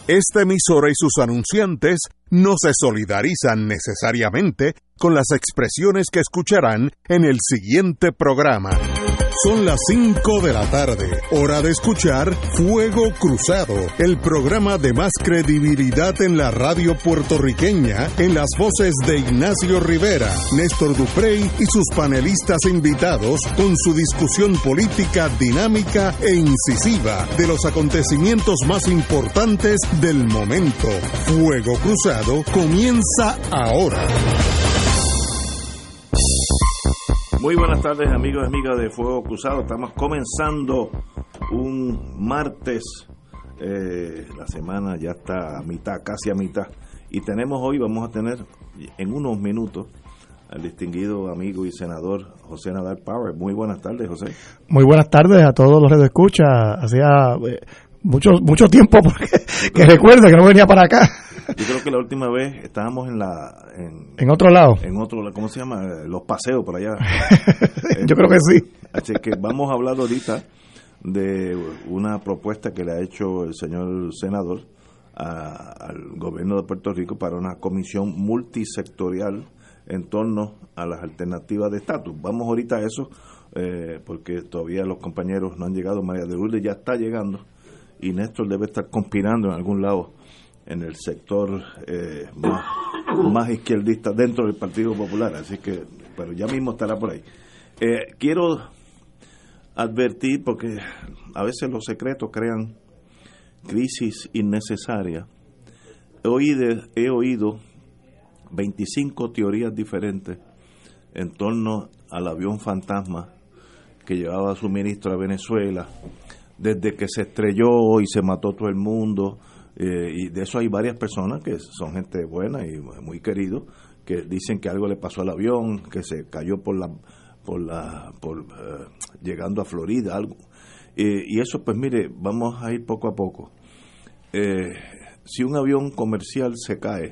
Esta emisora y sus anunciantes no se solidarizan necesariamente con las expresiones que escucharán en el siguiente programa. Son las 5 de la tarde, hora de escuchar Fuego Cruzado, el programa de más credibilidad en la radio puertorriqueña, en las voces de Ignacio Rivera, Néstor Duprey y sus panelistas invitados, con su discusión política dinámica e incisiva de los acontecimientos más importantes del momento. Fuego Cruzado comienza ahora. Muy buenas tardes, amigos y amigas de Fuego Cruzado. Estamos comenzando un martes. La semana ya está a mitad, casi a mitad. Y vamos a tener en unos minutos al distinguido amigo y senador José Nadal Power. Muy buenas tardes, José. Muy buenas tardes a todos los radioescuchas. Hacía mucho tiempo que recuerde que no venía para acá. Yo creo que la última vez estábamos en otro lado. ¿Cómo se llama? Los paseos por allá. Yo creo que sí. Así que vamos a hablar ahorita de una propuesta que le ha hecho el señor senador al gobierno de Puerto Rico para una comisión multisectorial en torno a las alternativas de estatus. Vamos ahorita a eso, porque todavía los compañeros no han llegado. María de Lourdes ya está llegando y Néstor debe estar conspirando en algún lado en el sector más izquierdista dentro del Partido Popular, así que, pero ya mismo estará por ahí. Quiero advertir, porque a veces los secretos crean crisis innecesarias. He oído 25 teorías diferentes en torno al avión fantasma que llevaba suministro a Venezuela, desde que se estrelló y se mató todo el mundo. Y de eso hay varias personas que son gente buena y muy queridos, que dicen que algo le pasó al avión, que se cayó llegando a Florida, algo. Y eso, pues mire, vamos a ir poco a poco. Si un avión comercial se cae,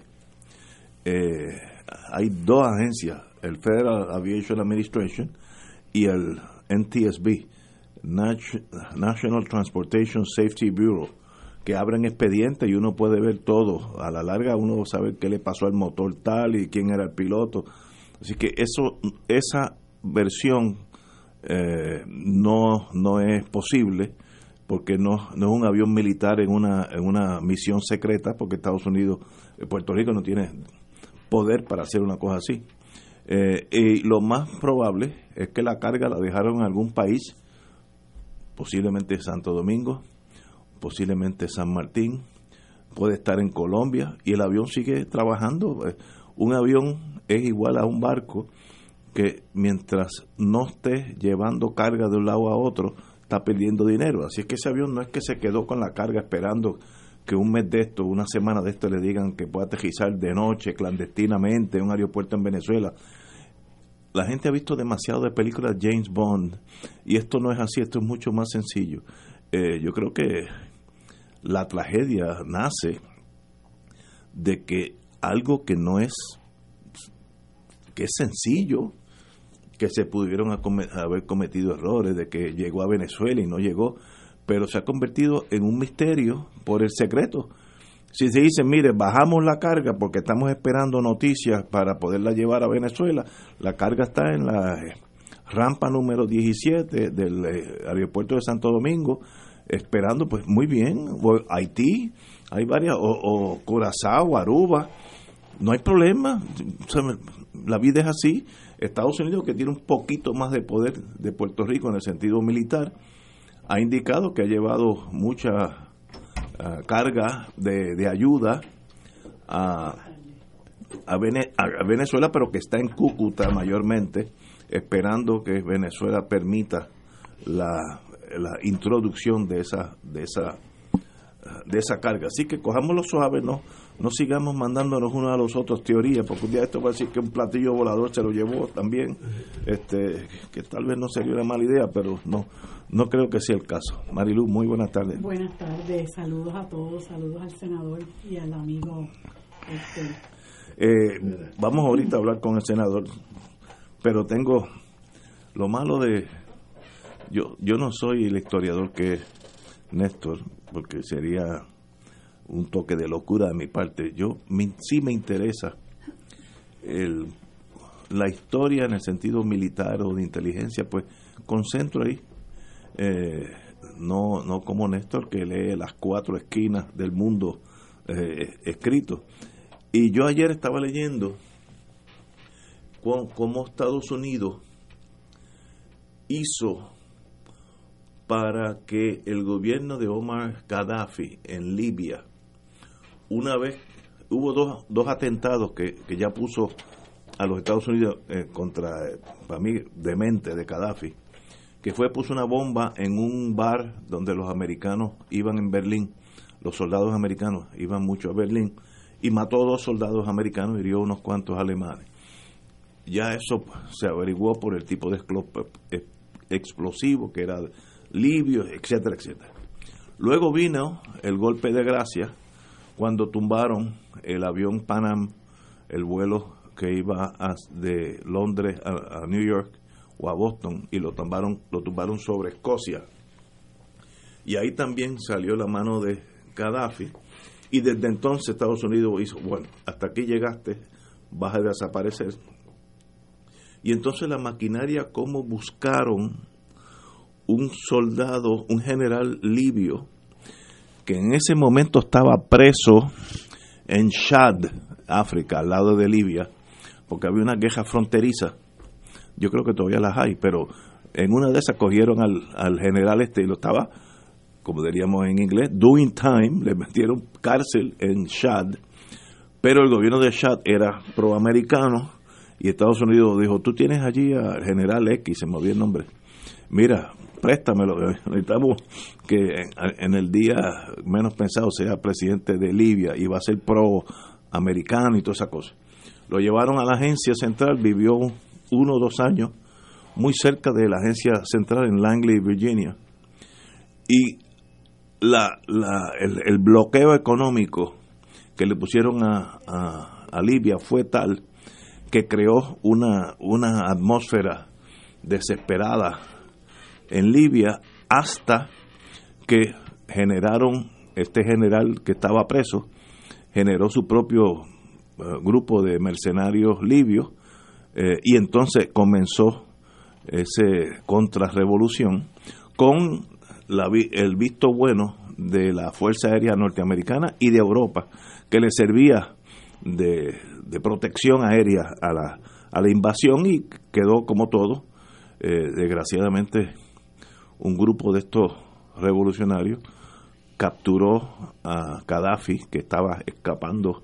hay dos agencias, el Federal Aviation Administration y el NTSB, National Transportation Safety Bureau, que abren expedientes y uno puede ver todo. A la larga uno sabe qué le pasó al motor tal y quién era el piloto. Así que esa versión no es posible, porque no es un avión militar en una misión secreta, porque Estados Unidos, Puerto Rico no tiene poder para hacer una cosa así. Y lo más probable es que la carga la dejaron en algún país, posiblemente Santo Domingo, posiblemente San Martín, puede estar en Colombia, y el avión sigue trabajando. Un avión es igual a un barco que mientras no esté llevando carga de un lado a otro, está perdiendo dinero. Así es que ese avión no es que se quedó con la carga esperando que un mes de esto, una semana de esto le digan que pueda aterrizar de noche clandestinamente en un aeropuerto en Venezuela. La gente ha visto demasiado de películas James Bond, y esto no es así, esto es mucho más sencillo. Yo creo que la tragedia nace de que algo que es sencillo, que se pudieron haber cometido errores, de que llegó a Venezuela y no llegó, pero se ha convertido en un misterio por el secreto. Si se dice, mire, bajamos la carga porque estamos esperando noticias para poderla llevar a Venezuela, la carga está en la rampa número 17 del aeropuerto de Santo Domingo, esperando, pues muy bien. O Haití, hay varias, o Curazao, Aruba, no hay problema, la vida es así. Estados Unidos, que tiene un poquito más de poder de Puerto Rico en el sentido militar, ha indicado que ha llevado mucha carga de ayuda a Venezuela, pero que está en Cúcuta mayormente, esperando que Venezuela permita la introducción de esa carga. Así que cojámoslo suave, no sigamos mandándonos unos a los otros teorías, porque un día esto va a decir que un platillo volador se lo llevó también, que tal vez no sería una mala idea, pero no creo que sea el caso. Marilu, muy buenas tardes. Buenas tardes, saludos a todos, saludos al senador y al amigo. Vamos ahorita a hablar con el senador, pero tengo lo malo de... Yo no soy el historiador que es Néstor, porque sería un toque de locura de mi parte. Sí me interesa la historia en el sentido militar o de inteligencia, pues concentro ahí. No como Néstor, que lee las 4 esquinas del mundo escrito. Y yo ayer estaba leyendo cómo Estados Unidos hizo para que el gobierno de Omar Gaddafi en Libia, una vez hubo dos atentados que ya puso a los Estados Unidos contra, para mí, demente de Gaddafi, que puso una bomba en un bar donde los americanos iban en Berlín, los soldados americanos iban mucho a Berlín, y mató 2 soldados americanos y hirió unos cuantos alemanes. Ya eso se averiguó por el tipo de explosivo que era libio, etcétera, etcétera. Luego vino el golpe de gracia cuando tumbaron el avión Pan Am, el vuelo que iba de Londres a New York o a Boston, y lo tumbaron sobre Escocia. Y ahí también salió la mano de Gaddafi, y desde entonces Estados Unidos hizo, bueno, hasta aquí llegaste, vas a desaparecer. Y entonces la maquinaria, cómo buscaron un soldado, un general libio, que en ese momento estaba preso en Chad, África, al lado de Libia, porque había una guerra fronteriza. Yo creo que todavía las hay, pero en una de esas cogieron al general y lo estaba, como diríamos en inglés, doing time, le metieron cárcel en Chad, pero el gobierno de Chad era proamericano y Estados Unidos dijo, tú tienes allí al general X, se me olvidó el nombre, mira, préstamelo, necesitamos que en el día menos pensado sea presidente de Libia y va a ser proamericano y toda esa cosa. Lo llevaron a la agencia central, vivió 1 o 2 años muy cerca de la agencia central en Langley, Virginia, y el bloqueo económico que le pusieron a Libia fue tal que creó una atmósfera desesperada en Libia, hasta que generaron, este general que estaba preso generó su propio grupo de mercenarios libios, y entonces comenzó ese contrarrevolución con el visto bueno de la Fuerza Aérea Norteamericana y de Europa, que le servía de protección aérea a la invasión, y quedó como todo, desgraciadamente, un grupo de estos revolucionarios capturó a Gaddafi, que estaba escapando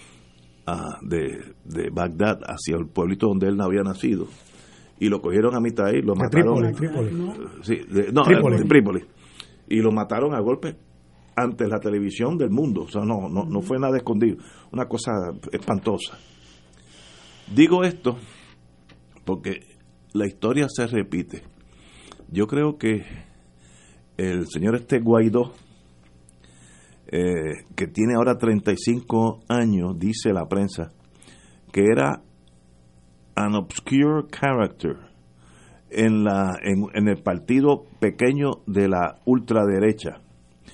de Bagdad hacia el pueblito donde él no había nacido, y lo cogieron a mitad y lo mataron. Trípoli. Y lo mataron a golpe ante la televisión del mundo. O sea, no fue nada escondido. Una cosa espantosa. Digo esto porque la historia se repite. Yo creo que el señor Guaidó, que tiene ahora 35 años, dice la prensa, que era an obscure character en el partido pequeño de la ultraderecha,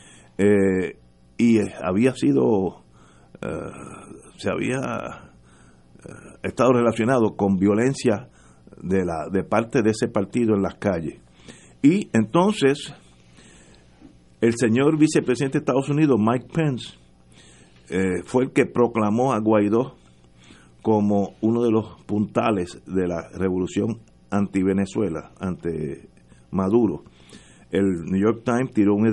y había sido se había estado relacionado con violencia de parte de ese partido en las calles. Y entonces el señor vicepresidente de Estados Unidos, Mike Pence, fue el que proclamó a Guaidó como uno de los puntales de la revolución anti-Venezuela, ante Maduro. El New York Times tiró un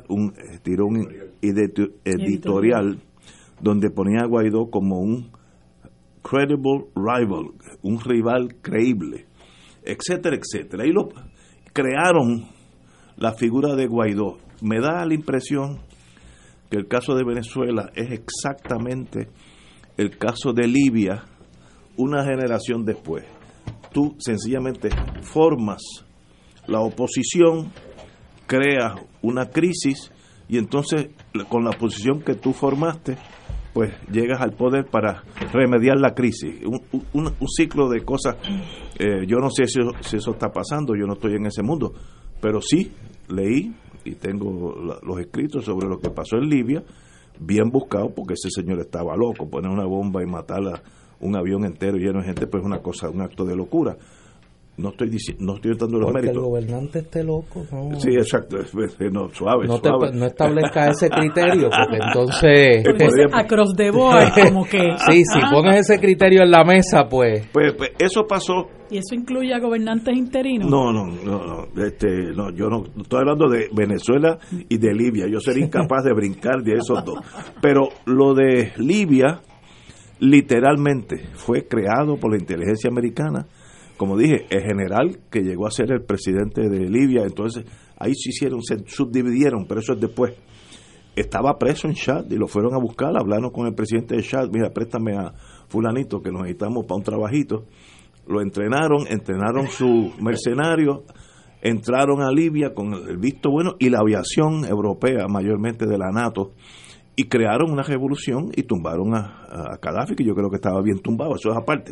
editorial donde ponía a Guaidó como un credible rival, un rival creíble, etcétera, etcétera. Y crearon la figura de Guaidó. Me da la impresión que el caso de Venezuela es exactamente el caso de Libia una generación después. Tú sencillamente formas la oposición, creas una crisis, y entonces con la oposición que tú formaste, pues llegas al poder para remediar la crisis. Un ciclo de cosas. Yo no sé si eso está pasando, yo no estoy en ese mundo, pero sí leí y tengo los escritos sobre lo que pasó en Libia, bien buscado, porque ese señor estaba loco. Poner una bomba y matar a un avión entero lleno de gente, pues es una cosa, un acto de locura. No estoy dando los méritos. El gobernante esté loco, no. Sí, exacto. No, suave. No establezca ese criterio, porque entonces across the board, como que sí, si pones ese criterio en la mesa, pues eso pasó. ¿Y eso incluye a gobernantes interinos? No, yo no estoy hablando de Venezuela y de Libia. Yo sería incapaz de brincar de esos dos. Pero lo de Libia literalmente fue creado por la inteligencia americana. Como dije, el general que llegó a ser el presidente de Libia, entonces ahí se subdividieron, pero eso es después. Estaba preso en Chad y lo fueron a buscar, hablaron con el presidente de Chad, mira, préstame a fulanito que nos necesitamos para un trabajito. Lo entrenaron sus mercenarios, entraron a Libia con el visto bueno y la aviación europea, mayormente de la NATO, y crearon una revolución y tumbaron a Gaddafi, que yo creo que estaba bien tumbado, eso es aparte.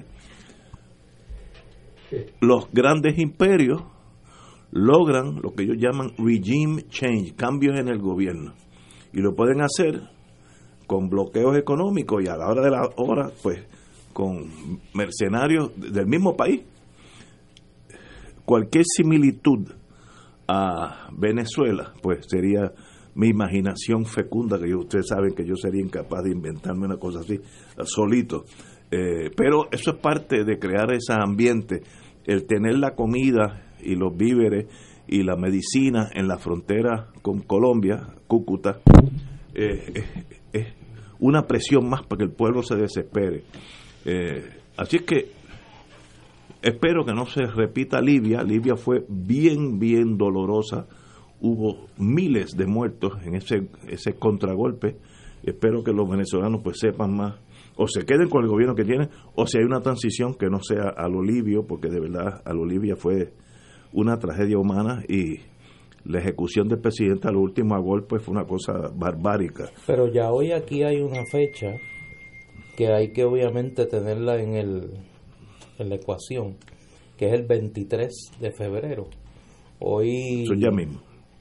Los grandes imperios logran lo que ellos llaman regime change, cambios en el gobierno, y lo pueden hacer con bloqueos económicos y a la hora de la hora, pues, con mercenarios del mismo país. Cualquier similitud a Venezuela, pues sería mi imaginación fecunda, que ustedes saben que yo sería incapaz de inventarme una cosa así solito. Pero eso es parte de crear ese ambiente, el tener la comida y los víveres y la medicina en la frontera con Colombia, Cúcuta, es una presión más para que el pueblo se desespere. Así es que espero que no se repita Libia. Libia fue bien dolorosa, hubo miles de muertos en ese contragolpe. Espero que los venezolanos pues sepan más, o se queden con el gobierno que tienen, o si hay una transición que no sea a lo libio, porque de verdad a lo Libia fue una tragedia humana y la ejecución del presidente a los últimos golpes fue una cosa barbárica. Pero ya hoy aquí hay una fecha que hay que obviamente tenerla en la ecuación, que es el 23 de febrero. Hoy eso ya mismo.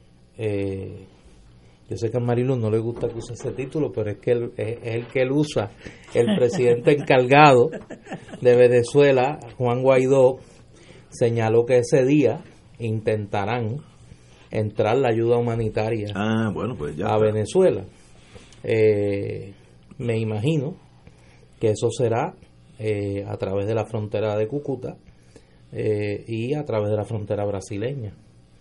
Yo sé que a Marilu no le gusta que use ese título, pero es que es el que él usa. El presidente encargado de Venezuela, Juan Guaidó, señaló que ese día intentarán entrar la ayuda humanitaria pues ya a Venezuela. Me imagino que eso será a través de la frontera de Cúcuta y a través de la frontera brasileña.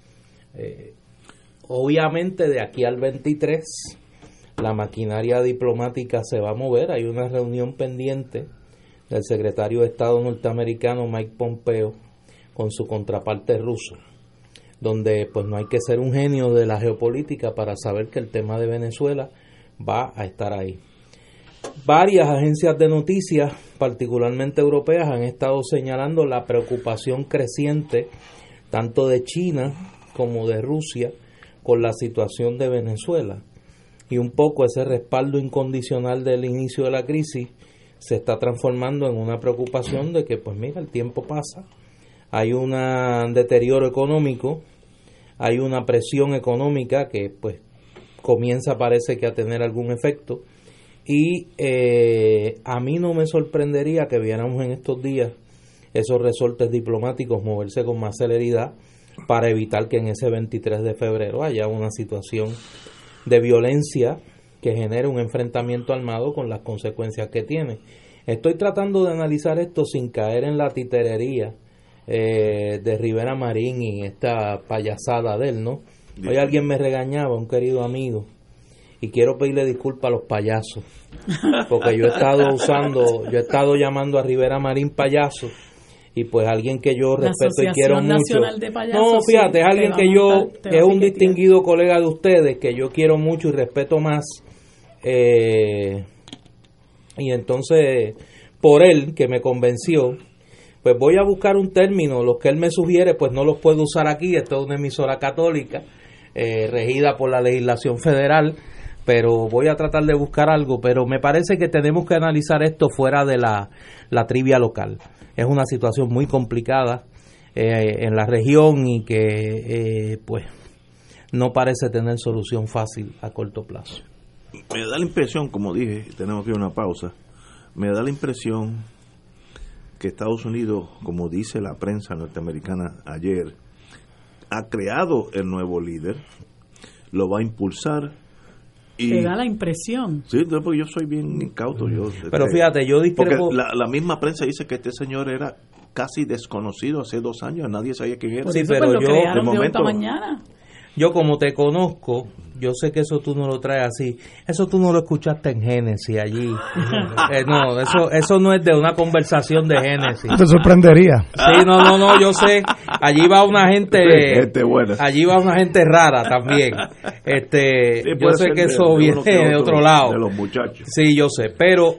Obviamente de aquí al 23 la maquinaria diplomática se va a mover. Hay una reunión pendiente del secretario de Estado norteamericano Mike Pompeo con su contraparte ruso, donde pues no hay que ser un genio de la geopolítica para saber que el tema de Venezuela va a estar ahí. Varias agencias de noticias, particularmente europeas, han estado señalando la preocupación creciente tanto de China como de Rusia con la situación de Venezuela, y un poco ese respaldo incondicional del inicio de la crisis se está transformando en una preocupación de que pues mira, el tiempo pasa, hay un deterioro económico, hay una presión económica que pues comienza, parece que a tener algún efecto, y a mí no me sorprendería que viéramos en estos días esos resortes diplomáticos moverse con más celeridad para evitar que en ese 23 de febrero haya una situación de violencia que genere un enfrentamiento armado con las consecuencias que tiene. Estoy tratando de analizar esto sin caer en la titerería de Rivera Marín y esta payasada de él, ¿no? Hoy alguien me regañaba, un querido amigo, y quiero pedirle disculpas a los payasos, porque yo he estado llamando a Rivera Marín payaso, y pues alguien que yo respeto y quiero mucho. No, fíjate, es alguien que yo, que es un distinguido colega de ustedes, que yo quiero mucho y respeto más, y entonces, por él, que me convenció, pues voy a buscar un término, los que él me sugiere, pues no los puedo usar aquí, esto es una emisora católica, regida por la legislación federal, pero voy a tratar de buscar algo, pero me parece que tenemos que analizar esto fuera de la trivia local. Es una situación muy complicada en la región y que pues no parece tener solución fácil a corto plazo. Me da la impresión, como dije, tenemos que ir a una pausa, me da la impresión que Estados Unidos, como dice la prensa norteamericana ayer, ha creado el nuevo líder, lo va a impulsar. Y te da la impresión. Sí, porque yo soy bien incauto. Pero fíjate, yo discrepo. Porque la misma prensa dice que este señor era casi desconocido hace 2 años, nadie sabía quién era. Sí, pero lo yo, crearon de esta mañana. Yo como te conozco, yo sé que eso tú no lo traes así. Eso tú no lo escuchaste en Génesis allí. No, eso no es de una conversación de Génesis. Te sorprendería. Sí, no, yo sé. Allí va una gente buena. Allí va una gente rara también. Sí, yo sé que eso viene de otro lado. De los muchachos. Sí, yo sé, pero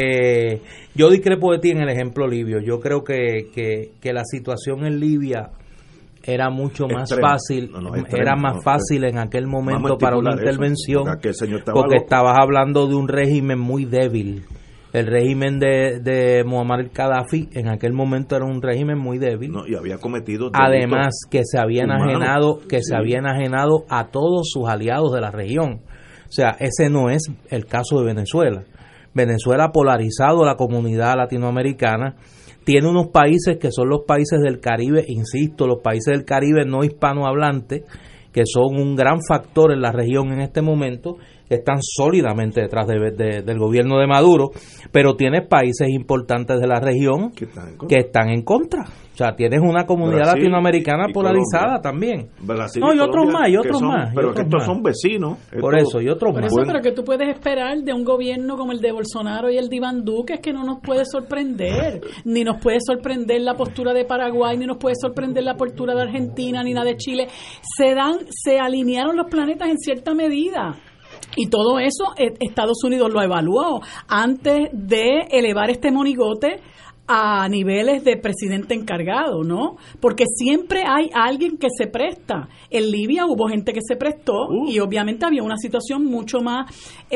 yo discrepo de ti en el ejemplo libio. Yo creo que la situación en Libia era mucho más fácil, era más fácil en aquel momento para una intervención, porque estabas hablando de un régimen muy débil. El régimen de Muammar el-Gaddafi en aquel momento era un régimen muy débil. Y había cometido además que se había enajenado, se había enajenado a todos sus aliados de la región. O sea, ese no es el caso de Venezuela. Venezuela ha polarizado la comunidad latinoamericana. Tiene unos países que son los países del Caribe, insisto, los países del Caribe no hispanohablantes, que son un gran factor en la región en este momento, que están sólidamente detrás del gobierno de Maduro, pero tienes países importantes de la región que están en contra. O sea, tienes una comunidad Brasil, latinoamericana polarizada también. Brasil y otros más, Pero que estos son vecinos. Por eso, y otros más. Pero que tú puedes esperar de un gobierno como el de Bolsonaro y el de Iván Duque, es que no nos puede sorprender. Ni nos puede sorprender la postura de Paraguay, ni nos puede sorprender la postura de Argentina, ni la de Chile. Se alinearon los planetas en cierta medida. Y todo eso Estados Unidos lo evaluó antes de elevar este monigote a niveles de presidente encargado, ¿no? Porque siempre hay alguien que se presta. En Libia hubo gente que se prestó y obviamente había una situación mucho más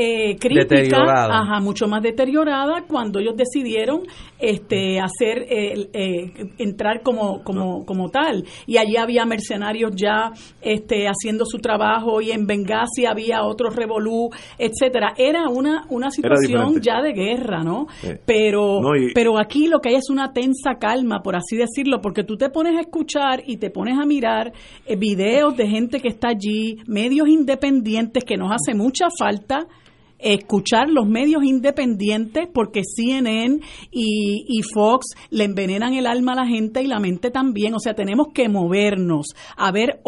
crítica, mucho más deteriorada cuando ellos decidieron hacer entrar como tal. Y allí había mercenarios ya haciendo su trabajo y en Benghazi había otros revolú, etcétera. Era una situación ya de guerra, ¿no? Pero aquí lo que hay es una tensa calma, por así decirlo, porque tú te pones a escuchar y te pones a mirar videos de gente que está allí, medios independientes, que nos hace mucha falta escuchar los medios independientes, porque CNN y Fox le envenenan el alma a la gente y la mente también. O sea, tenemos que movernos a ver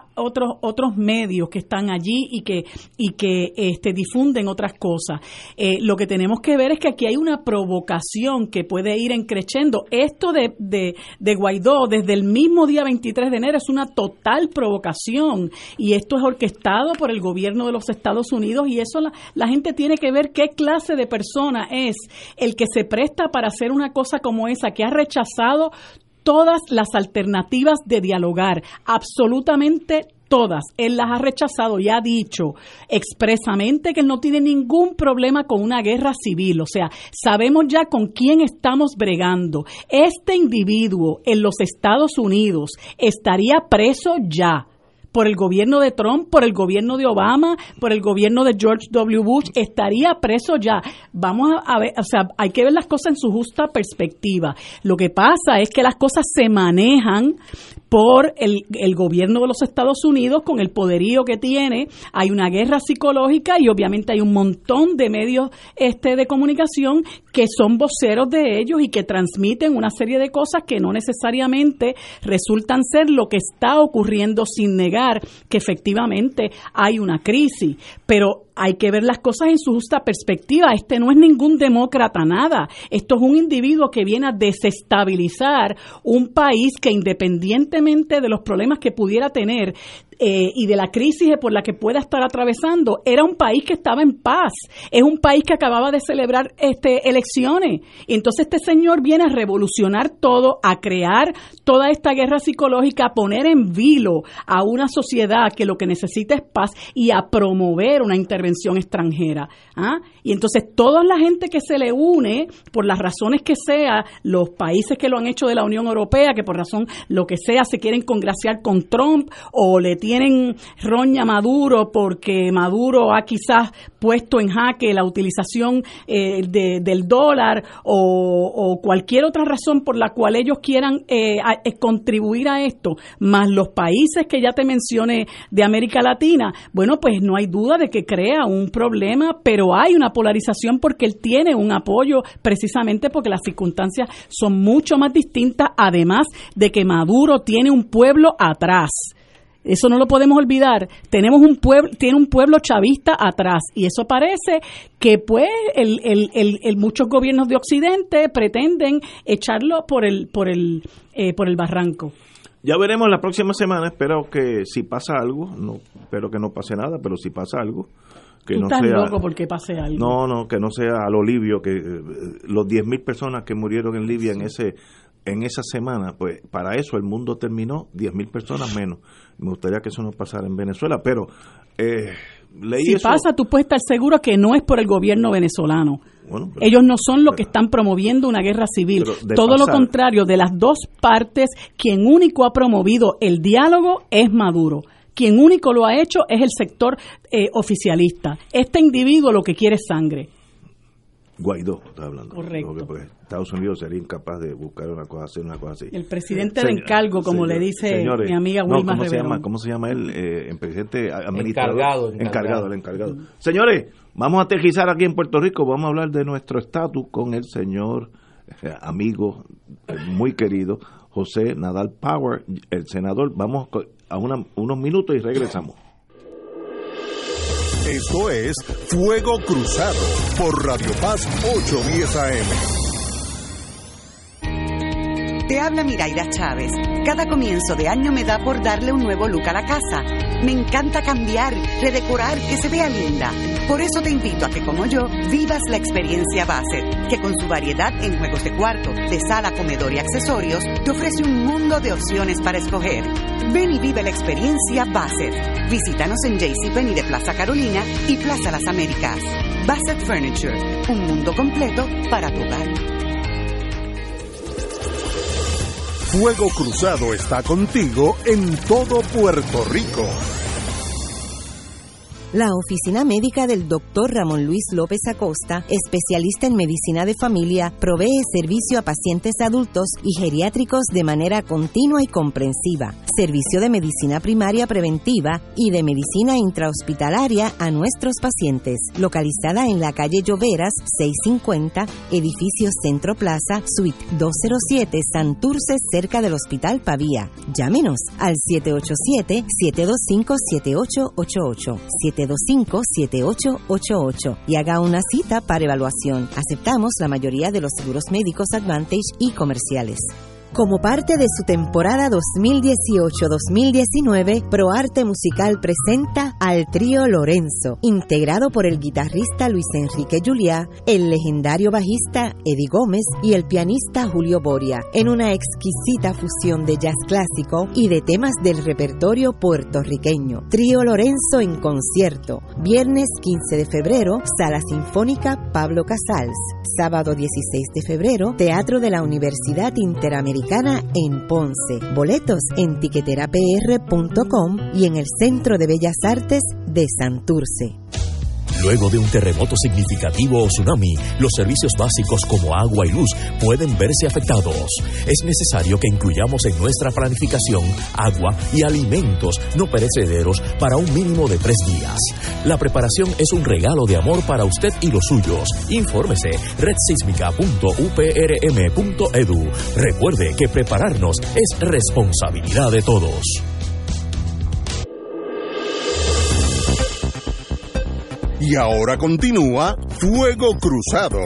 otros medios que están allí y que difunden otras cosas. Lo que tenemos que ver es que aquí hay una provocación que puede ir creciendo. Esto de Guaidó desde el mismo día 23 de enero es una total provocación, y esto es orquestado por el gobierno de los Estados Unidos, y eso la gente tiene que ver qué clase de persona es el que se presta para hacer una cosa como esa, que ha rechazado todas las alternativas de dialogar, absolutamente todas. Él las ha rechazado y ha dicho expresamente que él no tiene ningún problema con una guerra civil. O sea, sabemos ya con quién estamos bregando. Este individuo en los Estados Unidos estaría preso ya. Por el gobierno de Trump, por el gobierno de Obama, por el gobierno de George W. Bush, estaría preso ya. Vamos a ver, o sea, hay que ver las cosas en su justa perspectiva. Lo que pasa es que las cosas se manejan por el gobierno de los Estados Unidos con el poderío que tiene. Hay una guerra psicológica y obviamente hay un montón de medios de comunicación que son voceros de ellos y que transmiten una serie de cosas que no necesariamente resultan ser lo que está ocurriendo, sin negar que efectivamente hay una crisis, pero hay que ver las cosas en su justa perspectiva. No es ningún demócrata, nada. Esto es un individuo que viene a desestabilizar un país que, independientemente de los problemas que pudiera tener y de la crisis por la que pueda estar atravesando, era un país que estaba en paz. Es un país que acababa de celebrar elecciones. Y entonces este señor viene a revolucionar todo, a crear toda esta guerra psicológica, a poner en vilo a una sociedad que lo que necesita es paz y a promover una intervención extranjera. Y entonces toda la gente que se le une, por las razones que sea, los países que lo han hecho de la Unión Europea, que por razón lo que sea se quieren congraciar con Trump o le tienen roña a Maduro porque Maduro ha quizás puesto en jaque la utilización del dólar o cualquier otra razón por la cual ellos quieran contribuir a esto, más los países que ya te mencioné de América Latina, bueno, pues no hay duda de que crea un problema, pero hay una polarización porque él tiene un apoyo precisamente porque las circunstancias son mucho más distintas, además de que Maduro tiene un pueblo atrás. Eso no lo podemos olvidar. Tiene un pueblo chavista atrás y eso parece que pues muchos gobiernos de Occidente pretenden echarlo por el barranco. Ya veremos la próxima semana. Espero que si pasa algo, no espero que no pase nada, pero si pasa algo, que Tú no estás sea loco porque pase algo. No, que no sea a lo libio, que los 10.000 personas que murieron en Libia en esa semana, pues para eso el mundo terminó, 10.000 personas menos. Me gustaría que eso no pasara en Venezuela, pero leí si eso. pasa, tú puedes estar seguro que no es por el gobierno venezolano. Bueno, ellos no son los que están promoviendo una guerra civil. Todo lo contrario, de las dos partes, quien único ha promovido el diálogo es Maduro. Quien único lo ha hecho es el sector oficialista. Este individuo lo que quiere es sangre. Guaidó está hablando. Correcto. Porque, pues, Estados Unidos sería incapaz de buscar una cosa así. El presidente de encargo, como le dice mi amiga Wilma Reverón. ¿Cómo se llama él? El presidente administrador. Encargado. Señores, vamos a aterrizar aquí en Puerto Rico. Vamos a hablar de nuestro estatus con el señor amigo muy querido José Nadal Power, el senador. Vamos a unos minutos y regresamos. Esto es Fuego Cruzado por Radio Paz 810 AM. Te habla Miraida Chávez. Cada comienzo de año me da por darle un nuevo look a la casa. Me encanta cambiar, redecorar, que se vea linda. Por eso te invito a que, como yo, vivas la experiencia Bassett, que con su variedad en juegos de cuarto, de sala, comedor y accesorios, te ofrece un mundo de opciones para escoger. Ven y vive la experiencia Bassett. Visítanos en JCPenney de Plaza Carolina y Plaza Las Américas. Bassett Furniture, un mundo completo para tu hogar. Fuego Cruzado está contigo en todo Puerto Rico. La oficina médica del Dr. Ramón Luis López Acosta, especialista en medicina de familia, provee servicio a pacientes adultos y geriátricos de manera continua y comprensiva, servicio de medicina primaria preventiva y de medicina intrahospitalaria a nuestros pacientes, localizada en la calle Lloveras 650, edificio Centro Plaza, suite 207, Santurce, cerca del Hospital Pavía. Llámenos al 787-725-7888, 725-7888 y haga una cita para evaluación. Aceptamos la mayoría de los seguros médicos Advantage y comerciales. Como parte de su temporada 2018-2019, ProArte Musical presenta al trío Lorenzo, integrado por el guitarrista Luis Enrique Juliá, el legendario bajista Eddie Gómez y el pianista Julio Boria, en una exquisita fusión de jazz clásico y de temas del repertorio puertorriqueño. Trío Lorenzo en concierto, viernes 15 de febrero, Sala Sinfónica Pablo Casals, sábado 16 de febrero, Teatro de la Universidad Interamericana en Ponce. Boletos en tiqueterapr.com y en el Centro de Bellas Artes de Santurce. Luego de un terremoto significativo o tsunami, los servicios básicos como agua y luz pueden verse afectados. Es necesario que incluyamos en nuestra planificación agua y alimentos no perecederos para un mínimo de 3 días. La preparación es un regalo de amor para usted y los suyos. Infórmese redsísmica.uprm.edu. Recuerde que prepararnos es responsabilidad de todos. Y ahora continúa Fuego Cruzado.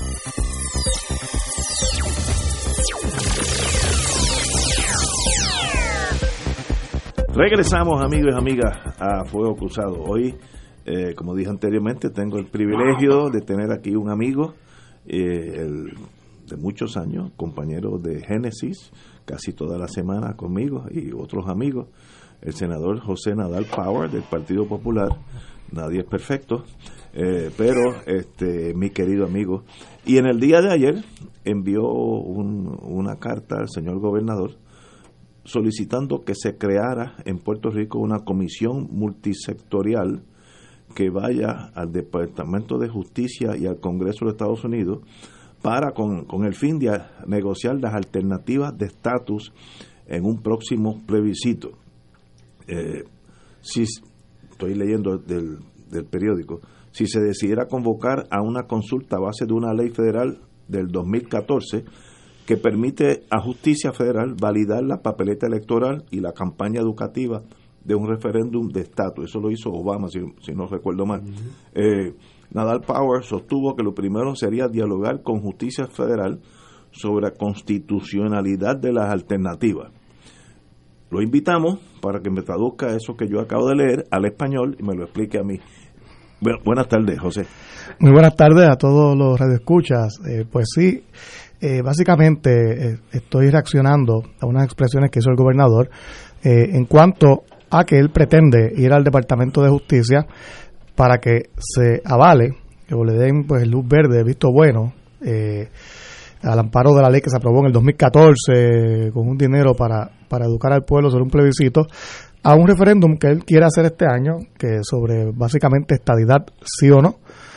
Regresamos, amigos y amigas, a Fuego Cruzado. Hoy, como dije anteriormente, tengo el privilegio de tener aquí un amigo de muchos años, compañero de Génesis, casi toda la semana conmigo y otros amigos, el senador José Nadal Power del Partido Popular. Nadie es perfecto, pero mi querido amigo. Y en el día de ayer envió una carta al señor gobernador solicitando que se creara en Puerto Rico una comisión multisectorial que vaya al Departamento de Justicia y al Congreso de Estados Unidos para con el fin de negociar las alternativas de estatus en un próximo plebiscito. Si estoy leyendo del periódico, si se decidiera convocar a una consulta a base de una ley federal del 2014 que permite a Justicia Federal validar la papeleta electoral y la campaña educativa de un referéndum de estatus. Eso lo hizo Obama, si no recuerdo mal. Nadal Powers sostuvo que lo primero sería dialogar con Justicia Federal sobre la constitucionalidad de las alternativas. Lo invitamos para que me traduzca eso que yo acabo de leer al español y me lo explique a mí. Buenas tardes, José. Muy buenas tardes a todos los radioescuchas. Pues sí, básicamente estoy reaccionando a unas expresiones que hizo el gobernador en cuanto a que él pretende ir al Departamento de Justicia para que se avale, que le den pues luz verde, visto bueno, al amparo de la ley que se aprobó en el 2014 con un dinero para educar al pueblo sobre un plebiscito, a un referéndum que él quiere hacer este año, que sobre básicamente estadidad, sí o no.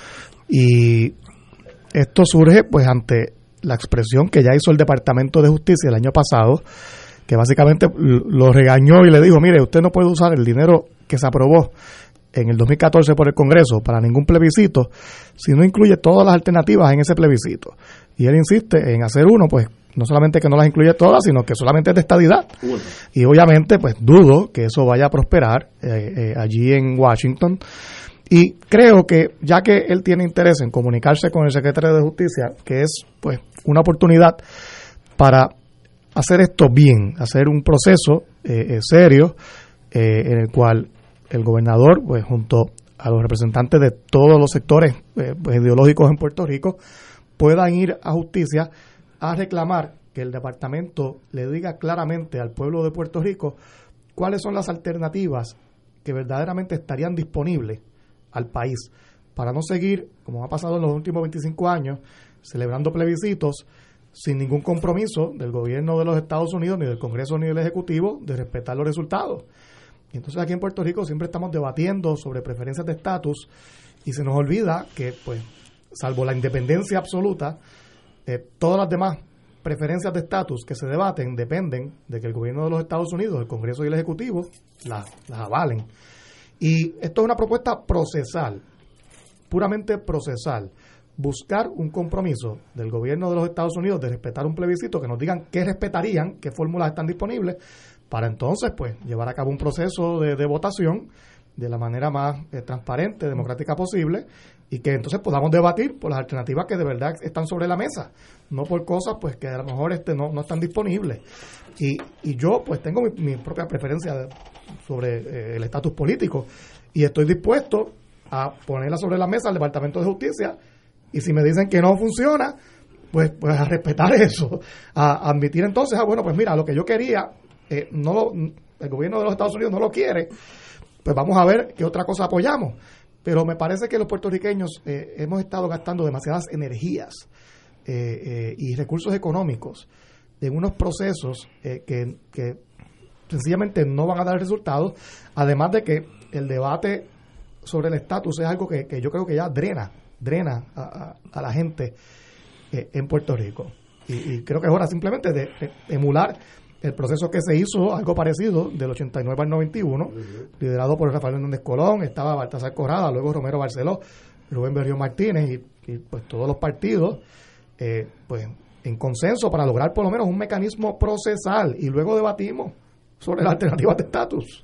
Y esto surge pues ante la expresión que ya hizo el Departamento de Justicia el año pasado, que básicamente lo regañó y le dijo, mire, usted no puede usar el dinero que se aprobó en el 2014 por el Congreso para ningún plebiscito si no incluye todas las alternativas en ese plebiscito. Y él insiste en hacer uno, pues no solamente que no las incluye todas, sino que solamente es de estadidad. Y obviamente pues dudo que eso vaya a prosperar allí en Washington. Y creo que ya que él tiene interés en comunicarse con el secretario de Justicia, que es pues una oportunidad para hacer esto bien, hacer un proceso serio en el cual el gobernador, pues junto a los representantes de todos los sectores pues, ideológicos en Puerto Rico, puedan ir a justicia a reclamar que el departamento le diga claramente al pueblo de Puerto Rico cuáles son las alternativas que verdaderamente estarían disponibles al país, para no seguir, como ha pasado en los últimos 25 años, celebrando plebiscitos sin ningún compromiso del gobierno de los Estados Unidos, ni del Congreso, ni del Ejecutivo, de respetar los resultados. Y entonces aquí en Puerto Rico siempre estamos debatiendo sobre preferencias de estatus y se nos olvida que, pues, salvo la independencia absoluta, todas las demás preferencias de estatus que se debaten dependen de que el gobierno de los Estados Unidos, el Congreso y el Ejecutivo las avalen. Y esto es una propuesta procesal, puramente procesal. Buscar un compromiso del gobierno de los Estados Unidos de respetar un plebiscito, que nos digan qué respetarían, qué fórmulas están disponibles, para entonces pues llevar a cabo un proceso de votación de la manera más transparente, democrática posible, y que entonces podamos debatir por las alternativas que de verdad están sobre la mesa, no por cosas pues que a lo mejor no están disponibles. Y yo pues tengo mi propia preferencia sobre el estatus político y estoy dispuesto a ponerla sobre la mesa al Departamento de Justicia, y si me dicen que no funciona, pues a respetar eso, a admitir entonces, bueno, pues mira, lo que yo quería, el gobierno de los Estados Unidos no lo quiere, pues vamos a ver qué otra cosa apoyamos. Pero me parece que los puertorriqueños hemos estado gastando demasiadas energías y recursos económicos en unos procesos que sencillamente no van a dar resultados, además de que el debate sobre el estatus es algo que yo creo que ya drena a la gente en Puerto Rico. Y creo que es hora simplemente de emular el proceso que se hizo, algo parecido, del 89 al 91, liderado por Rafael Hernández Colón, estaba Baltasar Corrada, luego Romero Barceló, Rubén Berrío Martínez y pues todos los partidos, pues en consenso para lograr por lo menos un mecanismo procesal, y luego debatimos sobre las alternativas de estatus.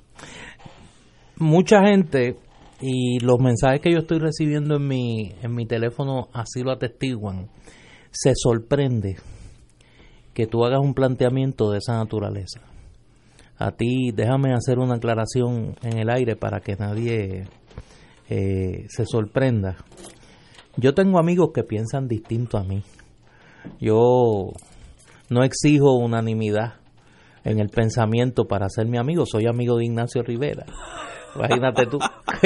Mucha gente, y los mensajes que yo estoy recibiendo en mi teléfono así lo atestiguan, se sorprende que tú hagas un planteamiento de esa naturaleza. A ti, déjame hacer una aclaración en el aire para que nadie se sorprenda. Yo tengo amigos que piensan distinto a mí. Yo no exijo unanimidad en el pensamiento para ser mi amigo. Soy amigo de Ignacio Rivera. Imagínate tú.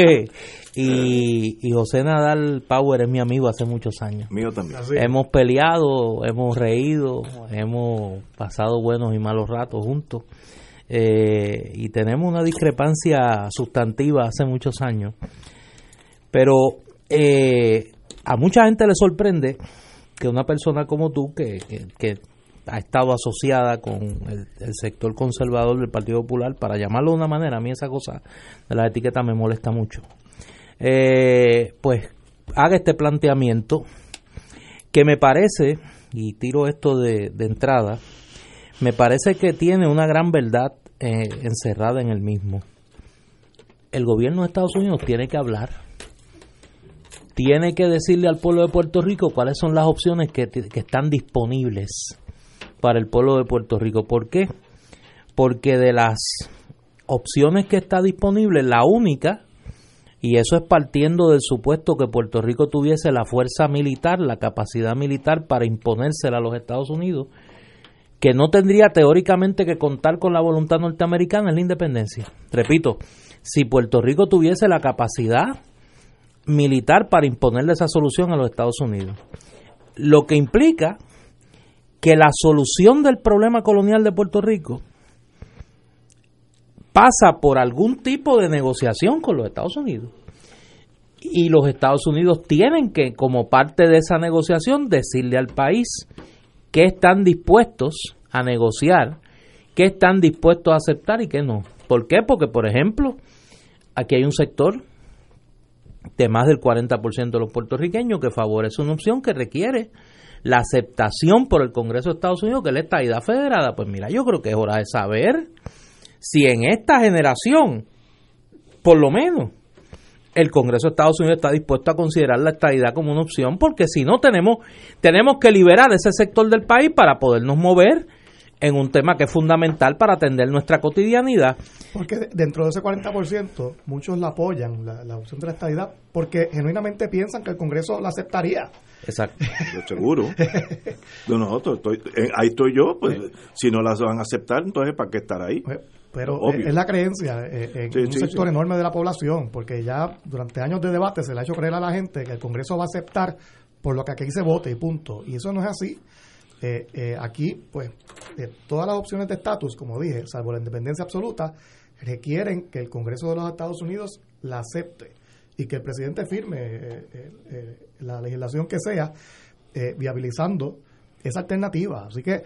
Y José Nadal Power es mi amigo hace muchos años. Mío también. Hemos peleado, hemos reído, hemos pasado buenos y malos ratos juntos. y tenemos una discrepancia sustantiva hace muchos años, pero a mucha gente le sorprende que una persona como tú, que ha estado asociada con el sector conservador del Partido Popular, para llamarlo de una manera, a mí esa cosa de las etiquetas me molesta mucho, pues haga este planteamiento que me parece, y tiro esto de entrada, me parece que tiene una gran verdad encerrada en el mismo. El gobierno de Estados Unidos tiene que hablar, tiene que decirle al pueblo de Puerto Rico cuáles son las opciones que están disponibles para el pueblo de Puerto Rico. ¿Por qué? Porque de las opciones que está disponible, la única, y eso es partiendo del supuesto que Puerto Rico tuviese la fuerza militar, la capacidad militar para imponérsela a los Estados Unidos, que no tendría teóricamente que contar con la voluntad norteamericana, es la independencia. Repito, si Puerto Rico tuviese la capacidad militar para imponerle esa solución a los Estados Unidos, lo que implica que la solución del problema colonial de Puerto Rico pasa por algún tipo de negociación con los Estados Unidos. Y los Estados Unidos tienen que, como parte de esa negociación, decirle al país qué están dispuestos a negociar, qué están dispuestos a aceptar y qué no. ¿Por qué? Porque, por ejemplo, aquí hay un sector de más del 40% de los puertorriqueños que favorece una opción que requiere la aceptación por el Congreso de Estados Unidos, que es la estadidad federada. Pues mira, yo creo que es hora de saber si en esta generación, por lo menos, el Congreso de Estados Unidos está dispuesto a considerar la estadidad como una opción, porque si no tenemos que liberar ese sector del país para podernos mover en un tema que es fundamental para atender nuestra cotidianidad. Porque dentro de ese 40%, muchos la apoyan, la opción de la estadidad, porque genuinamente piensan que el Congreso la aceptaría. Exacto. Seguro. De nosotros, ahí estoy yo, pues si no las van a aceptar, entonces ¿para qué estar ahí? Pero es la creencia en un sector enorme de la población, porque ya durante años de debate se le ha hecho creer a la gente que el Congreso va a aceptar por lo que aquí se vote y punto. Y eso no es así. Aquí, pues, todas las opciones de estatus, como dije, salvo la independencia absoluta, requieren que el Congreso de los Estados Unidos la acepte y que el presidente firme la legislación que sea, viabilizando esa alternativa. Así que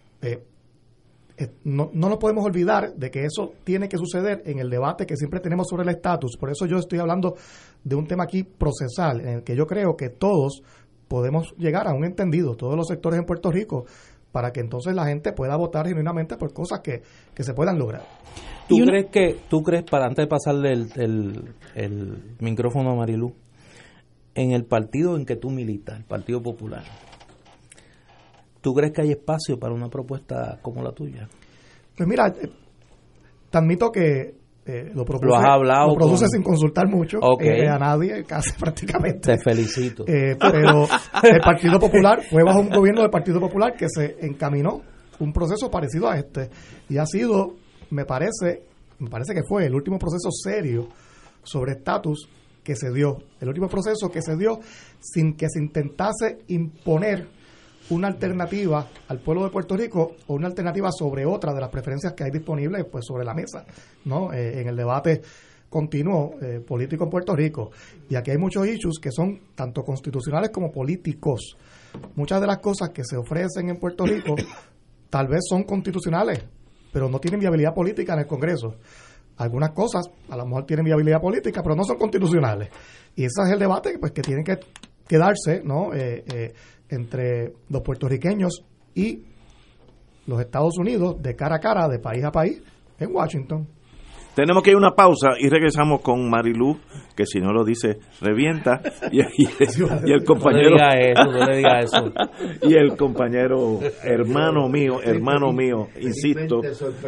no nos podemos olvidar de que eso tiene que suceder en el debate que siempre tenemos sobre el estatus. Por eso yo estoy hablando de un tema aquí procesal, en el que yo creo que todos podemos llegar a un entendido, todos los sectores en Puerto Rico, para que entonces la gente pueda votar genuinamente por cosas que se puedan lograr. ¿Tú crees, para antes de pasarle el micrófono a Marilú, en el partido en que tú militas, el Partido Popular, ¿tú crees que hay espacio para una propuesta como la tuya? Pues mira, te admito que lo produce sin consultar mucho a nadie, casi prácticamente. Te felicito. Pero el Partido Popular fue bajo un gobierno del Partido Popular que se encaminó un proceso parecido a este, y ha sido, me parece que fue el último proceso serio sobre estatus que se dio, el último proceso que se dio sin que se intentase imponer una alternativa al pueblo de Puerto Rico o una alternativa sobre otra de las preferencias que hay disponibles, pues, sobre la mesa, ¿no? En el debate continuo político en Puerto Rico. Y aquí hay muchos issues que son tanto constitucionales como políticos. Muchas de las cosas que se ofrecen en Puerto Rico tal vez son constitucionales, pero no tienen viabilidad política en el Congreso. Algunas cosas a lo mejor tienen viabilidad política, pero no son constitucionales. Y ese es el debate, pues, que tiene que darse, ¿no? Entre los puertorriqueños y los Estados Unidos, de cara a cara, de país a país, en Washington. Tenemos que ir a una pausa y regresamos con Marilú, que si no lo dice, revienta, y el compañero... No le diga eso. Y el compañero, hermano mío, insisto.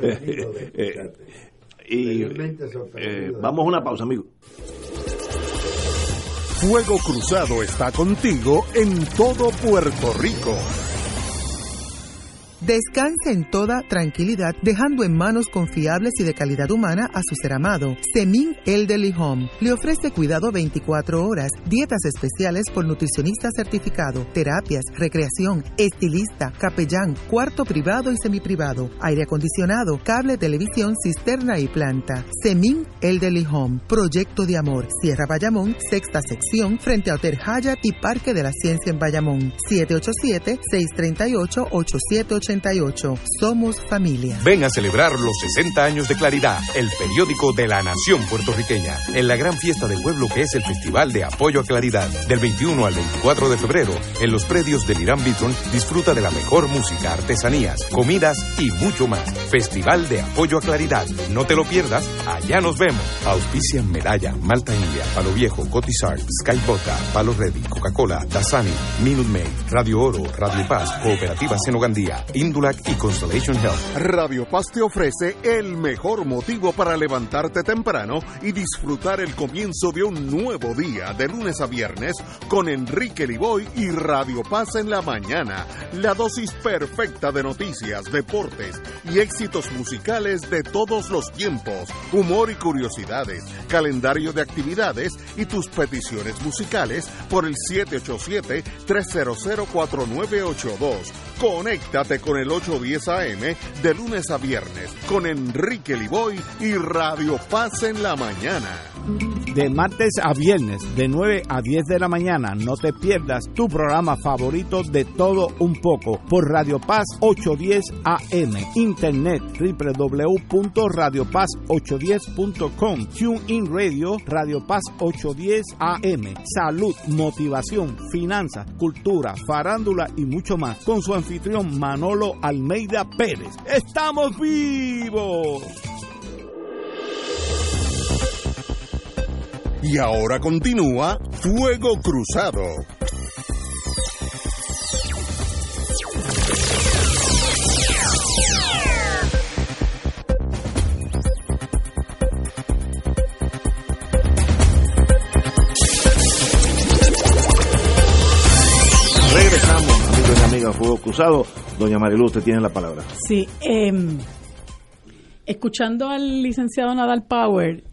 Vamos a una pausa, amigo. Fuego Cruzado está contigo en todo Puerto Rico. Descanse en toda tranquilidad, dejando en manos confiables y de calidad humana a su ser amado. Semin Elderly Home le ofrece cuidado 24 horas, dietas especiales por nutricionista certificado, terapias, recreación, estilista, capellán, cuarto privado y semiprivado, aire acondicionado, cable, televisión, cisterna y planta. Semin Elderly Home, proyecto de amor, Sierra Bayamón, sexta sección, frente a Hotel Hyatt y Parque de la Ciencia en Bayamón. 787-638-8788. Somos familia. Ven a celebrar los 60 años de Claridad, el periódico de la nación puertorriqueña, en la gran fiesta del pueblo que es el Festival de Apoyo a Claridad. Del 21 al 24 de febrero, en los predios del Irán Bithorn, disfruta de la mejor música, artesanías, comidas y mucho más. Festival de Apoyo a Claridad. No te lo pierdas, allá nos vemos. Auspician Medalla, Malta India, Palo Viejo, Cotizar, Sky Vodka, Palo Ready, Coca-Cola, Dasani, Minute Maid, Radio Oro, Radio Paz, Cooperativa Senogandía, Indulac y Constellation Health. Radio Paz te ofrece el mejor motivo para levantarte temprano y disfrutar el comienzo de un nuevo día de lunes a viernes con Enrique Liboy y Radio Paz en la mañana. La dosis perfecta de noticias, deportes y éxitos musicales de todos los tiempos, humor y curiosidades, calendario de actividades y tus peticiones musicales por el 787-300-4982. Conéctate con el 810 AM de lunes a viernes con Enrique Liboy y Radio Paz en la mañana. De martes a viernes, de 9 a 10 de la mañana, no te pierdas tu programa favorito de todo un poco por Radio Paz 810 AM, internet www.radiopaz810.com, TuneIn Radio, Radio Paz 810 AM, salud, motivación, finanzas, cultura, farándula y mucho más, con su anfitrión Manolo Almeida Pérez. ¡Estamos vivos! Y ahora continúa Fuego Cruzado. Regresamos, amigos y amigas, Fuego Cruzado. Doña Marilu, usted tiene la palabra. Sí, escuchando al licenciado Nadal Power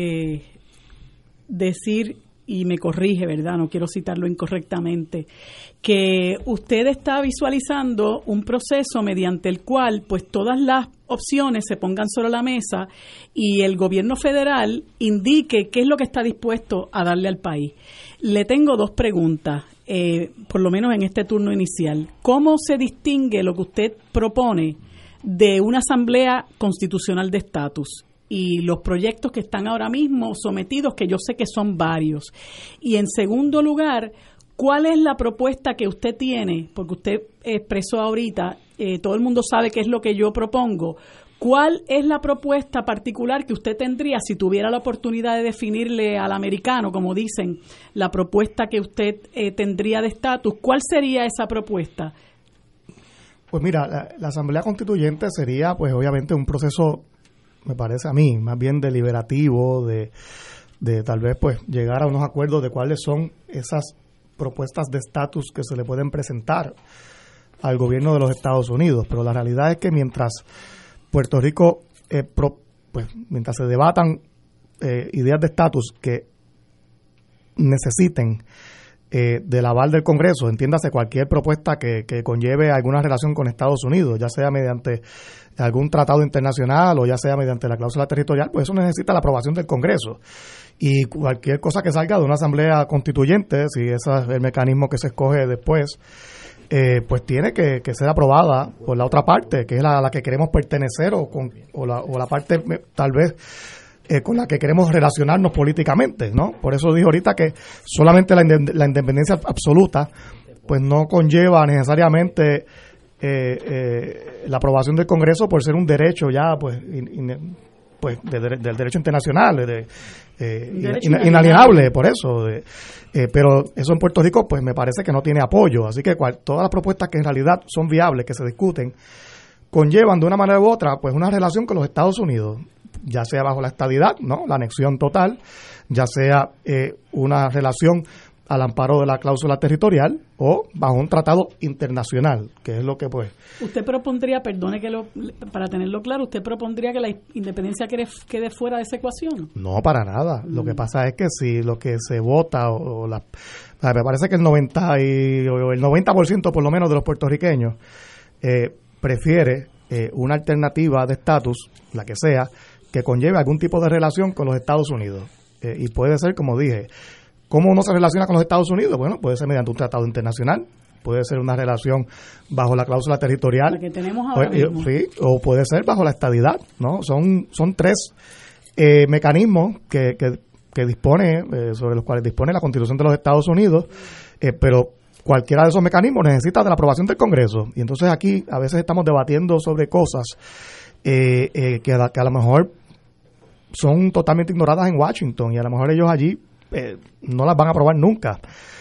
decir, y me corrige, ¿verdad? No quiero citarlo incorrectamente, que usted está visualizando un proceso mediante el cual pues todas las opciones se pongan sobre la mesa y el gobierno federal indique qué es lo que está dispuesto a darle al país. Le tengo dos preguntas, por lo menos en este turno inicial. ¿Cómo se distingue lo que usted propone de una asamblea constitucional de estatus y los proyectos que están ahora mismo sometidos, que yo sé que son varios? Y en segundo lugar, ¿cuál es la propuesta que usted tiene? Porque usted expresó ahorita, todo el mundo sabe qué es lo que yo propongo. ¿Cuál es la propuesta particular que usted tendría si tuviera la oportunidad de definirle al americano, como dicen, la propuesta que usted tendría de estatus? ¿Cuál sería esa propuesta? Pues mira, la Asamblea Constituyente sería pues obviamente un proceso, me parece a mí, más bien deliberativo, de tal vez pues llegar a unos acuerdos de cuáles son esas propuestas de estatus que se le pueden presentar al gobierno de los Estados Unidos. Pero la realidad es que mientras Puerto Rico, mientras se debatan ideas de estatus que necesiten del aval del Congreso, entiéndase cualquier propuesta que conlleve alguna relación con Estados Unidos, ya sea mediante algún tratado internacional o ya sea mediante la cláusula territorial, pues eso necesita la aprobación del Congreso. Y cualquier cosa que salga de una asamblea constituyente, si ese es el mecanismo que se escoge después, pues tiene que ser aprobada por la otra parte, que es la que queremos pertenecer o la parte tal vez con la que queremos relacionarnos políticamente, ¿no? Por eso dije ahorita que solamente la independencia absoluta pues no conlleva necesariamente la aprobación del Congreso por ser un derecho ya pues del derecho internacional, inalienable, por eso. Pero eso en Puerto Rico pues me parece que no tiene apoyo, así que todas las propuestas que en realidad son viables, que se discuten, conllevan de una manera u otra pues una relación con los Estados Unidos, ya sea bajo la estadidad, ¿no?, la anexión total, ya sea una relación al amparo de la cláusula territorial o bajo un tratado internacional, que es lo que pues... Usted propondría, para tenerlo claro, ¿usted propondría que la independencia quede fuera de esa ecuación? No, para nada. Lo que pasa es que si lo que se vota me parece que el 90% por lo menos de los puertorriqueños prefiere una alternativa de estatus, la que sea, que conlleve algún tipo de relación con los Estados Unidos. Y puede ser, como dije, ¿cómo uno se relaciona con los Estados Unidos? Bueno, puede ser mediante un tratado internacional, puede ser una relación bajo la cláusula territorial, la que tenemos ahora mismo. Sí, o puede ser bajo la estadidad, ¿no? Son tres mecanismos que dispone, sobre los cuales dispone la Constitución de los Estados Unidos, pero cualquiera de esos mecanismos necesita de la aprobación del Congreso. Y entonces aquí a veces estamos debatiendo sobre cosas que a lo mejor son totalmente ignoradas en Washington y a lo mejor ellos allí no las van a aprobar nunca.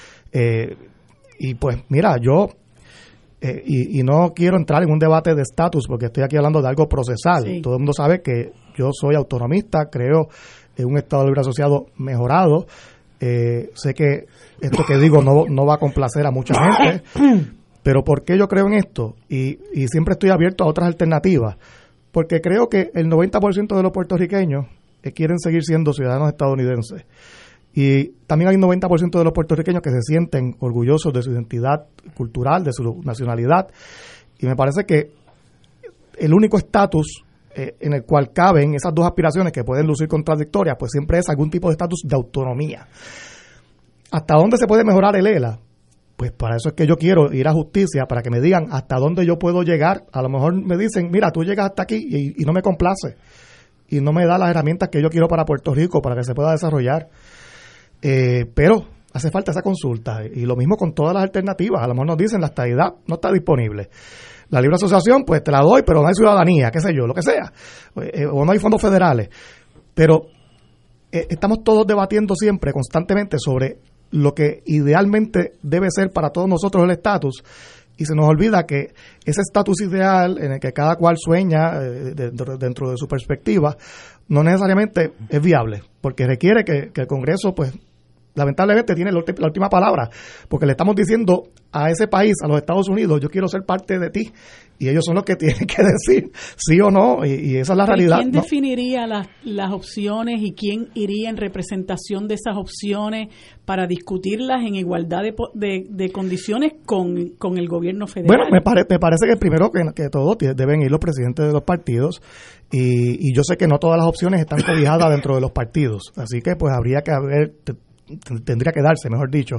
Y pues mira, yo y no quiero entrar en un debate de estatus porque estoy aquí hablando de algo procesal. Sí. Todo el mundo sabe que yo soy autonomista, creo en un Estado Libre Asociado mejorado. Sé que esto que digo no va a complacer a mucha gente, pero ¿por qué yo creo en esto? Y siempre estoy abierto a otras alternativas, porque creo que el 90% de los puertorriqueños quieren seguir siendo ciudadanos estadounidenses. Y también hay un 90% de los puertorriqueños que se sienten orgullosos de su identidad cultural, de su nacionalidad. Y me parece que el único estatus en el cual caben esas dos aspiraciones que pueden lucir contradictorias, pues siempre es algún tipo de estatus de autonomía. ¿Hasta dónde se puede mejorar el ELA? Pues para eso es que yo quiero ir a justicia, para que me digan hasta dónde yo puedo llegar. A lo mejor me dicen, mira, tú llegas hasta aquí y no me complace. Y no me da las herramientas que yo quiero para Puerto Rico, para que se pueda desarrollar. Pero hace falta esa consulta. Y lo mismo con todas las alternativas. A lo mejor nos dicen, la estadidad no está disponible. La libre asociación, pues te la doy, pero no hay ciudadanía, qué sé yo, lo que sea. O no hay fondos federales. Pero estamos todos debatiendo siempre, constantemente, sobre lo que idealmente debe ser para todos nosotros el estatus. Y se nos olvida que ese estatus ideal en el que cada cual sueña dentro de su perspectiva no necesariamente es viable, porque requiere que el Congreso, pues, lamentablemente tiene la última palabra, porque le estamos diciendo a ese país, a los Estados Unidos, yo quiero ser parte de ti, y ellos son los que tienen que decir sí o no, y esa es la realidad. ¿Quién definiría las opciones y quién iría en representación de esas opciones para discutirlas en igualdad de condiciones con el gobierno federal? Bueno, me parece que primero que todo deben ir los presidentes de los partidos, y yo sé que no todas las opciones están cobijadas dentro de los partidos, así que pues tendría que darse, mejor dicho,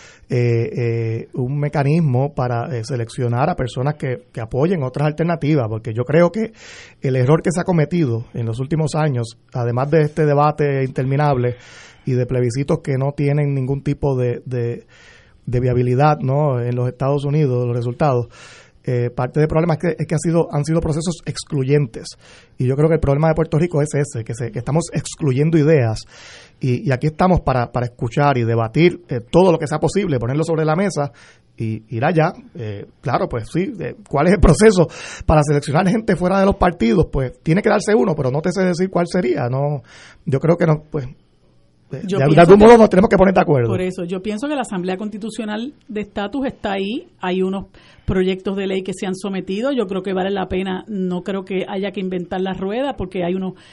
un mecanismo para seleccionar a personas que apoyen otras alternativas, porque yo creo que el error que se ha cometido en los últimos años, además de este debate interminable y de plebiscitos que no tienen ningún tipo de viabilidad, ¿no?, en los Estados Unidos, los resultados, parte del problema es que han sido procesos excluyentes, y yo creo que el problema de Puerto Rico es ese, que estamos excluyendo ideas, y aquí estamos para escuchar y debatir todo lo que sea posible, ponerlo sobre la mesa y ir allá. Claro, pues sí, ¿cuál es el proceso para seleccionar gente fuera de los partidos? Pues tiene que darse uno, pero no te sé decir cuál sería. No, yo creo que no, pues de algún modo nos tenemos que poner de acuerdo. Por eso, yo pienso que la Asamblea Constitucional de Estatus está ahí, hay unos proyectos de ley que se han sometido, yo creo que vale la pena, no creo que haya que inventar la rueda, porque hay unos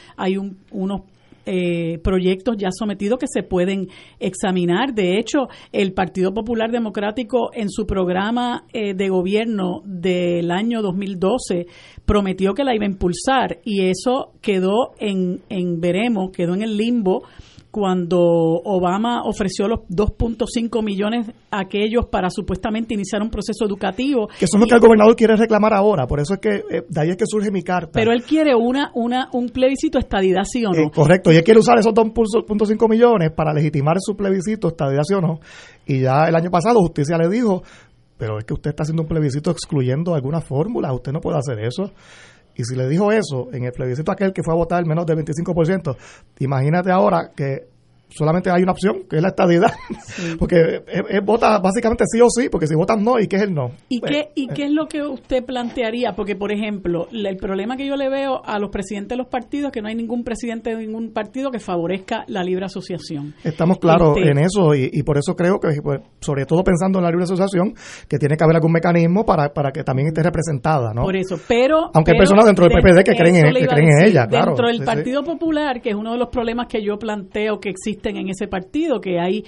proyectos ya sometidos que se pueden examinar. De hecho, el Partido Popular Democrático en su programa de gobierno del año 2012 prometió que la iba a impulsar, y eso quedó quedó en el limbo cuando Obama ofreció los 2.5 millones a aquellos para supuestamente iniciar un proceso educativo. Que eso es lo que el gobernador quiere reclamar ahora, por eso es que de ahí es que surge mi carta. Pero él quiere un plebiscito estadidad, ¿sí o no? Correcto, y él quiere usar esos 2.5 millones para legitimar su plebiscito estadidad, ¿sí o no? Y ya el año pasado Justicia le dijo, pero es que usted está haciendo un plebiscito excluyendo alguna fórmula, usted no puede hacer eso. Y si le dijo eso en el plebiscito aquel que fue a votar menos del 25%, imagínate ahora que solamente hay una opción, que es la estadidad, porque es vota básicamente sí o sí, porque si votan no, ¿y qué es el no? ¿Y qué es lo que usted plantearía? Porque, por ejemplo, el problema que yo le veo a los presidentes de los partidos es que no hay ningún presidente de ningún partido que favorezca la libre asociación. Estamos claros en eso, y por eso creo que, pues, sobre todo pensando en la libre asociación, que tiene que haber algún mecanismo para que también esté representada, ¿no? Por eso, pero... Aunque hay personas dentro del PPD que creen en ella, claro. Dentro del Partido Popular, que es uno de los problemas que yo planteo que existen en ese partido, que hay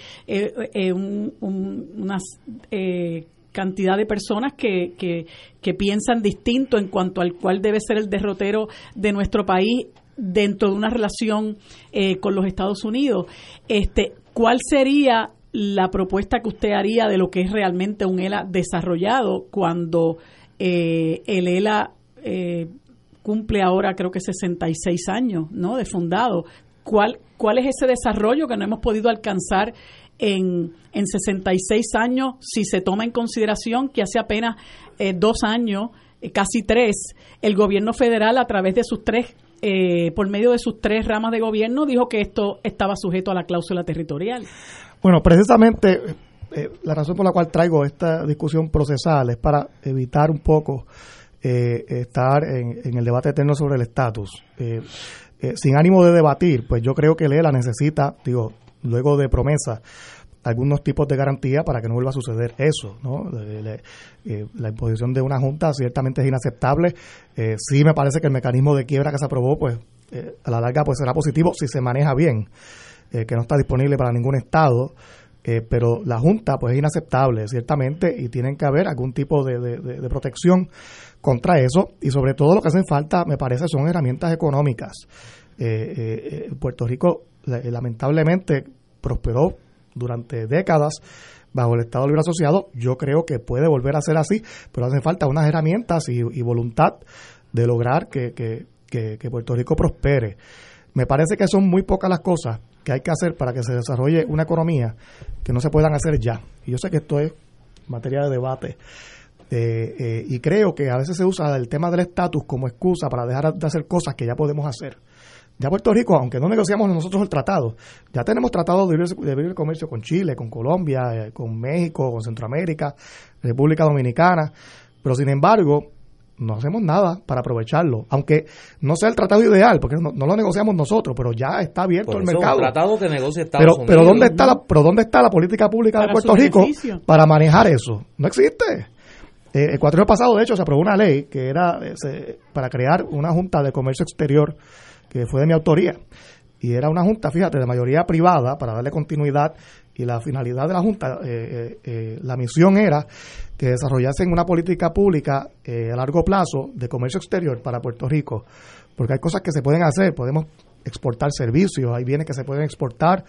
una cantidad de personas que piensan distinto en cuanto al cual debe ser el derrotero de nuestro país dentro de una relación con los Estados Unidos. ¿Cuál sería la propuesta que usted haría de lo que es realmente un ELA desarrollado cuando el ELA cumple ahora creo que 66 años, ¿no?, de fundado? ¿Cuál es ese desarrollo que no hemos podido alcanzar en 66 años, si se toma en consideración que hace apenas 2 años, casi 3, el gobierno federal a través de sus 3, por medio de sus 3 ramas de gobierno, dijo que esto estaba sujeto a la cláusula territorial? Bueno, precisamente la razón por la cual traigo esta discusión procesal es para evitar un poco estar en el debate eterno sobre el estatus. Sin ánimo de debatir, pues yo creo que Lela necesita, luego de promesa, algunos tipos de garantía para que no vuelva a suceder eso, ¿no? La imposición de una junta ciertamente es inaceptable. Sí me parece que el mecanismo de quiebra que se aprobó, pues a la larga pues será positivo si se maneja bien, que no está disponible para ningún estado, pero la junta pues es inaceptable ciertamente, y tienen que haber algún tipo de protección contra eso, y sobre todo lo que hacen falta, me parece, son herramientas económicas. Puerto Rico lamentablemente prosperó durante décadas bajo el Estado Libre Asociado. Yo creo que puede volver a ser así, pero hace falta unas herramientas y voluntad de lograr que Puerto Rico prospere. Me parece que son muy pocas las cosas que hay que hacer para que se desarrolle una economía que no se puedan hacer ya. Y yo sé que esto es materia de debate. Y creo que a veces se usa el tema del estatus como excusa para dejar de hacer cosas que ya podemos hacer. Ya Puerto Rico, aunque no negociamos nosotros el tratado, ya tenemos tratados de libre comercio con Chile, con Colombia, con México, con Centroamérica, República Dominicana, pero sin embargo no hacemos nada para aprovecharlo, aunque no sea el tratado ideal, porque no lo negociamos nosotros, pero ya está abierto el mercado. Es un tratado que negocia Estados Unidos. Pero ¿dónde está la política pública de Puerto Rico para manejar eso? No existe. El cuatrienio pasado, de hecho, se aprobó una ley que era para crear una junta de comercio exterior, que fue de mi autoría, y era una junta, fíjate, de mayoría privada, para darle continuidad, y la finalidad de la junta, la misión era que desarrollasen una política pública a largo plazo de comercio exterior para Puerto Rico, porque hay cosas que se pueden hacer, podemos exportar servicios, hay bienes que se pueden exportar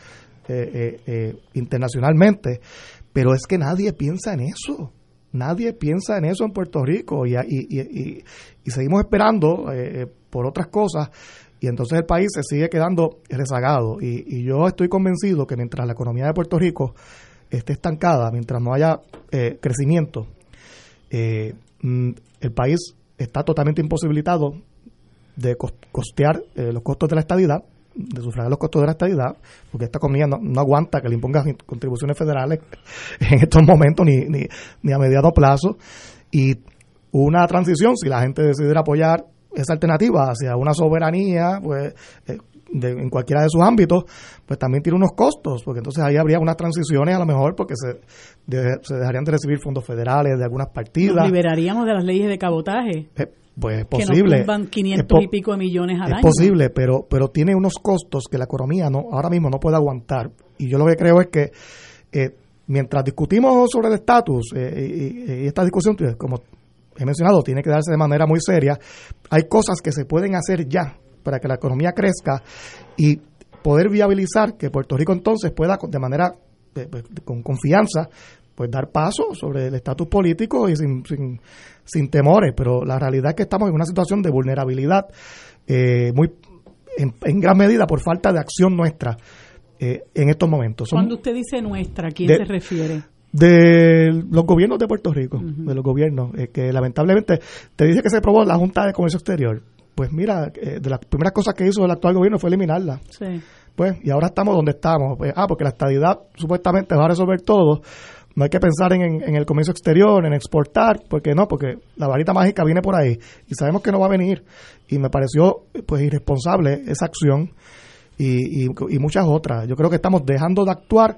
internacionalmente, pero es que nadie piensa en eso. Nadie piensa en eso en Puerto Rico, y seguimos esperando por otras cosas, y entonces el país se sigue quedando rezagado. Y yo estoy convencido que mientras la economía de Puerto Rico esté estancada, mientras no haya crecimiento, el país está totalmente imposibilitado de costear los costos de la estadidad, de sufragar los costos de la estadidad, porque esta economía no aguanta que le impongan contribuciones federales en estos momentos ni a mediano plazo. Y una transición, si la gente decidiera apoyar esa alternativa hacia una soberanía, pues en cualquiera de sus ámbitos, pues también tiene unos costos, porque entonces ahí habría unas transiciones a lo mejor porque se dejarían de recibir fondos federales de algunas partidas. Nos liberaríamos de las leyes de cabotaje. Pues es posible. Que nos tumban 500 y pico de millones al año. Es posible, pero tiene unos costos que la economía ahora mismo no puede aguantar. Y yo lo que creo es que mientras discutimos sobre el estatus, y esta discusión, como he mencionado, tiene que darse de manera muy seria, hay cosas que se pueden hacer ya para que la economía crezca y poder viabilizar que Puerto Rico entonces pueda de manera con confianza pues dar paso sobre el estatus político y sin temores, pero la realidad es que estamos en una situación de vulnerabilidad en gran medida por falta de acción nuestra en estos momentos. Cuando usted dice nuestra, ¿a quién se refiere? De los gobiernos de Puerto Rico, de los gobiernos, que lamentablemente te dice que se aprobó la Junta de Comercio Exterior. Pues mira, de las primeras cosas que hizo el actual gobierno fue eliminarla. Sí. pues, y ahora estamos donde estamos. Pues, porque la estadidad supuestamente va a resolver todo. No hay que pensar en el comercio exterior, en exportar, porque la varita mágica viene por ahí y sabemos que no va a venir. Y me pareció pues irresponsable esa acción y muchas otras. Yo creo que estamos dejando de actuar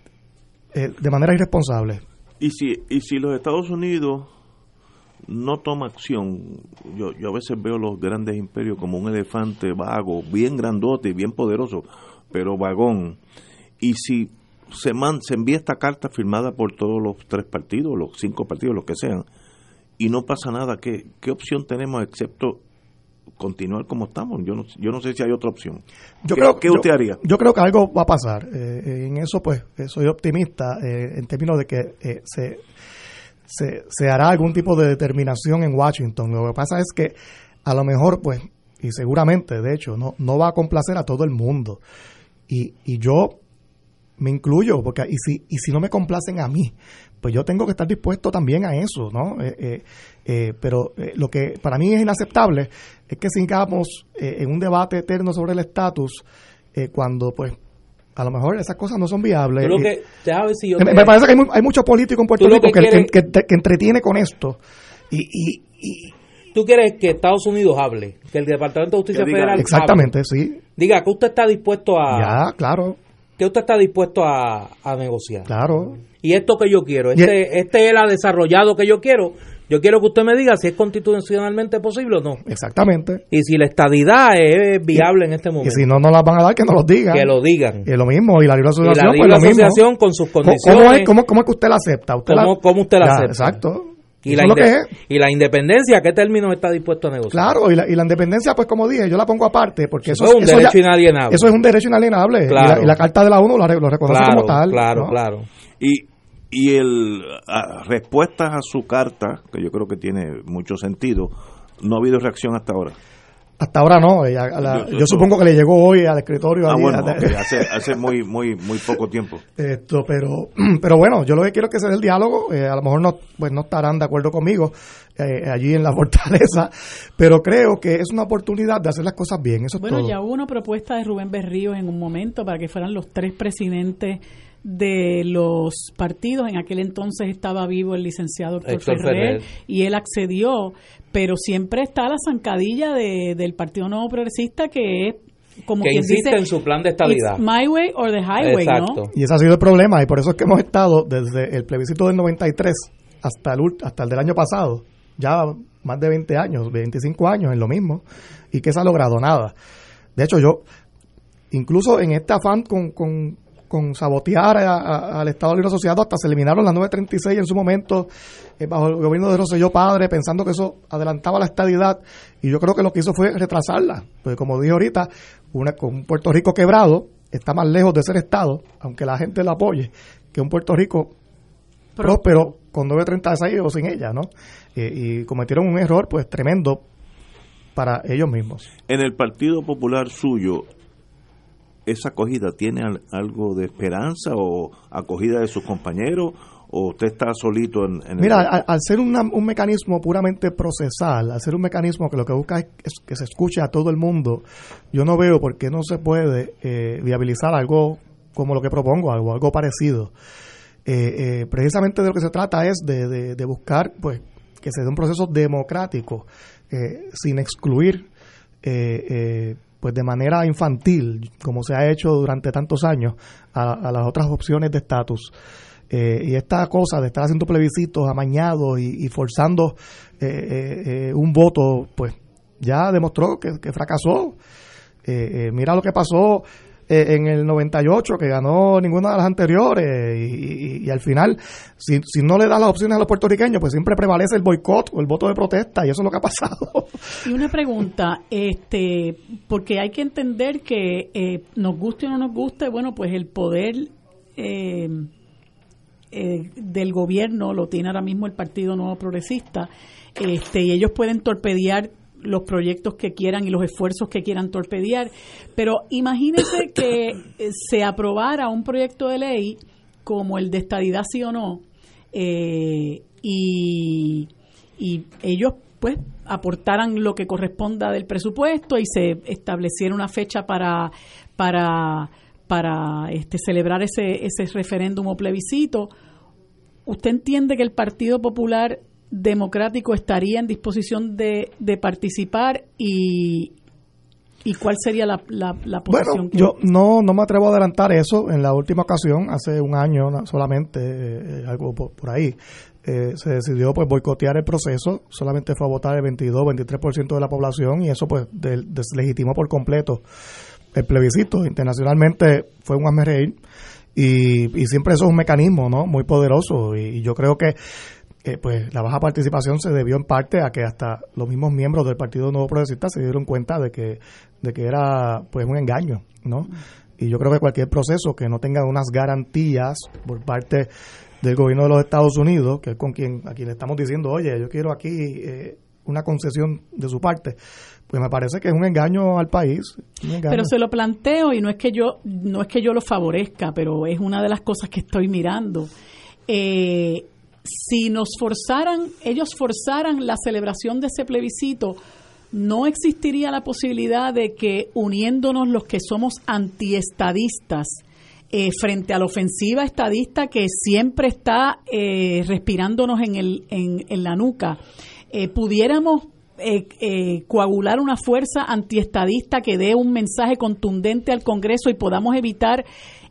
de manera irresponsable. Y si los Estados Unidos no toma acción, yo a veces veo los grandes imperios como un elefante vago, bien grandote y bien poderoso, pero vagón. Y si se envía esta carta firmada por todos los 3 partidos, los 5 partidos, los que sean, y no pasa nada, ¿qué opción tenemos excepto continuar como estamos? Yo no sé si hay otra opción. ¿Qué usted haría? Yo creo que algo va a pasar. En eso, pues, soy optimista en términos de que se hará algún tipo de determinación en Washington. Lo que pasa es que a lo mejor, pues, y seguramente, de hecho, no va a complacer a todo el mundo. Y yo me incluyo, porque y si no me complacen a mí, pues yo tengo que estar dispuesto también a eso, ¿no? Pero lo que para mí es inaceptable es que sigamos en un debate eterno sobre el estatus cuando, pues, a lo mejor esas cosas no son viables. Me parece que hay muchos políticos en Puerto Rico que entretiene con esto. ¿Tú quieres que Estados Unidos hable? Que el Departamento de Justicia Federal exactamente, hable. Sí. Diga que usted está dispuesto a... Ya, claro. Que usted está dispuesto a negociar. Claro. Y esto que yo quiero, él ha desarrollado que yo quiero que usted me diga si es constitucionalmente posible o no. Exactamente. Y si la estadidad es viable en este momento. Y si no las van a dar, que nos lo digan. Que lo digan. Es lo mismo. Y la libre asociación, y la libre asociación con sus condiciones. ¿Cómo es que usted la acepta? ¿Cómo usted la acepta? Exacto. Y la independencia, ¿qué términos está dispuesto a negociar? Claro, y la independencia, pues como dije, yo la pongo aparte, porque eso es un derecho inalienable. Eso es un derecho inalienable. Claro. Y la Carta de la ONU lo reconoce como tal. Claro, ¿no? claro. Y respuestas a su carta, que yo creo que tiene mucho sentido, no ha habido reacción hasta ahora. Hasta ahora no. Yo supongo que le llegó hoy al escritorio. Hace muy poco tiempo. Pero bueno, yo lo que quiero es que se dé el diálogo. A lo mejor no estarán de acuerdo conmigo allí en la fortaleza, pero creo que es una oportunidad de hacer las cosas bien. Eso es todo. Ya hubo una propuesta de Rubén Berríos en un momento para que fueran los 3 presidentes de los partidos. En aquel entonces estaba vivo el licenciado Héctor Ferrer y él accedió, pero siempre está la zancadilla del Partido Nuevo Progresista, que es como que quien insiste dice, en su plan de estabilidad. It's my way or the highway. Exacto. ¿No? Y ese ha sido el problema, y por eso es que hemos estado desde el plebiscito del 93 hasta el del año pasado, ya más de 20 años, 25 años en lo mismo, y que se ha logrado nada. De hecho, yo, incluso en este afán con sabotear al Estado Libre Asociado, hasta se eliminaron las 936 en su momento, bajo el gobierno de Rosselló padre, pensando que eso adelantaba la estadidad, y yo creo que lo que hizo fue retrasarla, porque como dije ahorita, con un Puerto Rico quebrado está más lejos de ser Estado, aunque la gente lo apoye, que un Puerto Rico próspero con 936 o sin ella, ¿no? Y cometieron un error pues tremendo para ellos mismos. En el Partido Popular suyo, ¿esa acogida tiene algo de esperanza o acogida de sus compañeros, o usted está solito en Mira, al ser un mecanismo puramente procesal, al ser un mecanismo que lo que busca es que se escuche a todo el mundo, yo no veo por qué no se puede viabilizar algo como lo que propongo, algo parecido. Precisamente de lo que se trata es de buscar pues que se dé un proceso democrático, sin excluir pues de manera infantil, como se ha hecho durante tantos años, a las otras opciones de estatus. Y esta cosa de estar haciendo plebiscitos amañados y forzando un voto, pues ya demostró que fracasó. Mira lo que pasó en el 98, que ganó ninguna de las anteriores, y al final, si no le da las opciones a los puertorriqueños, pues siempre prevalece el boicot o el voto de protesta, y eso es lo que ha pasado. Y una pregunta, porque hay que entender que nos guste o no nos guste, bueno, pues el poder del gobierno lo tiene ahora mismo el Partido Nuevo Progresista, y ellos pueden torpedear los proyectos que quieran y los esfuerzos que quieran torpedear, pero imagínense que se aprobara un proyecto de ley como el de estadidad sí o no, y ellos pues aportaran lo que corresponda del presupuesto y se estableciera una fecha para celebrar ese referéndum o plebiscito. ¿Usted entiende que el Partido Popular Democrático estaría en disposición de participar y cuál sería la posición? Bueno, yo no me atrevo a adelantar eso. En la última ocasión, hace un año solamente, algo por ahí, se decidió pues boicotear el proceso. Solamente fue a votar el 22-23% de la población y eso pues deslegitimó por completo el plebiscito. Internacionalmente fue un hazmerreír y siempre eso es un mecanismo, ¿no?, muy poderoso, y yo creo que pues la baja participación se debió en parte a que hasta los mismos miembros del Partido Nuevo Progresista se dieron cuenta de que era pues un engaño, ¿no? Y yo creo que cualquier proceso que no tenga unas garantías por parte del gobierno de los Estados Unidos, que es a quien le estamos diciendo, oye, yo quiero aquí una concesión de su parte, pues me parece que es un engaño al país. Pero se lo planteo y no es que yo lo favorezca, pero es una de las cosas que estoy mirando. Si ellos forzaran la celebración de ese plebiscito, no existiría la posibilidad de que, uniéndonos los que somos antiestadistas frente a la ofensiva estadista que siempre está respirándonos en la nuca, pudiéramos coagular una fuerza antiestadista que dé un mensaje contundente al Congreso y podamos evitar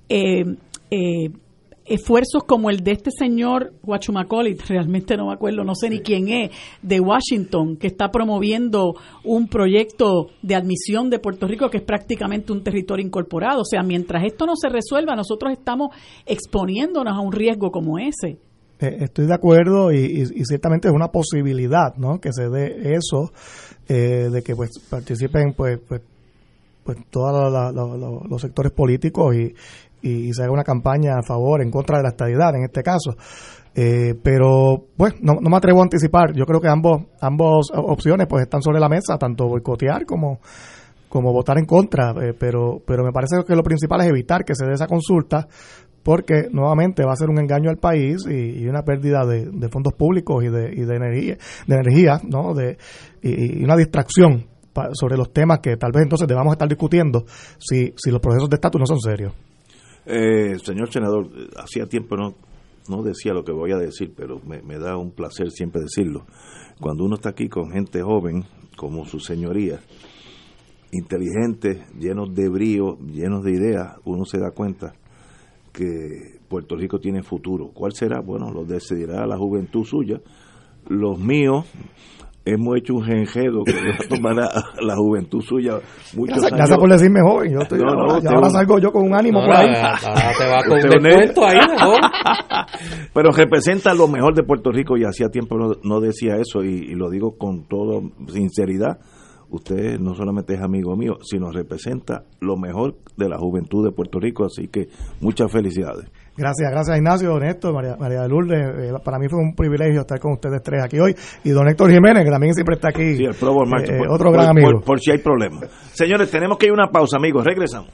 esfuerzos como el de este señor Wachumacallit, realmente no me acuerdo, no sé ni quién es, de Washington, que está promoviendo un proyecto de admisión de Puerto Rico que es prácticamente un territorio incorporado. O sea, mientras esto no se resuelva, nosotros estamos exponiéndonos a un riesgo como ese. Estoy de acuerdo y ciertamente es una posibilidad, ¿no?, que se dé eso, de que pues participen pues todos los sectores políticos y se haga una campaña a favor, en contra de la estadidad en este caso. Pero pues no me atrevo a anticipar. Yo creo que ambas opciones pues están sobre la mesa, tanto boicotear como votar en contra, pero me parece que lo principal es evitar que se dé esa consulta, porque nuevamente va a ser un engaño al país y una pérdida de fondos públicos y de energía, ¿no?, y una distracción sobre los temas que tal vez entonces debamos estar discutiendo si los procesos de estatus no son serios. Señor senador, hacía tiempo no decía lo que voy a decir, pero me da un placer siempre decirlo. Cuando uno está aquí con gente joven, como su señoría, inteligentes, llenos de brío, llenos de ideas, uno se da cuenta que Puerto Rico tiene futuro. ¿Cuál será? Bueno, lo decidirá la juventud suya. Los míos hemos hecho un genjedo que va a tomar la juventud suya muchos años. Gracias por decirme joven. Ahora salgo yo con un ánimo por ahí. Ahora te va con un descuento ahí, mejor. Pero representa lo mejor de Puerto Rico y hacía tiempo no decía eso y lo digo con toda sinceridad. Usted no solamente es amigo mío, sino representa lo mejor de la juventud de Puerto Rico, así que muchas felicidades. Gracias Ignacio, don Héctor, María de Lourdes. Para mí fue un privilegio estar con ustedes tres aquí hoy, y don Héctor Jiménez, que también siempre está aquí, sí, el Pro Bowl March, otro gran amigo. Por si hay problemas. Señores, tenemos que ir a una pausa, amigos, regresamos.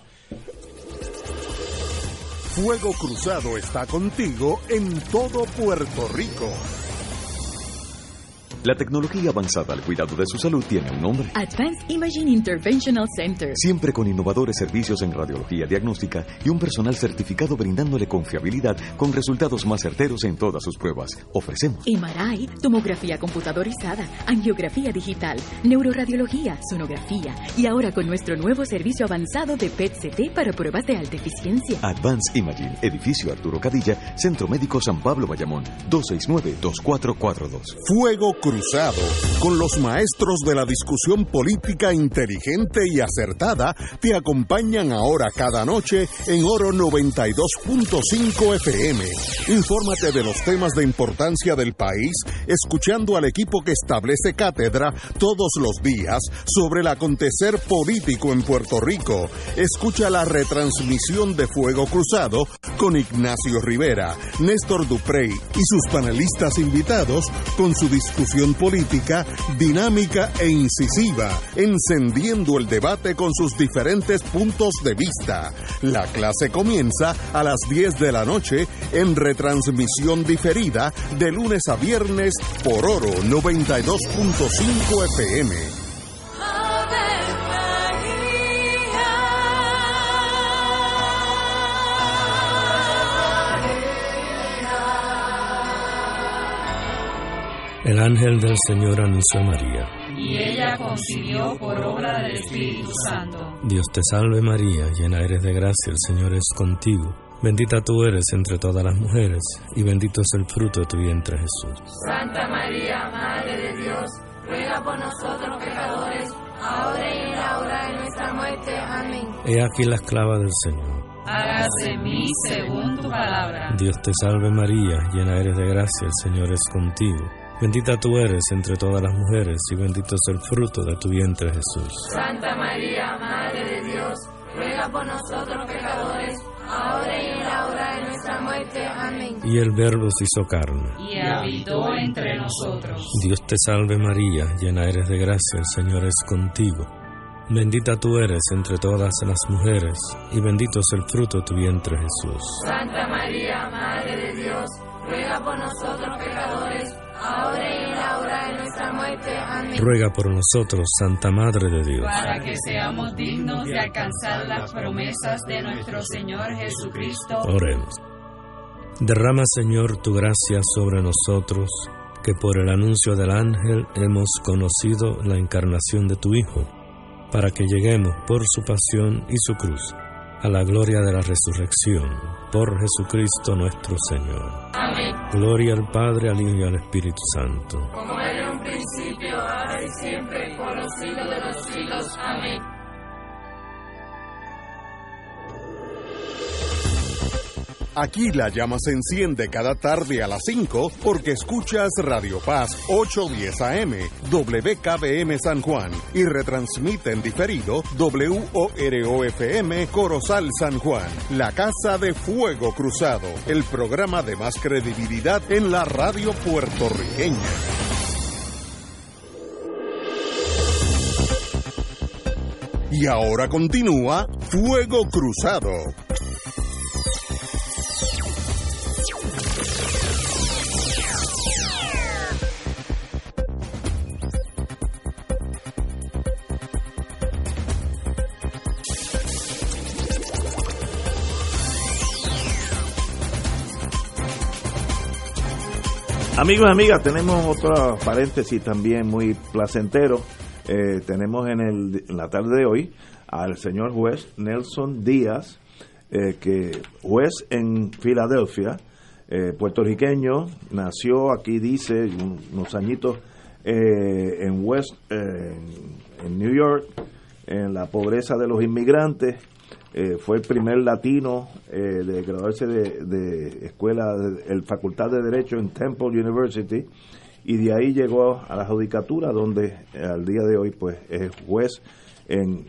Fuego Cruzado está contigo en todo Puerto Rico. La tecnología avanzada al cuidado de su salud tiene un nombre. Advanced Imaging Interventional Center. Siempre con innovadores servicios en radiología diagnóstica y un personal certificado brindándole confiabilidad con resultados más certeros en todas sus pruebas. Ofrecemos MRI, tomografía computadorizada, angiografía digital, neuroradiología, sonografía y ahora con nuestro nuevo servicio avanzado de PET-CT para pruebas de alta eficiencia. Advanced Imaging, edificio Arturo Cadilla, Centro Médico San Pablo Bayamón, 269-2442. Fuego Cruzado, con los maestros de la discusión política inteligente y acertada, te acompañan ahora cada noche en Oro 92.5 FM. Infórmate de los temas de importancia del país, escuchando al equipo que establece cátedra todos los días sobre el acontecer político en Puerto Rico. Escucha la retransmisión de Fuego Cruzado con Ignacio Rivera, Néstor Duprey y sus panelistas invitados con su discusión conversación política dinámica e incisiva, encendiendo el debate con sus diferentes puntos de vista. La clase comienza a las 10 de la noche en retransmisión diferida de lunes a viernes por Oro 92.5 FM. El ángel del Señor anunció a María. Y ella concibió por obra del Espíritu Santo. Dios te salve María, llena eres de gracia, el Señor es contigo. Bendita tú eres entre todas las mujeres, y bendito es el fruto de tu vientre Jesús. Santa María, Madre de Dios, ruega por nosotros pecadores, ahora y en la hora de nuestra muerte. Amén. He aquí la esclava del Señor. Hágase en mí según tu palabra. Dios te salve María, llena eres de gracia, el Señor es contigo. Bendita tú eres entre todas las mujeres, y bendito es el fruto de tu vientre Jesús. Santa María, Madre de Dios, ruega por nosotros pecadores, ahora y en la hora de nuestra muerte. Amén. Y el Verbo se hizo carne, y habitó entre nosotros. Dios te salve María, llena eres de gracia, el Señor es contigo. Bendita tú eres entre todas las mujeres, y bendito es el fruto de tu vientre Jesús. Santa María, Madre de Dios, ruega por nosotros pecadores, ahora y en la hora de nuestra muerte. Amén. Ruega por nosotros, Santa Madre de Dios, para que seamos dignos de alcanzar las promesas de nuestro Señor Jesucristo. Oremos. Derrama, Señor, tu gracia sobre nosotros, que por el anuncio del ángel hemos conocido la encarnación de tu Hijo, para que lleguemos por su pasión y su cruz a la gloria de la resurrección, por Jesucristo nuestro Señor. Amén. Gloria al Padre, al Hijo y al Espíritu Santo. Como era en un principio, ahora y siempre, por los siglos de los siglos. Amén. Aquí la llama se enciende cada tarde a las 5 porque escuchas Radio Paz 810 AM, WKBM San Juan, y retransmite en diferido WOROFM Corozal San Juan, la Casa de Fuego Cruzado, el programa de más credibilidad en la radio puertorriqueña. Y ahora continúa Fuego Cruzado. Amigos y amigas, tenemos otro paréntesis también muy placentero. Tenemos en la tarde de hoy al señor juez Nelson Díaz, que juez en Filadelfia, puertorriqueño, nació aquí, dice, unos añitos en New York, en la pobreza de los inmigrantes. Fue el primer latino de graduarse de escuela, de Facultad de Derecho en Temple University, y de ahí llegó a la judicatura, donde al día de hoy pues es juez en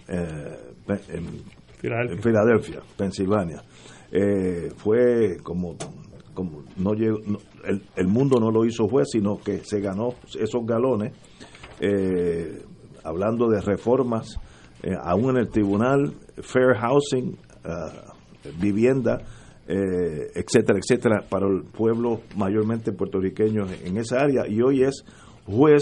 Filadelfia, Pensilvania. Fue como no llegó, el mundo no lo hizo juez, sino que se ganó esos galones, hablando de reformas, aún en el tribunal, fair housing, vivienda, etcétera, etcétera, para el pueblo mayormente puertorriqueño en esa área. Y hoy es juez,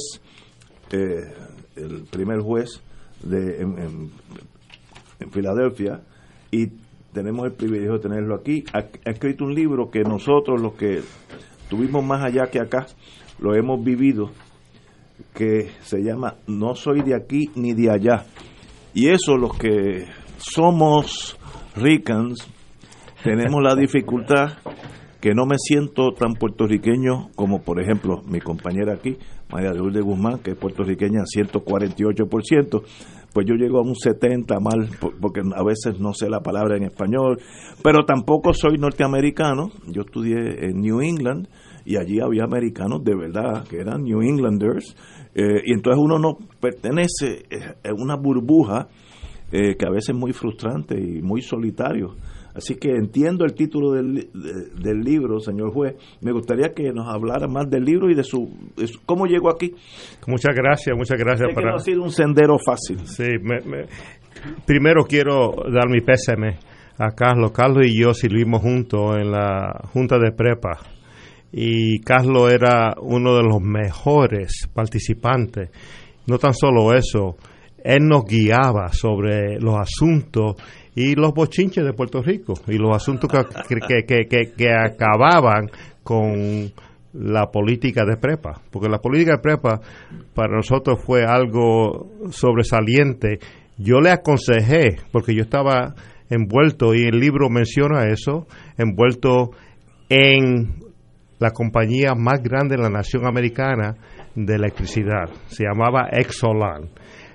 el primer juez en Filadelfia, y tenemos el privilegio de tenerlo aquí. Ha escrito un libro que nosotros, los que tuvimos más allá que acá, lo hemos vivido, que se llama No soy de aquí ni de allá. Y eso, los que somos ricans, tenemos la dificultad que no me siento tan puertorriqueño como, por ejemplo, mi compañera aquí, María Lourdes Guzmán, que es puertorriqueña 148%, pues yo llego a un 70% mal, porque a veces no sé la palabra en español, pero tampoco soy norteamericano. Yo estudié en New England, y allí había americanos de verdad, que eran New Englanders, y entonces uno no pertenece a una burbuja que a veces es muy frustrante y muy solitario. Así que entiendo el título del libro, señor juez. Me gustaría que nos hablara más del libro y de su cómo llegó aquí. Muchas gracias. Que no ha sido un sendero fácil. Sí, primero quiero dar mi pésame a Carlos. Carlos y yo sirvimos juntos en la Junta de Prepa. Y Carlos era uno de los mejores participantes. No tan solo eso, él nos guiaba sobre los asuntos y los bochinches de Puerto Rico y los asuntos que acababan con la política de prepa, porque la política de prepa para nosotros fue algo sobresaliente. Yo le aconsejé, porque yo estaba envuelto, y el libro menciona eso, envuelto en la compañía más grande de la nación americana de electricidad, se llamaba Exolan,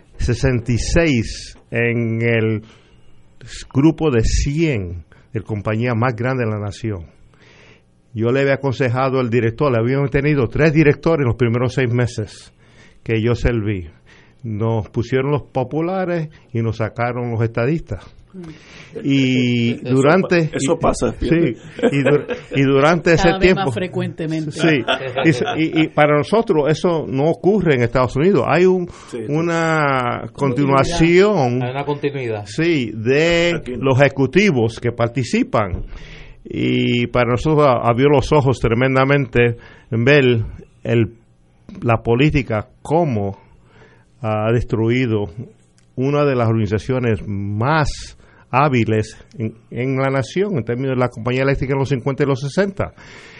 66 en el grupo de 100 de compañía más grande de la nación. Yo le había aconsejado al director, le habíamos tenido 3 directores en los primeros 6 meses que yo serví. Nos pusieron los populares y nos sacaron los estadistas. Y durante eso pasa, sí, y durante ese cada vez tiempo más frecuentemente, sí, y para nosotros eso no ocurre en Estados Unidos. Hay una continuación, hay una continuidad, sí, de los ejecutivos que participan, y para nosotros abrió los ojos tremendamente en ver la política cómo ha destruido una de las organizaciones más hábiles en la nación en términos de la compañía eléctrica en los 50 y los 60.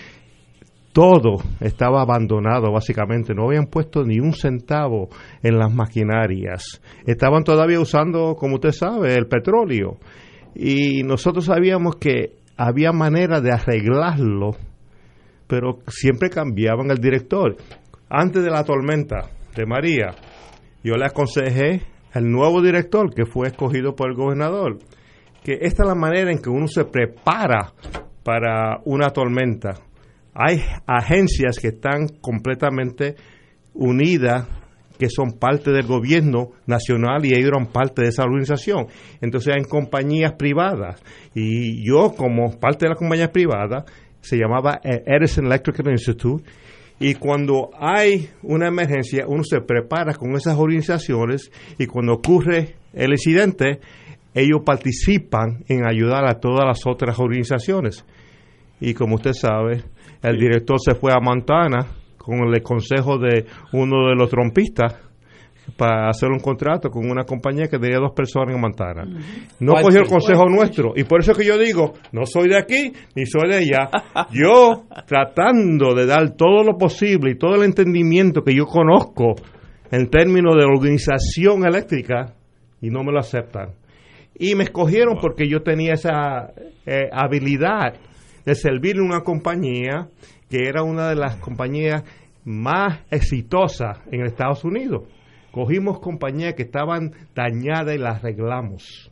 Todo estaba abandonado básicamente, no habían puesto ni un centavo en las maquinarias, estaban todavía usando, como usted sabe, el petróleo, y nosotros sabíamos que había manera de arreglarlo, pero siempre cambiaban el director. Antes de la tormenta de María, yo le aconsejé al nuevo director que fue escogido por el gobernador que esta es la manera en que uno se prepara para una tormenta. Hay agencias que están completamente unidas, que son parte del gobierno nacional, y ellos eran parte de esa organización. Entonces hay compañías privadas, y yo como parte de las compañías privadas se llamaba Edison Electrical Institute, y cuando hay una emergencia uno se prepara con esas organizaciones, y cuando ocurre el incidente ellos participan en ayudar a todas las otras organizaciones. Y como usted sabe, el director se fue a Montana con el consejo de uno de los trompistas para hacer un contrato con una compañía que tenía 2 personas en Montana. No cogió el consejo nuestro, y por eso es que yo digo, no soy de aquí ni soy de allá. Yo tratando de dar todo lo posible y todo el entendimiento que yo conozco en términos de organización eléctrica, y no me lo aceptan. Y me escogieron porque yo tenía esa habilidad de servir en una compañía que era una de las compañías más exitosas en Estados Unidos. Cogimos compañías que estaban dañadas y las arreglamos.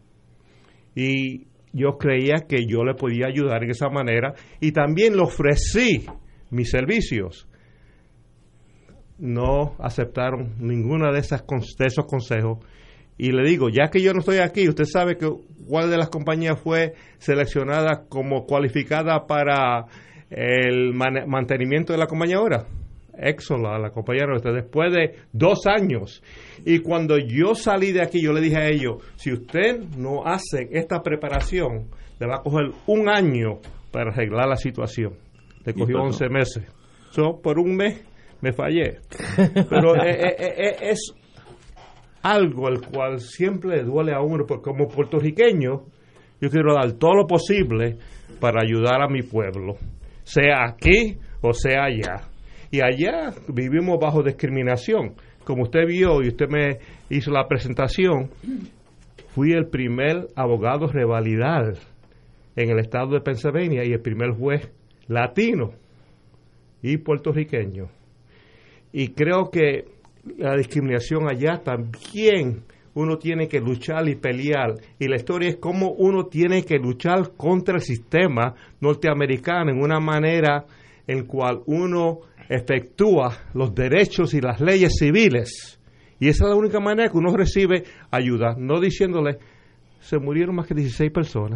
Y yo creía que yo le podía ayudar en esa manera, y también le ofrecí mis servicios. No aceptaron ninguna de esos consejos. Y le digo, ya que yo no estoy aquí, usted sabe que cuál de las compañías fue seleccionada como cualificada para el mantenimiento de la compañía ahora. Exolan, la compañía nuestra, después de 2 años. Y cuando yo salí de aquí, yo le dije a ellos, si usted no hace esta preparación, le va a coger 1 año para arreglar la situación. Le cogió 11 meses. Por 1 mes me fallé. Pero es algo el cual siempre le duele a uno, porque como puertorriqueño yo quiero dar todo lo posible para ayudar a mi pueblo, sea aquí o sea allá. Y allá vivimos bajo discriminación. Como usted vio y usted me hizo la presentación, fui el primer abogado revalidar en el estado de Pennsylvania y el primer juez latino y puertorriqueño. Y creo que la discriminación allá también uno tiene que luchar y pelear, y la historia es cómo uno tiene que luchar contra el sistema norteamericano en una manera en cual uno efectúa los derechos y las leyes civiles, y esa es la única manera que uno recibe ayuda, no diciéndole se murieron más que 16 personas,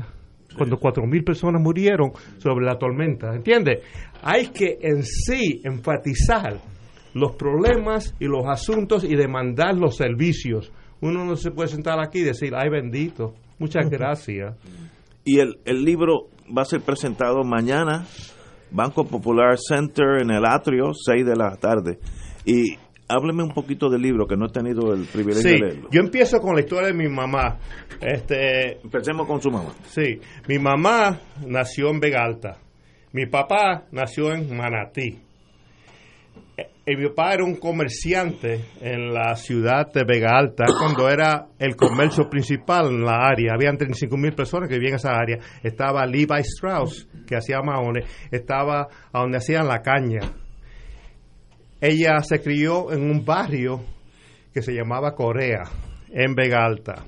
cuando 4,000 personas murieron sobre la tormenta, ¿entiendes? Hay que en sí enfatizar los problemas y los asuntos y demandar los servicios. Uno no se puede sentar aquí y decir, ay bendito, muchas gracias. Y el libro va a ser presentado mañana, Banco Popular Center, en el atrio, 6 de la tarde. Y hábleme un poquito del libro, que no he tenido el privilegio de leerlo. Yo empiezo con la historia de mi mamá. Empecemos con su mamá. Sí, mi mamá nació en Vega Alta. Mi papá nació en Manatí. Y mi papá era un comerciante en la ciudad de Vega Alta cuando era el comercio principal en la área. Habían 35,000 personas que vivían en esa área. Estaba Levi Strauss, que hacía maones. Estaba a donde hacían la caña. Ella se crió en un barrio que se llamaba Corea, en Vega Alta.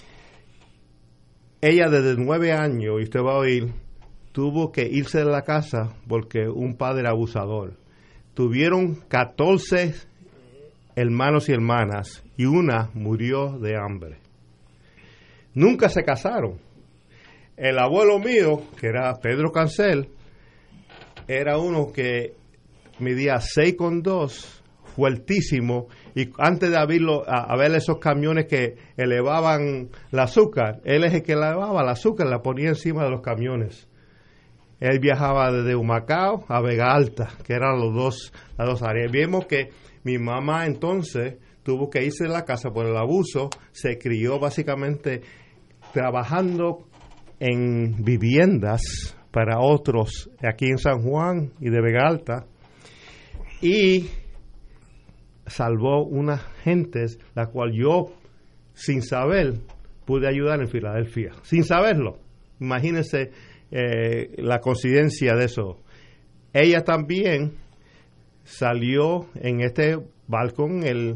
Ella desde 9 años, y usted va a oír, tuvo que irse de la casa porque un padre abusador. Tuvieron 14 hermanos y hermanas y una murió de hambre. Nunca se casaron. El abuelo mío, que era Pedro Cancel, era uno que medía 6'2", fuertísimo, y antes de ver esos camiones que elevaban el azúcar, él es el que elevaba el azúcar, la ponía encima de los camiones. Él viajaba desde Humacao a Vega Alta, que eran las dos áreas. Vimos que mi mamá entonces tuvo que irse de la casa por el abuso, se crió básicamente trabajando en viviendas para otros aquí en San Juan y de Vega Alta, y salvó unas gentes, la cual yo, sin saber, pude ayudar en Filadelfia, sin saberlo. Imagínense la coincidencia de eso. Ella también salió en este barco en el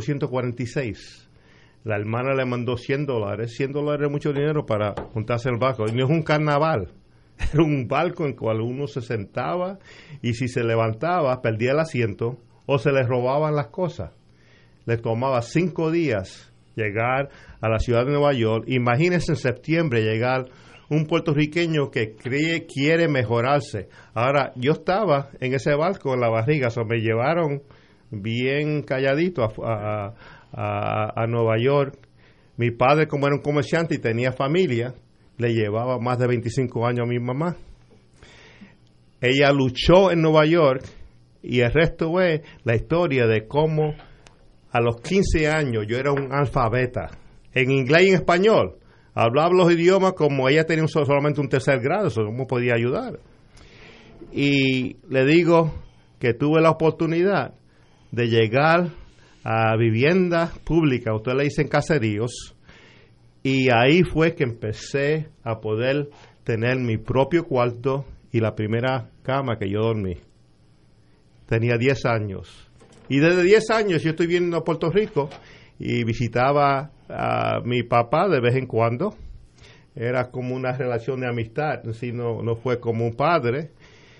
1946. La hermana le mandó $100. $100 es mucho dinero para juntarse en el barco. Y no es un carnaval. Era un barco en el cual uno se sentaba y si se levantaba, perdía el asiento o se le robaban las cosas. Le tomaba 5 días llegar a la ciudad de Nueva York. Imagínense en septiembre llegar un puertorriqueño que quiere mejorarse. Ahora, yo estaba en ese barco en la barriga, me llevaron bien calladito a Nueva York. Mi padre, como era un comerciante y tenía familia, le llevaba más de 25 años a mi mamá. Ella luchó en Nueva York y el resto es la historia de cómo a los 15 años yo era un alfabeta en inglés y en español. Hablaba los idiomas como ella tenía solamente un 3er grado, eso no me podía ayudar. Y le digo que tuve la oportunidad de llegar a viviendas públicas, usted le dicen caseríos, y ahí fue que empecé a poder tener mi propio cuarto y la primera cama que yo dormí. Tenía 10 años. Y desde 10 años yo estoy viendo a Puerto Rico y visitaba a mi papá de vez en cuando. Era como una relación de amistad, si no fue como un padre.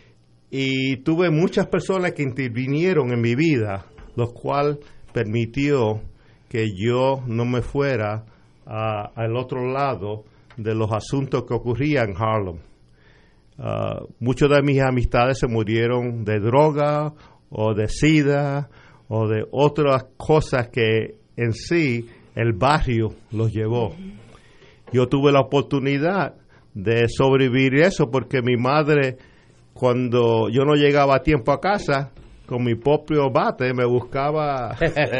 Y tuve muchas personas que intervinieron en mi vida, lo cual permitió que yo no me fuera al otro lado de los asuntos que ocurrían en Harlem. Muchas de mis amistades se murieron de droga o de sida o de otras cosas que en sí el barrio los llevó. Yo tuve la oportunidad de sobrevivir eso porque mi madre, cuando yo no llegaba a tiempo a casa, con mi propio bate me buscaba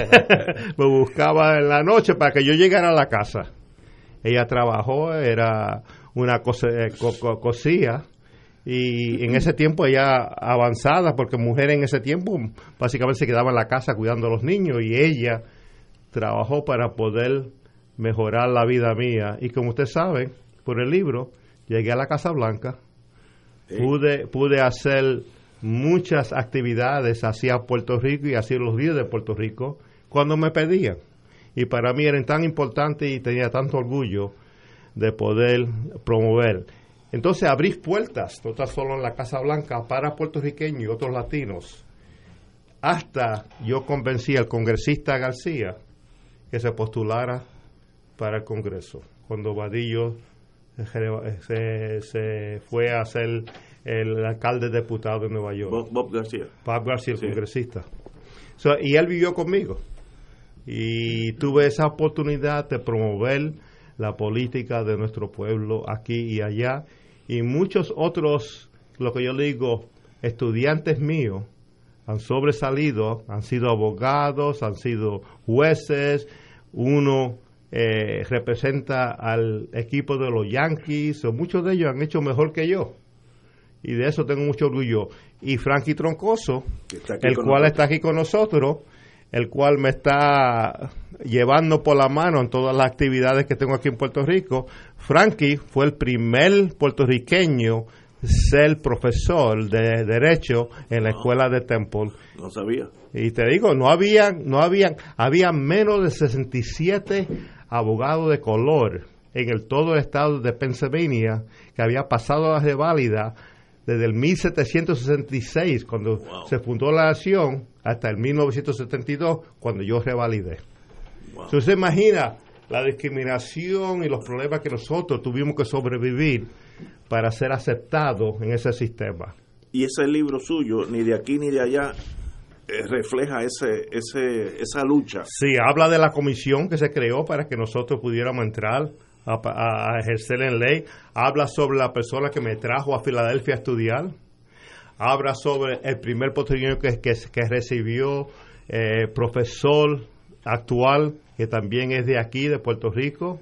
en la noche para que yo llegara a la casa. Ella trabajó, era una cosía, y en ese tiempo ella avanzada, porque mujeres en ese tiempo básicamente se quedaban en la casa cuidando a los niños, y ella trabajó para poder mejorar la vida mía. Y como usted sabe, por el libro, llegué a la Casa Blanca, pude hacer muchas actividades hacia Puerto Rico y hacia los líderes de Puerto Rico cuando me pedían. Y para mí eran tan importantes y tenía tanto orgullo de poder promover. Entonces abrí puertas, no tan solo en la Casa Blanca, para puertorriqueños y otros latinos, hasta yo convencí al congresista García que se postulara para el Congreso, cuando Vadillo se fue a ser el alcalde diputado de Nueva York. Bob García. Bob García, el congresista. Y él vivió conmigo. Y tuve esa oportunidad de promover la política de nuestro pueblo aquí y allá. Y muchos otros, lo que yo digo, estudiantes míos, han sobresalido, han sido abogados, han sido jueces. Uno representa al equipo de los Yankees, o muchos de ellos han hecho mejor que yo. Y de eso tengo mucho orgullo. Y Frankie Troncoso, el cual está aquí con nosotros, el cual me está llevando por la mano en todas las actividades que tengo aquí en Puerto Rico. Frankie fue el primer puertorriqueño ser profesor de Derecho en la escuela de Temple. No sabía. Y te digo, había menos de 67 abogados de color en todo el estado de Pennsylvania que había pasado la reválida desde el 1766, cuando se fundó la nación, hasta el 1972, cuando yo revalidé. Entonces, se imagina la discriminación y los problemas que nosotros tuvimos que sobrevivir para ser aceptados en ese sistema. Y ese libro suyo, ni de aquí ni de allá, refleja esa lucha. Sí, habla de la comisión que se creó para que nosotros pudiéramos entrar a ejercer en ley. Habla sobre la persona que me trajo a Filadelfia a estudiar. Habla sobre el primer puertorriqueño que recibió profesor actual, que también es de aquí, de Puerto Rico.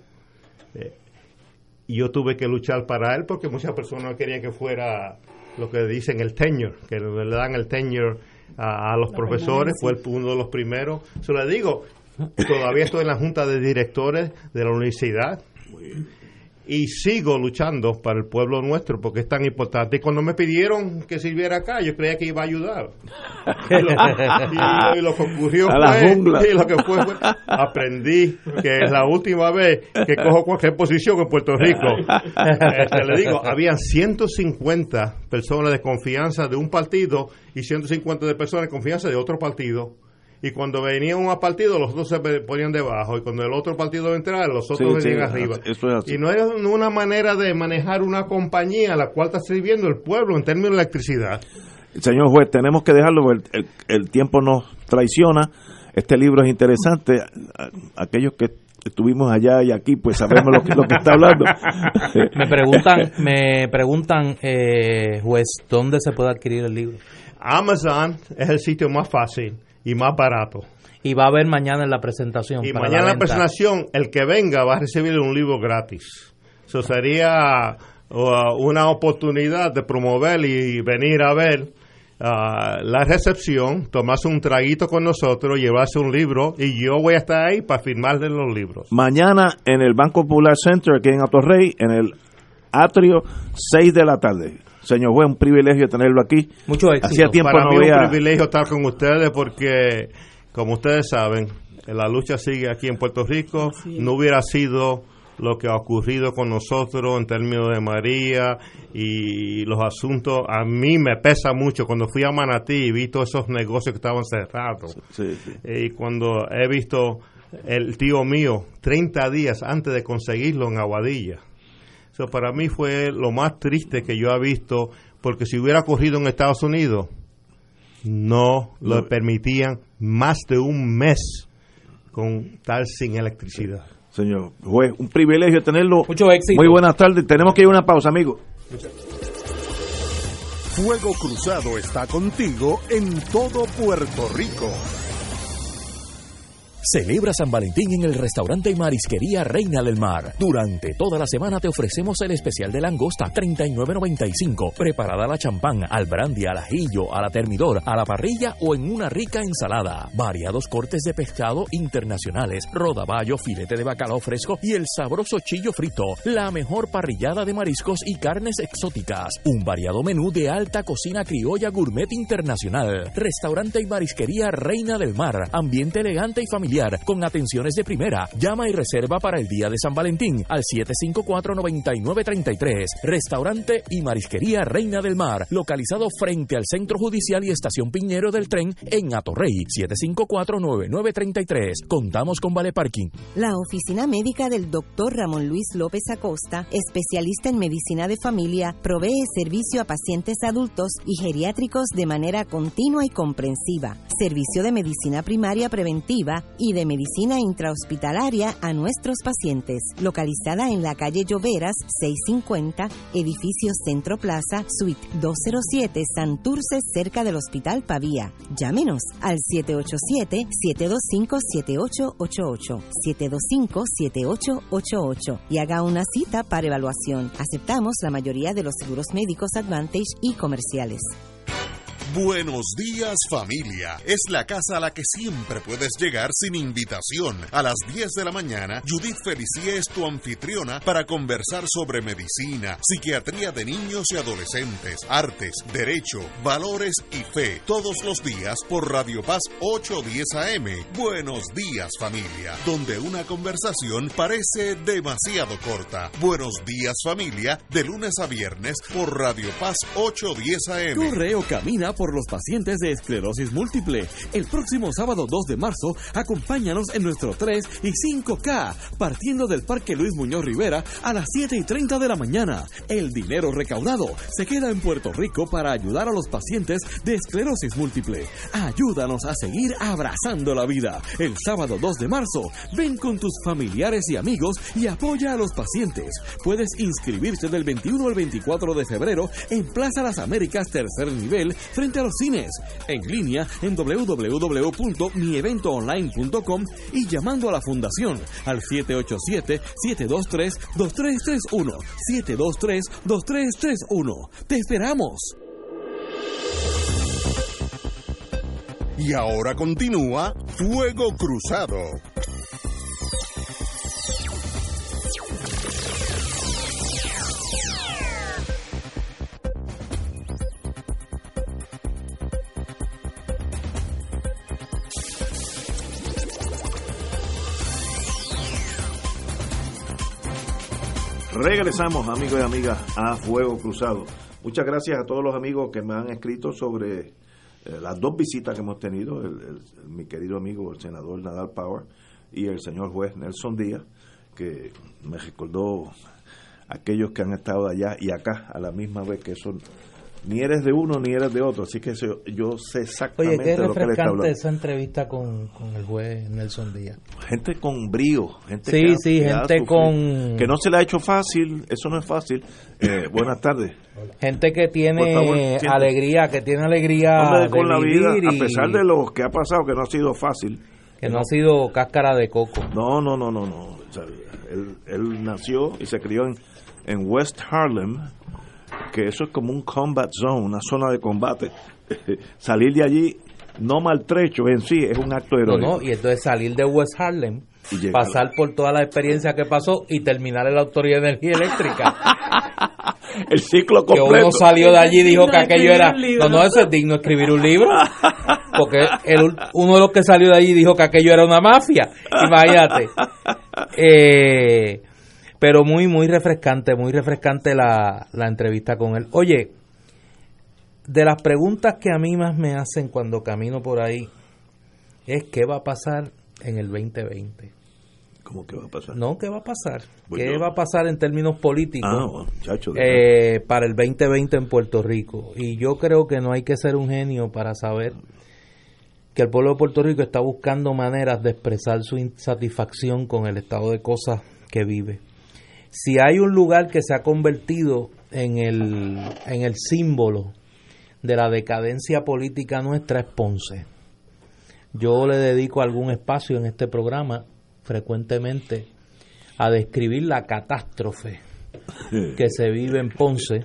Y yo tuve que luchar para él porque muchas personas no querían que fuera lo que dicen el tenure, que le dan el tenure a los profesores. Fue uno de los primeros. Se lo digo, todavía estoy en la junta de directores de la universidad y sigo luchando para el pueblo nuestro porque es tan importante. Y cuando me pidieron que sirviera acá, yo creía que iba a ayudar. Y lo que ocurrió fue, aprendí que es la última vez que cojo cualquier posición en Puerto Rico. Le digo, habían 150 personas de confianza de un partido y 150 de personas de confianza de otro partido. Y cuando venía un partido, los otros se ponían debajo. Y cuando el otro partido entraba, los otros venían arriba. Eso es así. Y no es una manera de manejar una compañía a la cual está sirviendo el pueblo en términos de electricidad. Señor juez, tenemos que dejarlo, el tiempo nos traiciona. Este libro es interesante. Aquellos que estuvimos allá y aquí, pues sabemos lo que está hablando. Me preguntan, juez, ¿dónde se puede adquirir el libro? Amazon es el sitio más fácil y más barato. Y va a haber mañana en la presentación. Y mañana en la presentación, el que venga va a recibir un libro gratis. Eso sería una oportunidad de promover y venir a ver la recepción, tomarse un traguito con nosotros, llevarse un libro, y yo voy a estar ahí para firmarle los libros. Mañana en el Banco Popular Center, aquí en Atorrey, en el atrio, 6 de la tarde. Señor juez, un privilegio tenerlo aquí. Mucho éxito. Hacía tiempo para no mí veía... un privilegio estar con ustedes porque, como ustedes saben, la lucha sigue aquí en Puerto Rico. Sí. No hubiera sido lo que ha ocurrido con nosotros en términos de María y los asuntos. A mí me pesa mucho cuando fui a Manatí y vi todos esos negocios que estaban cerrados. Sí. Y cuando he visto el tío mío 30 días antes de conseguirlo en Aguadilla. Eso para mí fue lo más triste que yo he visto, porque si hubiera ocurrido en Estados Unidos, no lo permitían más de un mes con tal sin electricidad. Señor juez, un privilegio tenerlo. Mucho éxito. Muy buenas tardes. Tenemos que ir a una pausa, amigo. Fuego Cruzado está contigo en todo Puerto Rico. Celebra San Valentín en el restaurante y marisquería Reina del Mar. Durante toda la semana te ofrecemos el especial de langosta, $39.95. Preparada la champán, al brandy, al ajillo, a la termidor, a la parrilla o en una rica ensalada. Variados cortes de pescado internacionales, rodaballo, filete de bacalao fresco y el sabroso chillo frito. La mejor parrillada de mariscos y carnes exóticas. Un variado menú de alta cocina criolla gourmet internacional. Restaurante y marisquería Reina del Mar. Ambiente elegante y familiar familiar con atenciones de primera. Llama y reserva para el día de San Valentín al 754-9933. Restaurante y Marisquería Reina del Mar, localizado frente al Centro Judicial y Estación Piñero del Tren en Atorrey. 754-9933. Contamos con Vale Parking. La oficina médica del Dr. Ramón Luis López Acosta, especialista en medicina de familia, provee servicio a pacientes adultos y geriátricos de manera continua y comprensiva, servicio de medicina primaria preventiva y de medicina intrahospitalaria a nuestros pacientes, localizada en la calle Lloveras 650, edificio Centro Plaza, suite 207, Santurce, cerca del Hospital Pavía. Llámenos al 787-725-7888, 725-7888 y haga una cita para evaluación. Aceptamos la mayoría de los seguros médicos Advantage y comerciales. Buenos días, familia. Es la casa a la que siempre puedes llegar sin invitación. A las 10 de la mañana, Judith Felicie es tu anfitriona para conversar sobre medicina, psiquiatría de niños y adolescentes, artes, derecho, valores y fe. Todos los días por Radio Paz 810 AM. Buenos días, familia. Donde una conversación parece demasiado corta. Buenos días, familia. De lunes a viernes por Radio Paz 810 AM. Corre o camina por los pacientes de esclerosis múltiple. El próximo sábado 2 de marzo, acompáñanos en nuestro 3 y 5K, partiendo del Parque Luis Muñoz Rivera a las 7:30 de la mañana. El dinero recaudado se queda en Puerto Rico para ayudar a los pacientes de esclerosis múltiple. Ayúdanos a seguir abrazando la vida. El sábado 2 de marzo, ven con tus familiares y amigos y apoya a los pacientes. Puedes inscribirte del 21 al 24 de febrero en Plaza Las Américas, tercer nivel, frente a los cines, en línea en www.mieventoonline.com y llamando a la fundación al 787-723-2331, 723-2331. ¡Te esperamos! Y ahora continúa Fuego Cruzado. Regresamos, amigos y amigas, a Fuego Cruzado. Muchas gracias a todos los amigos que me han escrito sobre las dos visitas que hemos tenido, mi querido amigo, el senador Nadal Power, y el señor juez Nelson Díaz, que me recordó aquellos que han estado allá y acá a la misma vez, que son ni eres de uno ni eres de otro, así que yo sé exactamente. Oye, qué lo que le está hablando. refrescante esa entrevista con el juez Nelson Díaz. Gente con brío, gente gente con que no se le ha hecho fácil, eso no es fácil. Buenas tardes. Gente que tiene alegría, Hombre, con de la vida, vivir, a pesar de lo que ha pasado, que no ha sido fácil, que no ha sido cáscara de coco. No. O sea, él nació y se crió en West Harlem, que eso es como un combat zone, una zona de combate. Salir de allí no maltrecho en sí es un acto heroico. Y entonces salir de West Harlem, pasar por toda la experiencia que pasó y terminar en la Autoridad de Energía Eléctrica. El ciclo completo. Que uno salió de allí y dijo que aquello era... No, eso es digno de escribir un libro. Porque uno de los que salió de allí dijo que aquello era una mafia. Imagínate. Pero muy refrescante la entrevista con él. Oye, de las preguntas que a mí más me hacen cuando camino por ahí es ¿qué va a pasar en el 2020? ¿Cómo que va a pasar? No, ¿qué va a pasar? Bueno, ¿Qué va a pasar en términos políticos muchacho, para el 2020 en Puerto Rico? Y yo creo que no hay que ser un genio para saber que el pueblo de Puerto Rico está buscando maneras de expresar su insatisfacción con el estado de cosas que vive. Si hay un lugar que se ha convertido en el símbolo de la decadencia política nuestra, es Ponce. Yo le dedico algún espacio en este programa frecuentemente a describir la catástrofe que se vive en Ponce,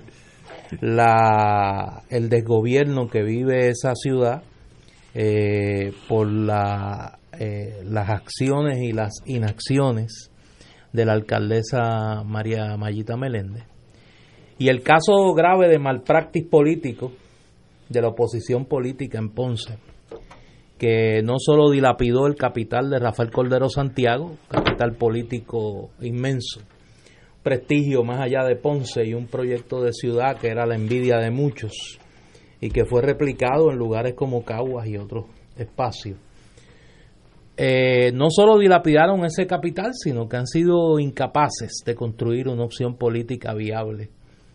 el desgobierno que vive esa ciudad por las acciones y las inacciones de la alcaldesa María Mayita Meléndez, y el caso grave de malpractice político de la oposición política en Ponce, que no solo dilapidó el capital de Rafael Cordero Santiago, capital político inmenso, prestigio más allá de Ponce y un proyecto de ciudad que era la envidia de muchos y que fue replicado en lugares como Caguas y otros espacios. No solo dilapidaron ese capital, sino que han sido incapaces de construir una opción política viable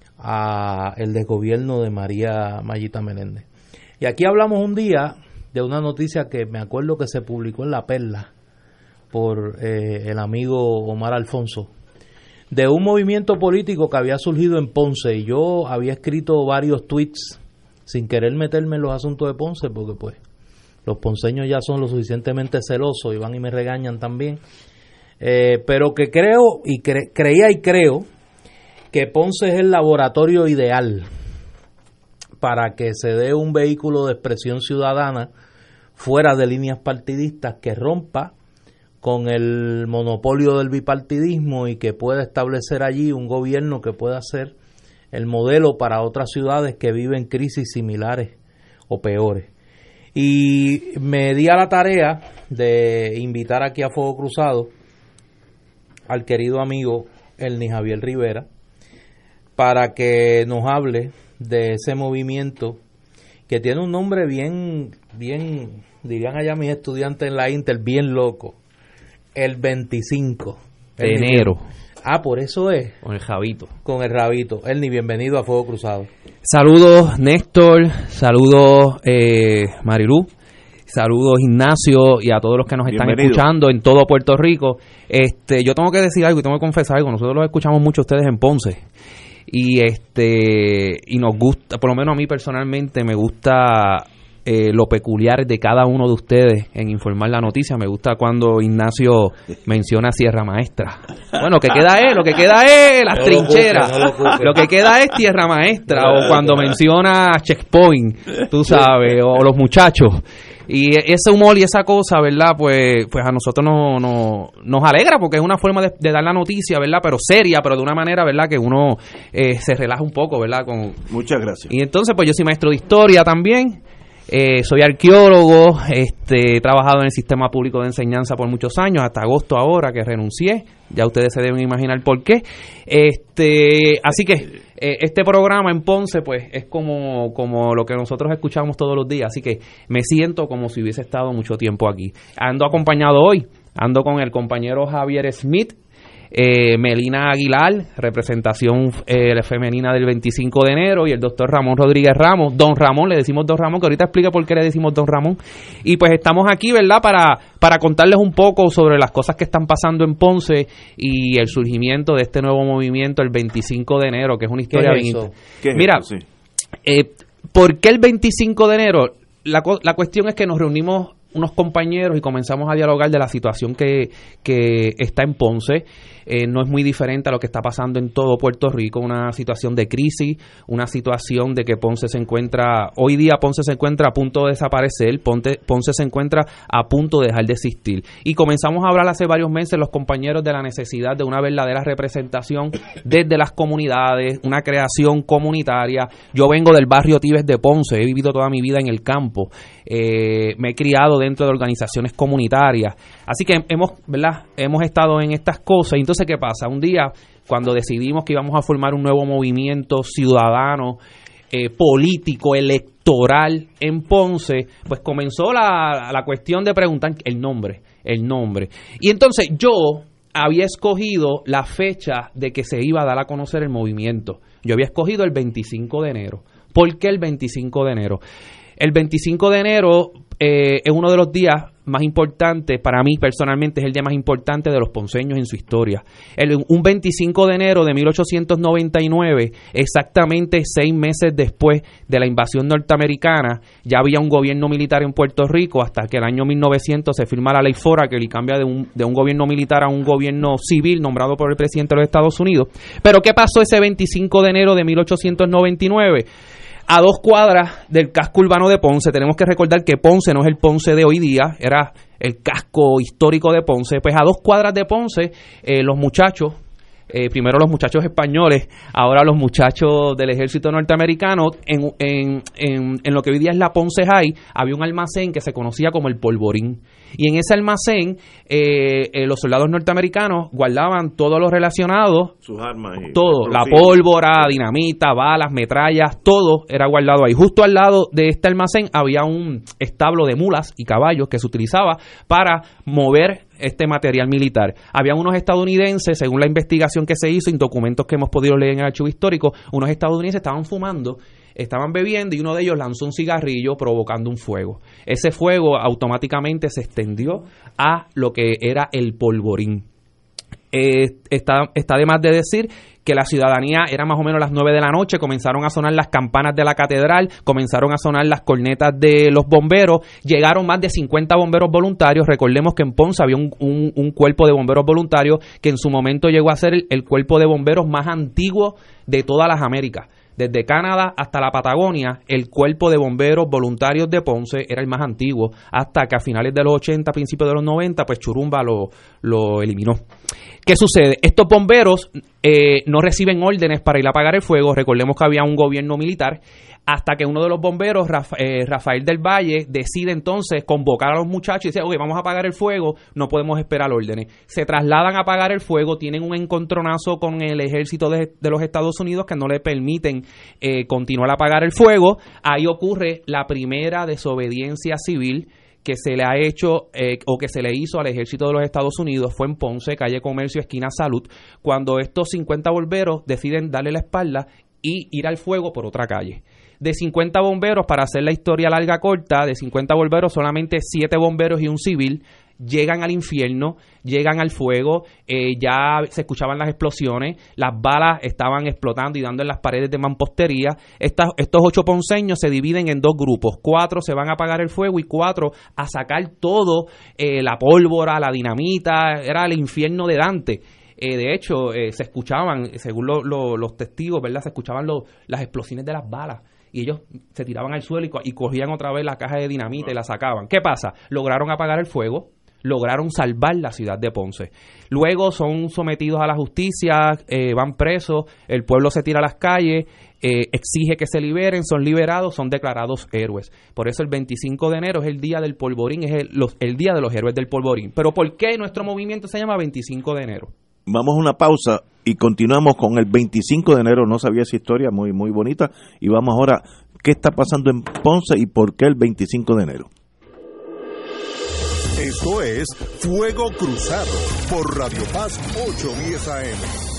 a el desgobierno de María Mayita Meléndez. Y aquí hablamos un día de una noticia que me acuerdo que se publicó en La Perla por el amigo Omar Alfonso, de un movimiento político que había surgido en Ponce, y yo había escrito varios tweets sin querer meterme en los asuntos de Ponce, porque pues los ponceños ya son lo suficientemente celosos y van y me regañan también, pero que creo y creía y creo que Ponce es el laboratorio ideal para que se dé un vehículo de expresión ciudadana fuera de líneas partidistas que rompa con el monopolio del bipartidismo y que pueda establecer allí un gobierno que pueda ser el modelo para otras ciudades que viven crisis similares o peores. Y me di a la tarea de invitar aquí a Fuego Cruzado al querido amigo Elni Javier Rivera para que nos hable de ese movimiento que tiene un nombre bien, dirían allá mis estudiantes en la Inter, bien loco. El 25 de enero. Ah, por eso es. Con el Javito. Con el Rabito. Elni, bienvenido a Fuego Cruzado. Saludos, Néstor. Saludos, Marilú. Saludos, Ignacio, y a todos los que nos están escuchando en todo Puerto Rico. Yo tengo que decir algo y tengo que confesar algo. Nosotros los escuchamos mucho a ustedes en Ponce. Y nos gusta, por lo menos a mí personalmente, me gusta lo peculiar de cada uno de ustedes en informar la noticia. Me gusta cuando Ignacio menciona Sierra Maestra. Bueno, lo que queda es las trincheras. Lo que queda es Tierra Maestra. O cuando menciona Checkpoint, tú sabes, o los muchachos. Y ese humor y esa cosa, ¿verdad? Pues a nosotros nos alegra, porque es una forma de dar la noticia, ¿verdad? Pero seria, pero de una manera, ¿verdad? Que uno se relaja un poco, ¿verdad? Muchas gracias. Y entonces, pues yo soy maestro de historia también. Soy arqueólogo, he trabajado en el sistema público de enseñanza por muchos años, hasta agosto ahora que renuncié. Ya ustedes se deben imaginar por qué. Así que este programa en Ponce pues es como lo que nosotros escuchamos todos los días, así que me siento como si hubiese estado mucho tiempo aquí. Ando acompañado hoy, ando con el compañero Javier Smith, Melina Aguilar, representación femenina del 25 de enero, y el doctor Ramón Rodríguez Ramos, Don Ramón, le decimos Don Ramón, que ahorita explica por qué le decimos Don Ramón. Y pues estamos aquí, ¿verdad?, para contarles un poco sobre las cosas que están pasando en Ponce y el surgimiento de este nuevo movimiento el 25 de enero, que es una historia bien. Mira, ¿por qué el 25 de enero? La cuestión es que nos reunimos unos compañeros y comenzamos a dialogar de la situación que está en Ponce. No es muy diferente a lo que está pasando en todo Puerto Rico, una situación de crisis, una situación de que hoy día Ponce se encuentra a punto de desaparecer, Ponce se encuentra a punto de dejar de existir. Y comenzamos a hablar hace varios meses los compañeros de la necesidad de una verdadera representación desde las comunidades, una creación comunitaria. Yo vengo del barrio Tibes de Ponce, he vivido toda mi vida en el campo, me he criado dentro de organizaciones comunitarias, así que hemos estado en estas cosas. Y entonces, ¿qué pasa? Un día, cuando decidimos que íbamos a formar un nuevo movimiento ciudadano, político, electoral en Ponce, pues comenzó la cuestión de preguntar el nombre. Y entonces yo había escogido la fecha de que se iba a dar a conocer el movimiento. Yo había escogido el 25 de enero. ¿Por qué el 25 de enero? El 25 de enero es uno de los días más importantes, para mí personalmente es el día más importante de los ponceños en su historia. Un 25 de enero de 1899, exactamente 6 meses después de la invasión norteamericana, ya había un gobierno militar en Puerto Rico, hasta que el año 1900 se firma la ley Foraker y cambia de un gobierno militar a un gobierno civil nombrado por el presidente de los Estados Unidos. Pero ¿qué pasó ese 25 de enero de 1899? A 2 cuadras del casco urbano de Ponce, tenemos que recordar que Ponce no es el Ponce de hoy día, era el casco histórico de Ponce. Pues a 2 cuadras de Ponce, los muchachos primero los muchachos españoles, ahora los muchachos del ejército norteamericano, en lo que hoy día es la Ponce High, había un almacén que se conocía como el Polvorín. Y en ese almacén, los soldados norteamericanos guardaban todo lo relacionado, sus armas, todo, la pólvora, dinamita, balas, metrallas, todo era guardado ahí. Justo al lado de este almacén había un establo de mulas y caballos que se utilizaba para mover este material militar. Había unos estadounidenses, según la investigación que se hizo, en documentos que hemos podido leer en el archivo histórico, unos estadounidenses estaban fumando, estaban bebiendo, y uno de ellos lanzó un cigarrillo provocando un fuego. Ese fuego automáticamente se extendió a lo que era el Polvorín. Está de más de decir que la ciudadanía, era más o menos las 9 de la noche, comenzaron a sonar las campanas de la catedral, comenzaron a sonar las cornetas de los bomberos, llegaron más de 50 bomberos voluntarios. Recordemos que en Ponce había un cuerpo de bomberos voluntarios que en su momento llegó a ser el cuerpo de bomberos más antiguo de todas las Américas. Desde Canadá hasta la Patagonia, el cuerpo de bomberos voluntarios de Ponce era el más antiguo, hasta que a finales de los 80, principios de los 90, pues Churumba lo eliminó. ¿Qué sucede? Estos bomberos no reciben órdenes para ir a apagar el fuego. Recordemos que había un gobierno militar, hasta que uno de los bomberos, Rafael del Valle, decide entonces convocar a los muchachos y dice: ok, vamos a apagar el fuego, no podemos esperar órdenes. Se trasladan a apagar el fuego, tienen un encontronazo con el ejército de los Estados Unidos que no le permiten continuar a apagar el fuego. Ahí ocurre la primera desobediencia civil que se le ha hecho o que se le hizo al ejército de los Estados Unidos. Fue en Ponce, calle Comercio, esquina Salud, cuando estos 50 bomberos deciden darle la espalda y ir al fuego por otra calle. De 50 bomberos, para hacer la historia larga corta, de 50 bomberos, solamente 7 bomberos y un civil llegan al infierno, llegan al fuego. Ya se escuchaban las explosiones, las balas estaban explotando y dando en las paredes de mampostería. Estos 8 ponceños se dividen en 2 grupos, 4 se van a apagar el fuego y 4 a sacar todo, la pólvora, la dinamita. Era el infierno de Dante. De hecho, se escuchaban, según los testigos, ¿verdad? Se escuchaban las explosiones de las balas. Y ellos se tiraban al suelo y cogían otra vez la caja de dinamita y la sacaban. ¿Qué pasa? Lograron apagar el fuego, lograron salvar la ciudad de Ponce. Luego son sometidos a la justicia, van presos, el pueblo se tira a las calles, exige que se liberen, son liberados, son declarados héroes. Por eso el 25 de enero es el día del Polvorín, es el día de los héroes del Polvorín. Pero ¿por qué nuestro movimiento se llama 25 de enero? Vamos a una pausa y continuamos con el 25 de enero. No sabía esa historia, muy, muy bonita. Y vamos ahora, ¿qué está pasando en Ponce y por qué el 25 de enero? Esto es Fuego Cruzado por Radio Paz 810 AM.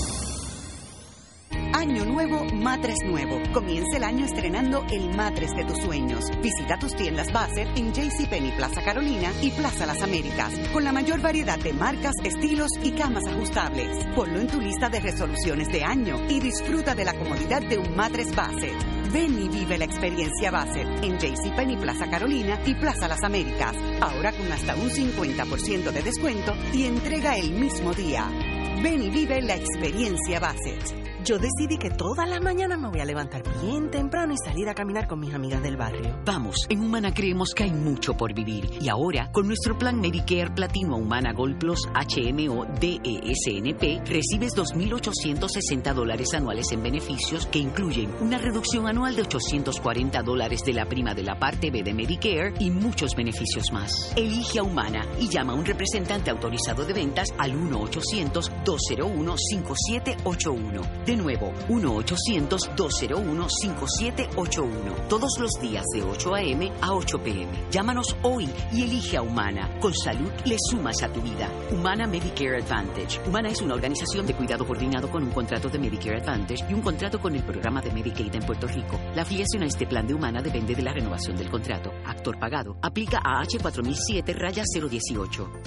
Año nuevo, matres nuevo. Comienza el año estrenando el matres de tus sueños. Visita tus tiendas Bassett en JCPenney, Plaza Carolina y Plaza Las Américas, con la mayor variedad de marcas, estilos y camas ajustables. Ponlo en tu lista de resoluciones de año y disfruta de la comodidad de un matres Bassett. Ven y vive la experiencia Bassett en JCPenney, Plaza Carolina y Plaza Las Américas. Ahora con hasta un 50% de descuento y entrega el mismo día. Ven y vive la experiencia Bassett. Yo decidí que todas las mañanas me voy a levantar bien temprano y salir a caminar con mis amigas del barrio. Vamos, en Humana creemos que hay mucho por vivir. Y ahora, con nuestro plan Medicare Platino Humana Gold Plus HMO DESNP, recibes $2,860 anuales en beneficios que incluyen una reducción anual de $840 de la prima de la parte B de Medicare y muchos beneficios más. Elige a Humana y llama a un representante autorizado de ventas al 1-800-201-5781. De nuevo, 1-800-201-5781. Todos los días de 8 a.m. a 8 p.m. Llámanos hoy y elige a Humana. Con salud le sumas a tu vida. Humana Medicare Advantage. Humana es una organización de cuidado coordinado con un contrato de Medicare Advantage y un contrato con el programa de Medicaid en Puerto Rico. La afiliación a este plan de Humana depende de la renovación del contrato. Actor pagado. Aplica a H4007-018.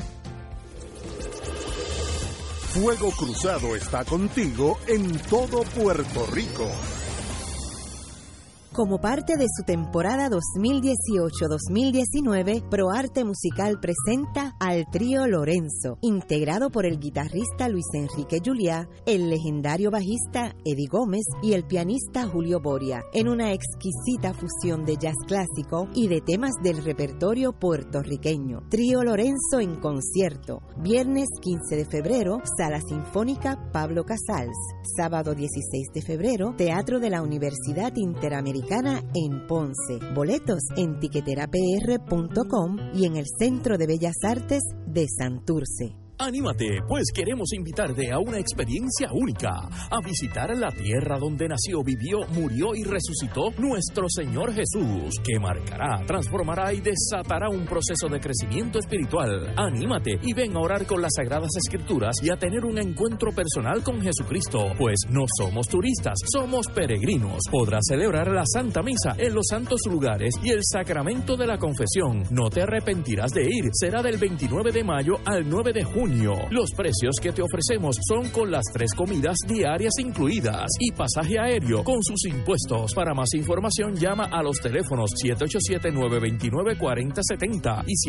Fuego Cruzado está contigo en todo Puerto Rico. Como parte de su temporada 2018-2019, ProArte Musical presenta al trío Lorenzo, integrado por el guitarrista Luis Enrique Juliá, el legendario bajista Eddie Gómez y el pianista Julio Boria, en una exquisita fusión de jazz clásico y de temas del repertorio puertorriqueño. Trío Lorenzo en concierto, viernes 15 de febrero, Sala Sinfónica Pablo Casals, sábado 16 de febrero, Teatro de la Universidad Interamericana en Ponce. Boletos en tiqueterapr.com y en el Centro de Bellas Artes de Santurce. Anímate, pues queremos invitarte a una experiencia única, a visitar la tierra donde nació, vivió, murió y resucitó nuestro Señor Jesús, que marcará, transformará y desatará un proceso de crecimiento espiritual. Anímate y ven a orar con las Sagradas Escrituras y a tener un encuentro personal con Jesucristo, pues no somos turistas, somos peregrinos. Podrás celebrar la Santa Misa en los santos lugares y el sacramento de la confesión. No te arrepentirás de ir, será del 29 de mayo al 9 de junio. Los precios que te ofrecemos son con las 3 comidas diarias incluidas y pasaje aéreo con sus impuestos. Para más información llama a los teléfonos 787-929-4070 y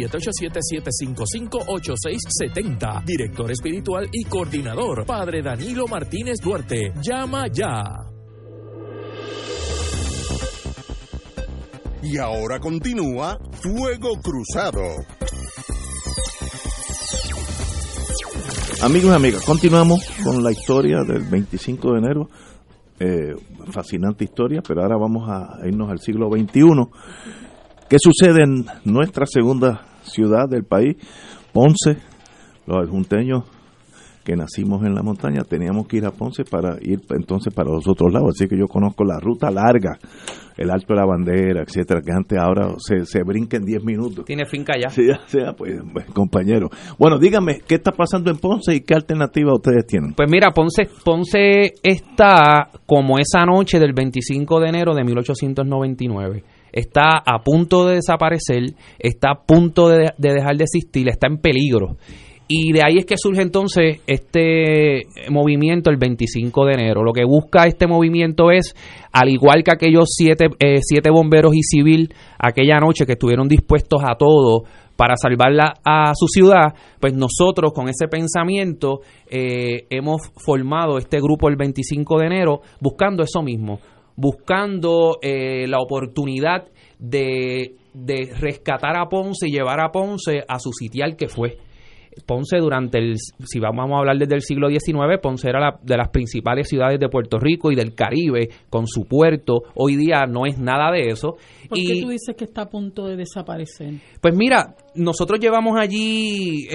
787-755-8670. Director espiritual y coordinador, Padre Danilo Martínez Duarte. Llama ya. Y ahora continúa Fuego Cruzado. Amigos y amigas, continuamos con la historia del 25 de enero, fascinante historia, pero ahora vamos a irnos al siglo XXI. ¿Qué sucede en nuestra segunda ciudad del país, Ponce? Los adjunteños que nacimos en la montaña teníamos que ir a Ponce para ir entonces para los otros lados, así que yo conozco la ruta larga, el Alto de la Bandera, etcétera, que antes ahora se brinca en 10 minutos. Tiene finca ya. Sí, pues compañero. Bueno, dígame, ¿qué está pasando en Ponce y qué alternativa ustedes tienen? Pues mira, Ponce está como esa noche del 25 de enero de 1899. Está a punto de desaparecer, está a punto de dejar de existir, está en peligro. Y de ahí es que surge entonces este movimiento el 25 de enero. Lo que busca este movimiento es, al igual que aquellos siete bomberos y civil aquella noche que estuvieron dispuestos a todo para salvarla a su ciudad, pues nosotros con ese pensamiento hemos formado este grupo el 25 de enero buscando eso mismo, buscando la oportunidad de rescatar a Ponce y llevar a Ponce a su sitial que fue. Ponce si vamos a hablar desde el siglo XIX, Ponce era de las principales ciudades de Puerto Rico y del Caribe, con su puerto. Hoy día no es nada de eso. ¿Por qué tú dices que está a punto de desaparecer? Pues mira, nosotros llevamos allí,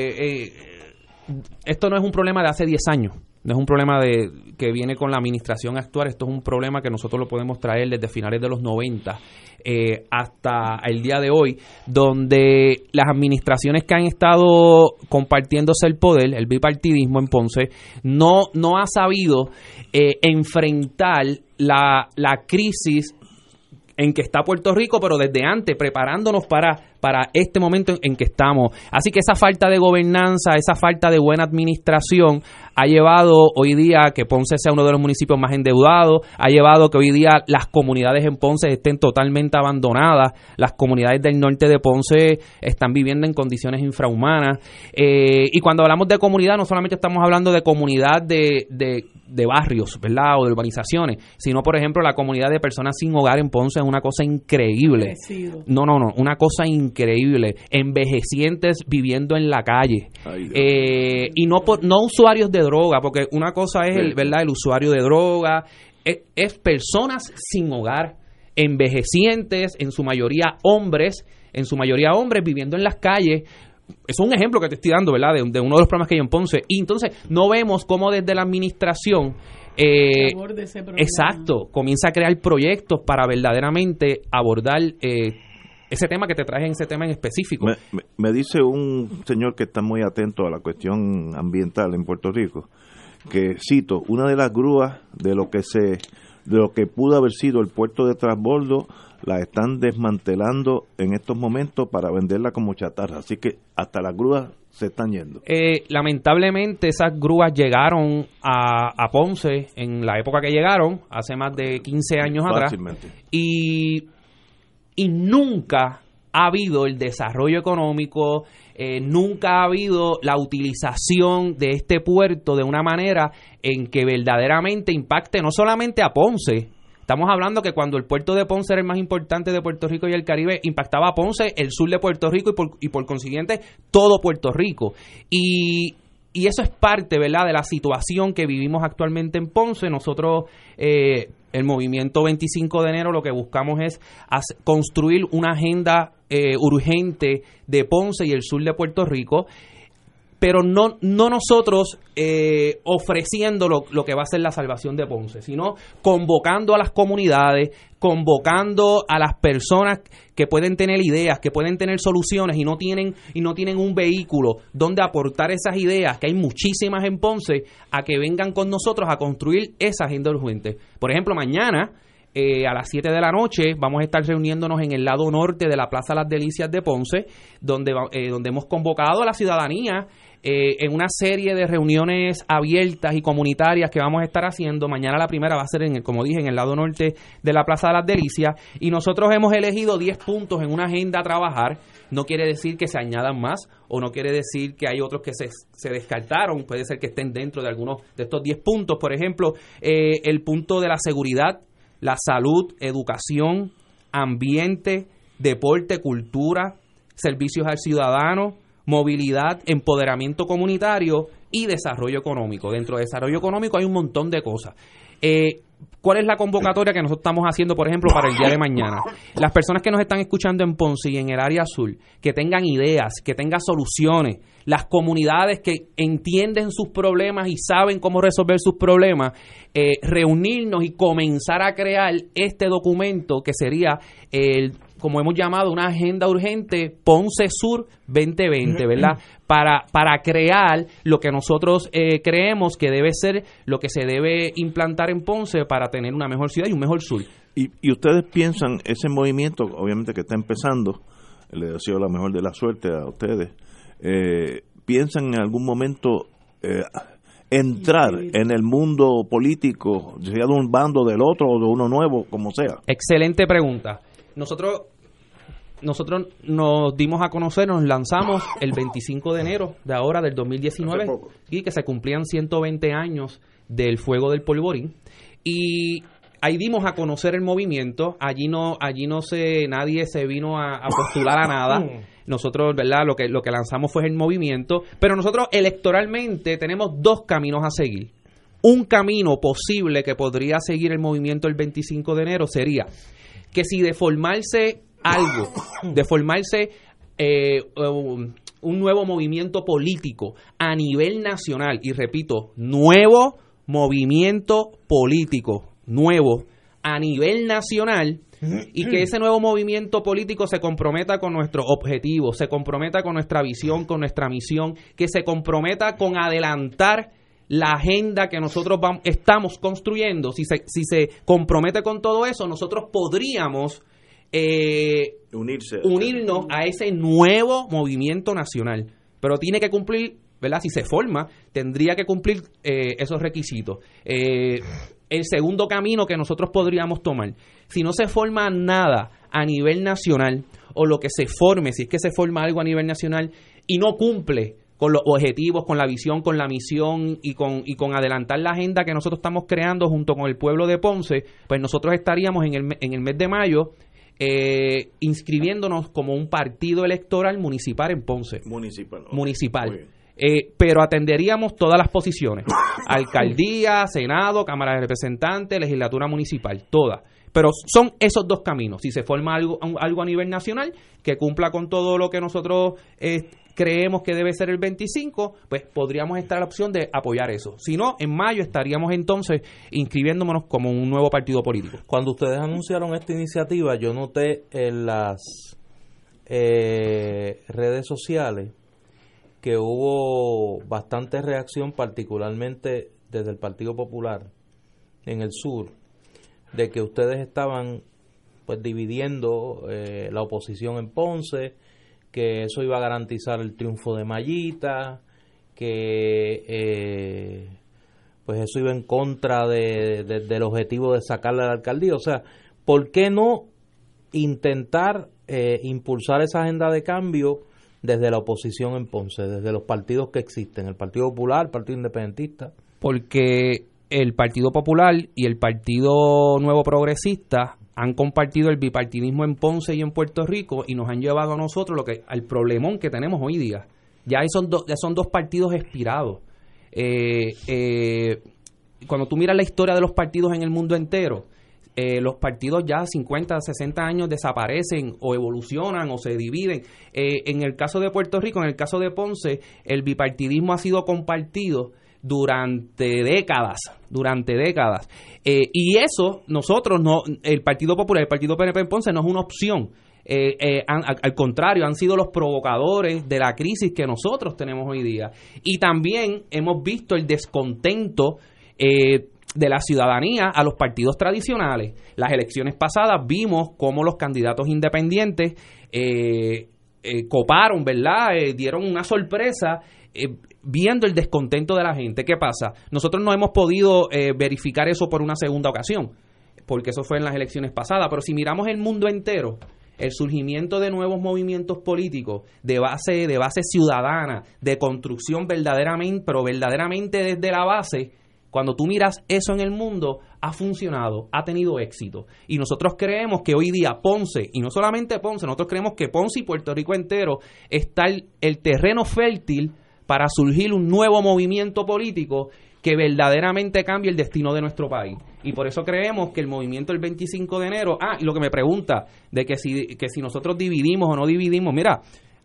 esto no es un problema de hace 10 años. No es un problema que viene con la administración actual, esto es un problema que nosotros lo podemos traer desde finales de los 90 hasta el día de hoy, donde las administraciones que han estado compartiéndose el poder, el bipartidismo en Ponce, no ha sabido enfrentar la crisis en que está Puerto Rico, pero desde antes, preparándonos para este momento en que estamos. Así que esa falta de gobernanza, esa falta de buena administración ha llevado hoy día a que Ponce sea uno de los municipios más endeudados, ha llevado a que hoy día las comunidades en Ponce estén totalmente abandonadas, las comunidades del norte de Ponce están viviendo en condiciones infrahumanas, y cuando hablamos de comunidad no solamente estamos hablando de comunidad de barrios, ¿verdad?, o de urbanizaciones, sino por ejemplo la comunidad de personas sin hogar en Ponce es una cosa increíble. No, una cosa increíble, envejecientes viviendo en la calle. Y no usuarios de droga, porque una cosa es el usuario de droga, es personas sin hogar, envejecientes, en su mayoría hombres viviendo en las calles. Es un ejemplo que te estoy dando, ¿verdad?, de uno de los problemas que hay en Ponce. Y entonces no vemos cómo desde la administración comienza a crear proyectos para verdaderamente abordar ese tema que te traje en ese tema en específico. Me dice un señor que está muy atento a la cuestión ambiental en Puerto Rico, que, cito, una de las grúas de lo que pudo haber sido el puerto de transbordo la están desmantelando en estos momentos para venderla como chatarra, así que hasta las grúas se están yendo. Lamentablemente esas grúas llegaron a Ponce en la época que llegaron, hace más de 15 años Fácilmente. atrás, y nunca ha habido el desarrollo económico, nunca ha habido la utilización de este puerto de una manera en que verdaderamente impacte no solamente a Ponce. Estamos hablando que cuando el puerto de Ponce era el más importante de Puerto Rico y el Caribe, impactaba a Ponce, el sur de Puerto Rico y por consiguiente todo Puerto Rico. Y eso es parte, ¿verdad?, de la situación que vivimos actualmente en Ponce. Nosotros, el movimiento 25 de enero, lo que buscamos es construir una agenda urgente de Ponce y el sur de Puerto Rico, pero no nosotros ofreciendo lo que va a ser la salvación de Ponce, sino convocando a las comunidades, convocando a las personas que pueden tener ideas, que pueden tener soluciones y no tienen un vehículo donde aportar esas ideas, que hay muchísimas en Ponce, a que vengan con nosotros a construir esa agenda urgente. Por ejemplo, mañana a las 7 de la noche vamos a estar reuniéndonos en el lado norte de la Plaza Las Delicias de Ponce, donde hemos convocado a la ciudadanía en una serie de reuniones abiertas y comunitarias que vamos a estar haciendo. Mañana la primera va a ser, como dije, en el lado norte de la Plaza de las Delicias, y nosotros hemos elegido 10 puntos en una agenda a trabajar. No quiere decir que se añadan más, o no quiere decir que hay otros que se descartaron, puede ser que estén dentro de algunos de estos 10 puntos. Por ejemplo, el punto de la seguridad, la salud, educación, ambiente, deporte, cultura, servicios al ciudadano, movilidad, empoderamiento comunitario y desarrollo económico. Dentro de desarrollo económico hay un montón de cosas. ¿Cuál es la convocatoria que nosotros estamos haciendo, por ejemplo, para el día de mañana? Las personas que nos están escuchando en Ponce y en el área azul, que tengan ideas, que tengan soluciones, las comunidades que entienden sus problemas y saben cómo resolver sus problemas, reunirnos y comenzar a crear este documento que sería como hemos llamado, una agenda urgente Ponce Sur 2020, ¿verdad? Para crear lo que nosotros creemos que debe ser lo que se debe implantar en Ponce para tener una mejor ciudad y un mejor sur. Y ustedes piensan, ese movimiento, obviamente que está empezando, le deseo la mejor de la suerte a ustedes, piensan en algún momento entrar en el mundo político, sea de un bando, del otro o de uno nuevo, como sea. Excelente pregunta. Nosotros nos dimos a conocer, nos lanzamos el 25 de enero de ahora, del 2019, y que se cumplían 120 años del fuego del Polvorín, y ahí dimos a conocer el movimiento. Allí no nadie se vino a postular a nada. Nosotros, ¿verdad?, lo que lanzamos fue el movimiento, pero nosotros electoralmente tenemos dos caminos a seguir. Un camino posible que podría seguir el movimiento el 25 de enero sería que si de formarse un nuevo movimiento político a nivel nacional, y repito, nuevo movimiento político, nuevo a nivel nacional, y que ese nuevo movimiento político se comprometa con nuestros objetivos, se comprometa con nuestra visión, con nuestra misión, que se comprometa con adelantar la agenda que nosotros estamos construyendo. Si se compromete con todo eso, nosotros podríamos unirnos a ese nuevo movimiento nacional, pero tiene que cumplir, ¿verdad? Si se forma, tendría que cumplir esos requisitos. El segundo camino que nosotros podríamos tomar, si no se forma nada a nivel nacional, o lo que se forme, si es que se forma algo a nivel nacional y no cumple con los objetivos, con la visión, con la misión y con adelantar la agenda que nosotros estamos creando junto con el pueblo de Ponce, pues nosotros estaríamos en el mes de mayo inscribiéndonos como un partido electoral municipal en Ponce. Municipal. Pero atenderíamos todas las posiciones: alcaldía, senado, cámara de representantes, legislatura municipal, todas. Pero son esos dos caminos. Si se forma algo a nivel nacional que cumpla con todo lo que nosotros creemos que debe ser el 25, pues podríamos estar a la opción de apoyar eso. Si no, en mayo estaríamos entonces inscribiéndonos como un nuevo partido político. Cuando ustedes anunciaron esta iniciativa, yo noté en las redes sociales que hubo bastante reacción, particularmente desde el Partido Popular en el sur, de que ustedes estaban pues dividiendo la oposición en Ponce, que eso iba a garantizar el triunfo de Mayita, que pues eso iba en contra del objetivo de sacarle a la alcaldía. O sea, ¿por qué no intentar impulsar esa agenda de cambio desde la oposición en Ponce, desde los partidos que existen, el Partido Popular, el Partido Independentista? Porque el Partido Popular y el Partido Nuevo Progresista han compartido el bipartidismo en Ponce y en Puerto Rico y nos han llevado a nosotros al problemón que tenemos hoy día. Ya son dos partidos expirados. Cuando tú miras la historia de los partidos en el mundo entero, los partidos ya 50, 60 años desaparecen o evolucionan o se dividen. En el caso de Puerto Rico, en el caso de Ponce, el bipartidismo ha sido compartido durante décadas. Y eso, nosotros, no, el Partido Popular, el Partido PNP en Ponce no es una opción. Al contrario, han sido los provocadores de la crisis que nosotros tenemos hoy día. Y también hemos visto el descontento de la ciudadanía a los partidos tradicionales. Las elecciones pasadas vimos cómo los candidatos independientes coparon, ¿verdad? Dieron una sorpresa viendo el descontento de la gente. ¿Qué pasa? Nosotros no hemos podido verificar eso por una segunda ocasión, porque eso fue en las elecciones pasadas, pero si miramos el mundo entero, el surgimiento de nuevos movimientos políticos de base ciudadana, de construcción verdaderamente desde la base, cuando tú miras eso en el mundo, ha funcionado, ha tenido éxito. Y nosotros creemos que hoy día Ponce, y no solamente Ponce, nosotros creemos que Ponce y Puerto Rico entero está el terreno fértil para surgir un nuevo movimiento político que verdaderamente cambie el destino de nuestro país. Y por eso creemos que el movimiento del 25 de enero... y lo que me pregunta de que si nosotros dividimos o no dividimos, mira,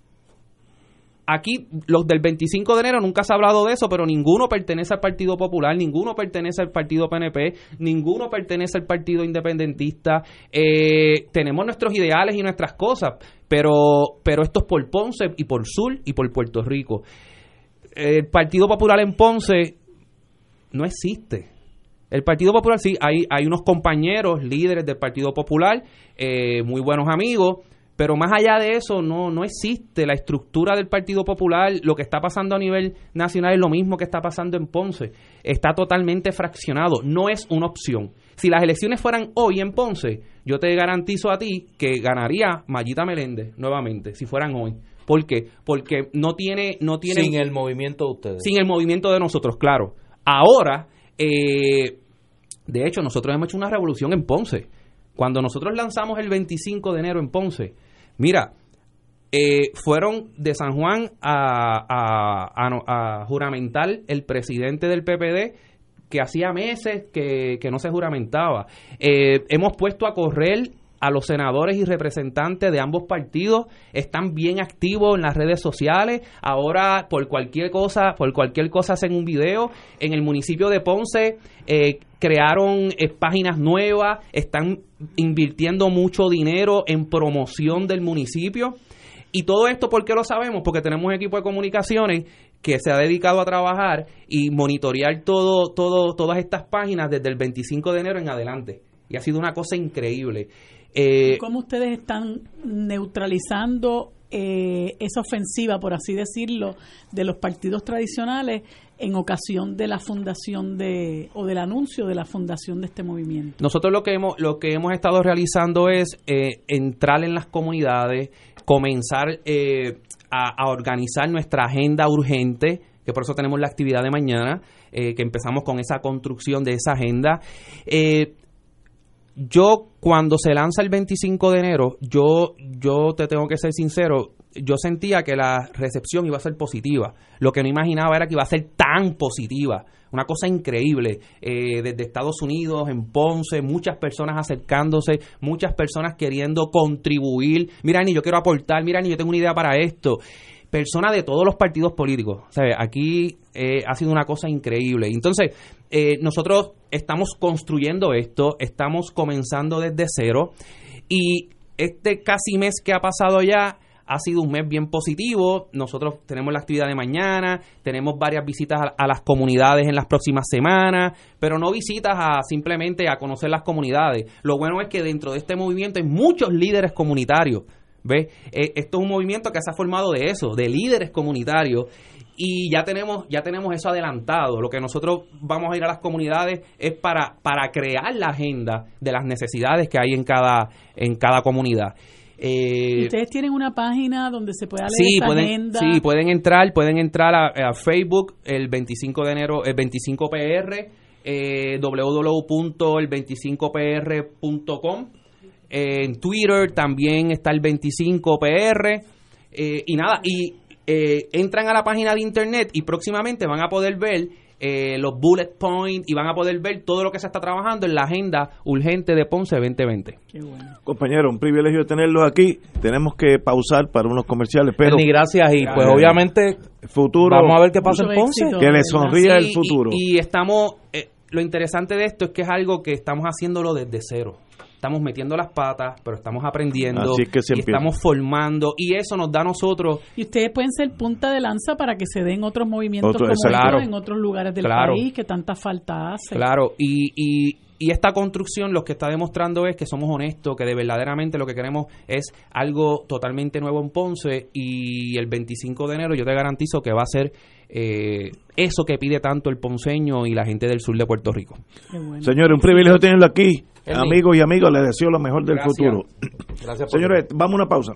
aquí los del 25 de enero nunca se ha hablado de eso, pero ninguno pertenece al Partido Popular, ninguno pertenece al Partido PNP, ninguno pertenece al Partido Independentista. Tenemos nuestros ideales y nuestras cosas, pero esto es por Ponce y por Sur y por Puerto Rico. El Partido Popular en Ponce no existe. El Partido Popular sí, hay unos compañeros líderes del Partido Popular, muy buenos amigos, pero más allá de eso no existe la estructura del Partido Popular. Lo que está pasando a nivel nacional es lo mismo que está pasando en Ponce. Está totalmente fraccionado, no es una opción. Si las elecciones fueran hoy en Ponce, yo te garantizo a ti que ganaría Mayita Meléndez nuevamente, si fueran hoy. ¿Por qué? Porque no tiene sin el movimiento de ustedes. Sin el movimiento de nosotros, claro. Ahora, de hecho, nosotros hemos hecho una revolución en Ponce. Cuando nosotros lanzamos el 25 de enero en Ponce, mira, fueron de San Juan a juramentar el presidente del PPD, que hacía meses que no se juramentaba. Hemos puesto a correr a los senadores y representantes de ambos partidos, están bien activos en las redes sociales. Ahora por cualquier cosa hacen un video. En el municipio de Ponce crearon páginas nuevas, están invirtiendo mucho dinero en promoción del municipio. Y todo esto, ¿por qué lo sabemos? Porque tenemos un equipo de comunicaciones que se ha dedicado a trabajar y monitorear todas estas páginas desde el 25 de enero en adelante. Y ha sido una cosa increíble. ¿Cómo ustedes están neutralizando esa ofensiva, por así decirlo, de los partidos tradicionales en ocasión de la fundación o del anuncio de la fundación de este movimiento? Nosotros lo que hemos estado realizando es entrar en las comunidades, comenzar a organizar nuestra agenda urgente, que por eso tenemos la actividad de mañana, que empezamos con esa construcción de esa agenda. Yo, cuando se lanza el 25 de enero, yo te tengo que ser sincero, yo sentía que la recepción iba a ser positiva. Lo que no imaginaba era que iba a ser tan positiva. Una cosa increíble. Desde Estados Unidos, en Ponce, muchas personas acercándose, muchas personas queriendo contribuir. Mira, ni yo quiero aportar, mira, ni yo tengo una idea para esto. Personas de todos los partidos políticos. ¿Sabes? Aquí ha sido una cosa increíble. Entonces, nosotros estamos construyendo esto, estamos comenzando desde cero, y este casi mes que ha pasado ya ha sido un mes bien positivo. Nosotros tenemos la actividad de mañana, tenemos varias visitas a las comunidades en las próximas semanas, pero no visitas simplemente a conocer las comunidades. Lo bueno es que dentro de este movimiento hay muchos líderes comunitarios, ¿Ves? Esto es un movimiento que se ha formado de eso, de líderes comunitarios, y ya tenemos eso adelantado. Lo que nosotros vamos a ir a las comunidades es para crear la agenda de las necesidades que hay en cada comunidad. ¿Y ustedes tienen una página donde se pueda leer esa agenda? Sí, pueden entrar a Facebook el 25 de enero, el 25PR, www.el25pr.com. En Twitter también está el 25PR, entran a la página de internet y próximamente van a poder ver los bullet points y van a poder ver todo lo que se está trabajando en la agenda urgente de Ponce 2020. Qué bueno. Compañero, un privilegio tenerlos aquí. Tenemos que pausar para unos comerciales, pero gracias, y pues obviamente futuro, vamos a ver qué pasa en Ponce. Que le sonría el futuro. Y estamos, lo interesante de esto es que es algo que estamos haciéndolo desde cero. Estamos metiendo las patas, pero estamos aprendiendo. Así que y estamos formando, y eso nos da a nosotros. Y ustedes pueden ser punta de lanza para que se den otros movimientos como estos en otros lugares del país que tanta falta hace. Claro, y esta construcción lo que está demostrando es que somos honestos, que de verdaderamente lo que queremos es algo totalmente nuevo en Ponce, y el 25 de enero yo te garantizo que va a ser eso que pide tanto el ponceño y la gente del sur de Puerto Rico. Bueno. Señores, un privilegio tenerlo aquí. Amigos y amigas, les deseo lo mejor del futuro. Gracias. Señores, vamos a una pausa.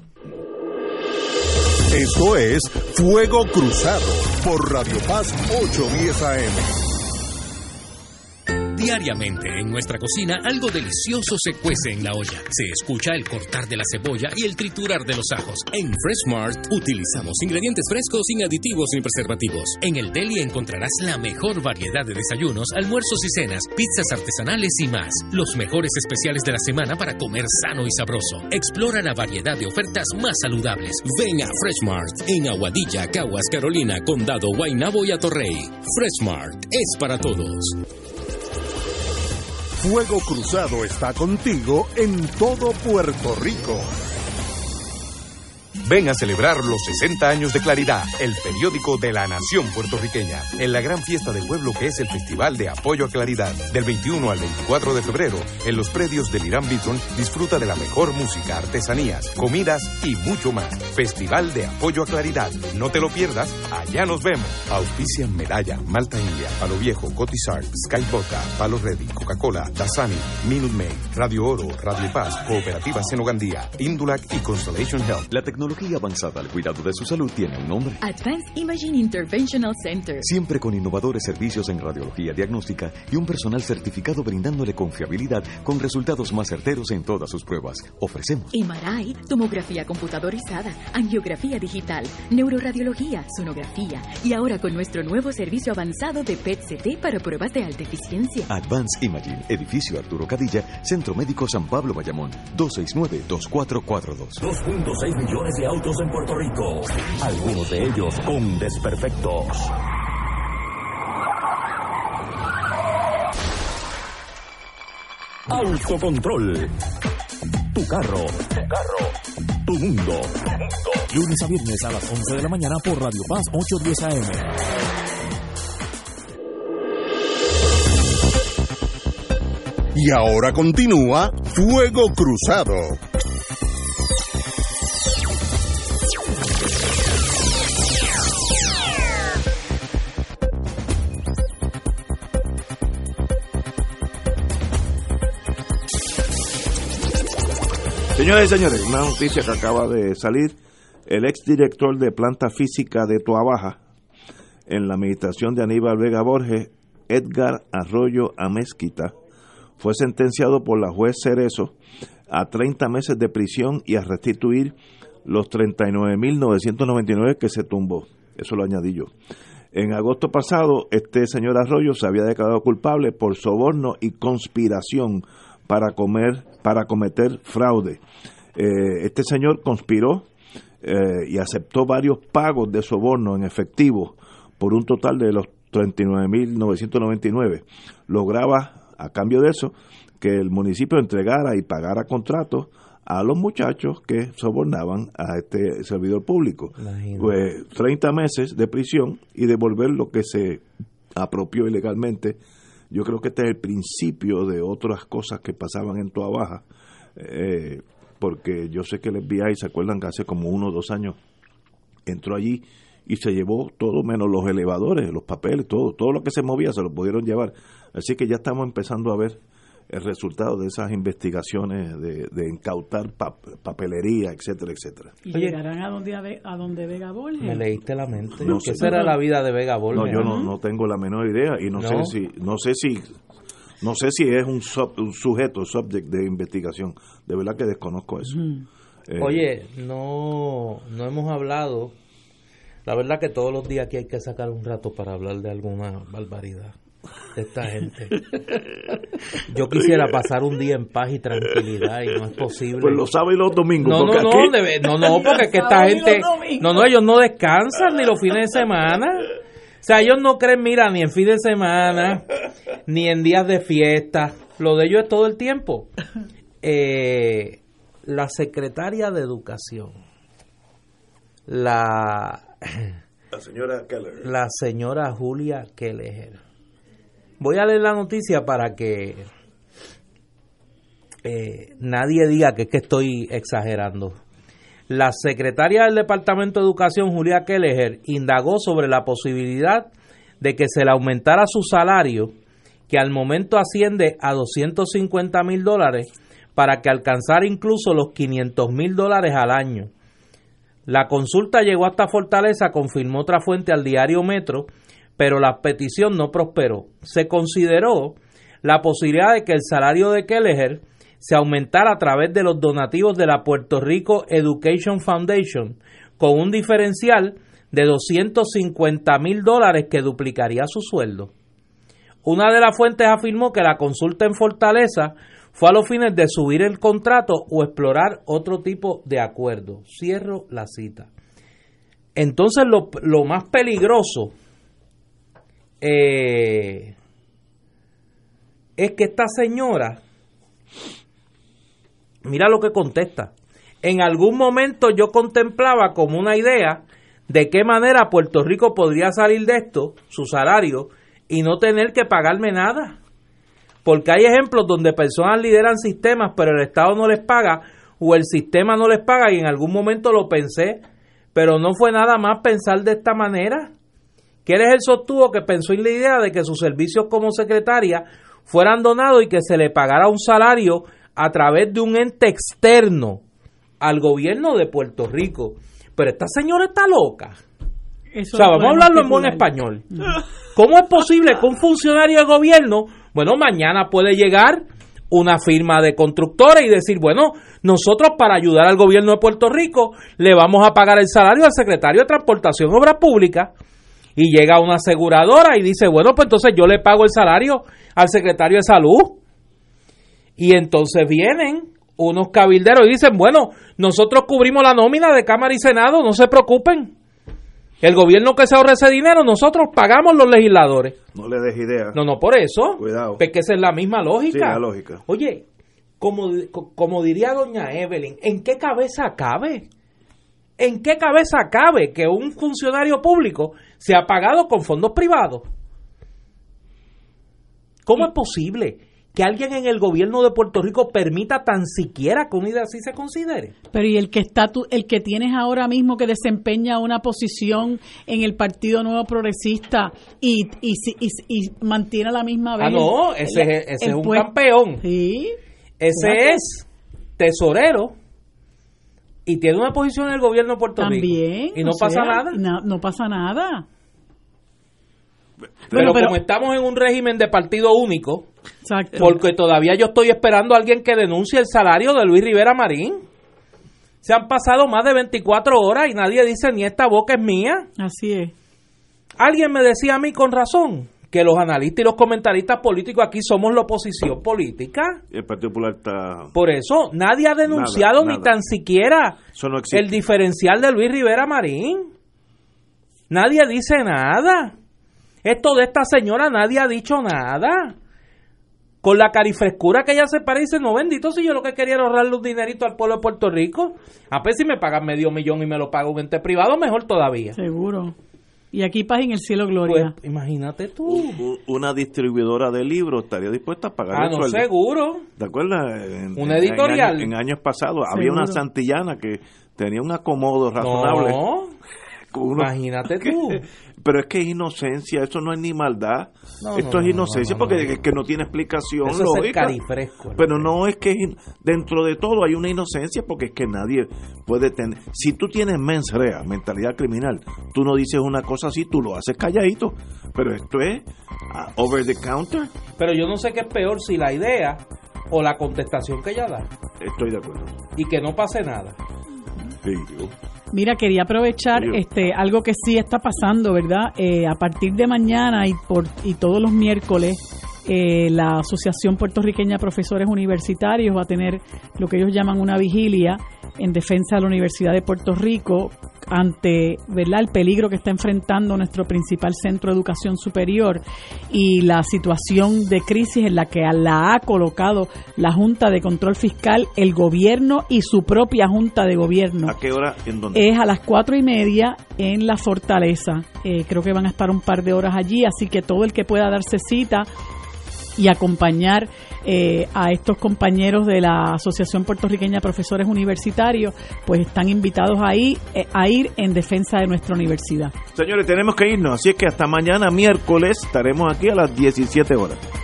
Esto es Fuego Cruzado por Radio Paz 810 AM. Diariamente en nuestra cocina algo delicioso se cuece en la olla. Se escucha el cortar de la cebolla y el triturar de los ajos. En Fresh Mart utilizamos ingredientes frescos sin aditivos ni preservativos. En el deli encontrarás la mejor variedad de desayunos, almuerzos y cenas, pizzas artesanales y más. Los mejores especiales de la semana para comer sano y sabroso. Explora la variedad de ofertas más saludables. Ven a Fresh Mart en Aguadilla, Caguas, Carolina, Condado, Guaynabo y Atorrey. Fresh Mart es para todos. Fuego Cruzado está contigo en todo Puerto Rico. Ven a celebrar los 60 años de Claridad, el periódico de la nación puertorriqueña, en la gran fiesta del pueblo que es el Festival de Apoyo a Claridad. Del 21 al 24 de febrero, en los predios del Irán Bithorn, disfruta de la mejor música, artesanías, comidas y mucho más. Festival de Apoyo a Claridad. No te lo pierdas, allá nos vemos. Auspician Medalla, Malta India, Palo Viejo, Cotizar, Sky Vodka, Palo Ready, Coca-Cola, Dasani, Minute Maid, Radio Oro, Radio Paz, Cooperativa Senogandía, Indulac y Constellation Health. La tecnología avanzada al cuidado de su salud tiene un nombre: Advanced Imaging Interventional Center. Siempre con innovadores servicios en radiología diagnóstica y un personal certificado brindándole confiabilidad con resultados más certeros en todas sus pruebas. Ofrecemos MRI, tomografía computadorizada, angiografía digital, neuroradiología, sonografía, y ahora con nuestro nuevo servicio avanzado de PET-CT para pruebas de alta eficiencia. Advanced Imaging, edificio Arturo Cadilla, Centro Médico San Pablo Bayamón, 269-2442. 2.6 millones de autos en Puerto Rico, algunos de ellos con desperfectos. Autocontrol. Tu carro. Tu mundo. Lunes a viernes a las 11 de la mañana por Radio Paz 810 AM. Y ahora continúa Fuego Cruzado. Señoras y señores, una noticia que acaba de salir. El exdirector de Planta Física de Toabaja, en la administración de Aníbal Vega Borges, Edgar Arroyo Amezquita, fue sentenciado por la juez Cerezo a 30 meses de prisión y a restituir los 39.999 que se tumbó. Eso lo añadí yo. En agosto pasado, este señor Arroyo se había declarado culpable por soborno y conspiración para cometer fraude. Este señor conspiró y aceptó varios pagos de soborno en efectivo por un total de los 39.999. Lograba, a cambio de eso, que el municipio entregara y pagara contratos a los muchachos que sobornaban a este servidor público. Pues 30 meses de prisión y devolver lo que se apropió ilegalmente. Yo creo que este es el principio de otras cosas que pasaban en Toabaja. porque yo sé que el FBI, ¿se acuerdan que hace como 1 o 2 años entró allí y se llevó todo menos los elevadores, los papeles, todo lo que se movía se lo pudieron llevar? Así que ya estamos empezando a ver el resultado de esas investigaciones de incautar papelería, etcétera, etcétera. ¿Y llegarán a donde Vega Borges? Me leíste la mente. No ¿Qué sé. será la vida de Vega Borges? No, yo no tengo la menor idea y no sé si es un sujeto, subject de investigación. De verdad que desconozco eso. Oye, no hemos hablado. La verdad que todos los días aquí hay que sacar un rato para hablar de alguna barbaridad de esta gente. Yo quisiera pasar un día en paz y tranquilidad y no es posible. Pues los sábados y los domingos. No, porque es que esta gente, ellos no descansan ni los fines de semana. O sea, ellos no creen, mira, ni en fin de semana, ni en días de fiesta. Lo de ellos es todo el tiempo. La secretaria de Educación, la señora Keller. La señora Julia Keller. Voy a leer la noticia para que nadie diga que es que estoy exagerando. La secretaria del Departamento de Educación, Julia Keller, indagó sobre la posibilidad de que se le aumentara su salario, que al momento asciende a $250,000, para que alcanzara incluso los $500,000 al año. La consulta llegó hasta Fortaleza, confirmó otra fuente al diario Metro, pero la petición no prosperó. Se consideró la posibilidad de que el salario de Keller se aumentara a través de los donativos de la Puerto Rico Education Foundation, con un diferencial de $250,000 que duplicaría su sueldo. Una de las fuentes afirmó que la consulta en Fortaleza fue a los fines de subir el contrato o explorar otro tipo de acuerdo. Cierro la cita. Entonces lo más peligroso es que esta señora, mira lo que contesta: en algún momento yo contemplaba como una idea de qué manera Puerto Rico podría salir de esto, su salario, y no tener que pagarme nada. Porque hay ejemplos donde personas lideran sistemas, pero el Estado no les paga o el sistema no les paga, y en algún momento lo pensé, pero no fue nada más pensar de esta manera. Keller sostuvo que pensó en la idea de que sus servicios como secretaria fueran donados y que se le pagara un salario a través de un ente externo al gobierno de Puerto Rico. Pero esta señora está loca. Eso, o sea, vamos a hablarlo en buen español. ¿Cómo es posible que un funcionario de gobierno, bueno, mañana puede llegar una firma de constructores y decir, bueno, nosotros para ayudar al gobierno de Puerto Rico le vamos a pagar el salario al secretario de Transportación y Obras Públicas, y llega una aseguradora y dice, bueno, pues entonces yo le pago el salario al secretario de Salud, y entonces vienen unos cabilderos y dicen, bueno, nosotros cubrimos la nómina de Cámara y Senado, no se preocupen. El gobierno que se ahorre ese dinero, nosotros pagamos los legisladores. No le des idea. No, por eso. Cuidado. Es que esa es la misma lógica. Sí, la lógica. Oye, como diría doña Evelyn, ¿en qué cabeza cabe? ¿En qué cabeza cabe que un funcionario público sea pagado con fondos privados? ¿Cómo es posible que alguien en el gobierno de Puerto Rico permita tan siquiera que una idea así se considere? Pero y el que tienes ahora mismo que desempeña una posición en el Partido Nuevo Progresista y mantiene la misma vez. No, ese es un campeón. Sí. Ese es tesorero y tiene una posición en el gobierno de Puerto Rico. Y no pasa nada. No pasa nada. Pero como estamos en un régimen de partido único, exacto, porque todavía yo estoy esperando a alguien que denuncie el salario de Luis Rivera Marín. Se han pasado más de 24 horas y nadie dice ni esta boca es mía. Así es. Alguien me decía a mí con razón que los analistas y los comentaristas políticos aquí somos la oposición política. El Partido Popular está... Por eso nadie ha denunciado nada. Ni tan siquiera eso no existe. El diferencial de Luis Rivera Marín. Nadie dice nada. Esto de esta señora nadie ha dicho nada. Con la carifrescura que ella se parece, no, bendito, si yo lo que quería era ahorrarle un dinerito al pueblo de Puerto Rico. A ver si me pagan $500,000 y me lo paga un ente privado, mejor todavía. Seguro. Y aquí paz en el cielo, gloria. Pues, imagínate tú. Una distribuidora de libros estaría dispuesta a pagar el sueldo. Seguro. ¿Te acuerdas? Una editorial. En años pasados había una santillana que tenía un acomodo razonable. Imagínate tú. Pero es que es inocencia, eso no es ni maldad. Esto es inocencia porque es que no tiene explicación eso lógica. Es el carifresco, pero no es que dentro de todo hay una inocencia porque es que nadie puede tener. Si tú tienes mens rea, mentalidad criminal, tú no dices una cosa así, tú lo haces calladito. Pero esto es over the counter. Pero yo no sé qué es peor, si la idea o la contestación que ella da. Estoy de acuerdo. Y que no pase nada. Sí, Mira, quería aprovechar algo que sí está pasando, ¿verdad? A partir de mañana y todos los miércoles, la Asociación Puertorriqueña de Profesores Universitarios va a tener lo que ellos llaman una vigilia en defensa de la Universidad de Puerto Rico ante, ¿verdad?, el peligro que está enfrentando nuestro principal centro de educación superior y la situación de crisis en la que la ha colocado la Junta de Control Fiscal, el gobierno y su propia Junta de Gobierno. ¿A qué hora? ¿En dónde? Es a las 4:30 en la Fortaleza. Creo que van a estar un par de horas allí, así que todo el que pueda darse cita y acompañar a estos compañeros de la Asociación Puertorriqueña de Profesores Universitarios, pues están invitados a ir en defensa de nuestra universidad. Señores, tenemos que irnos, así es que hasta mañana miércoles estaremos aquí a las 17 horas.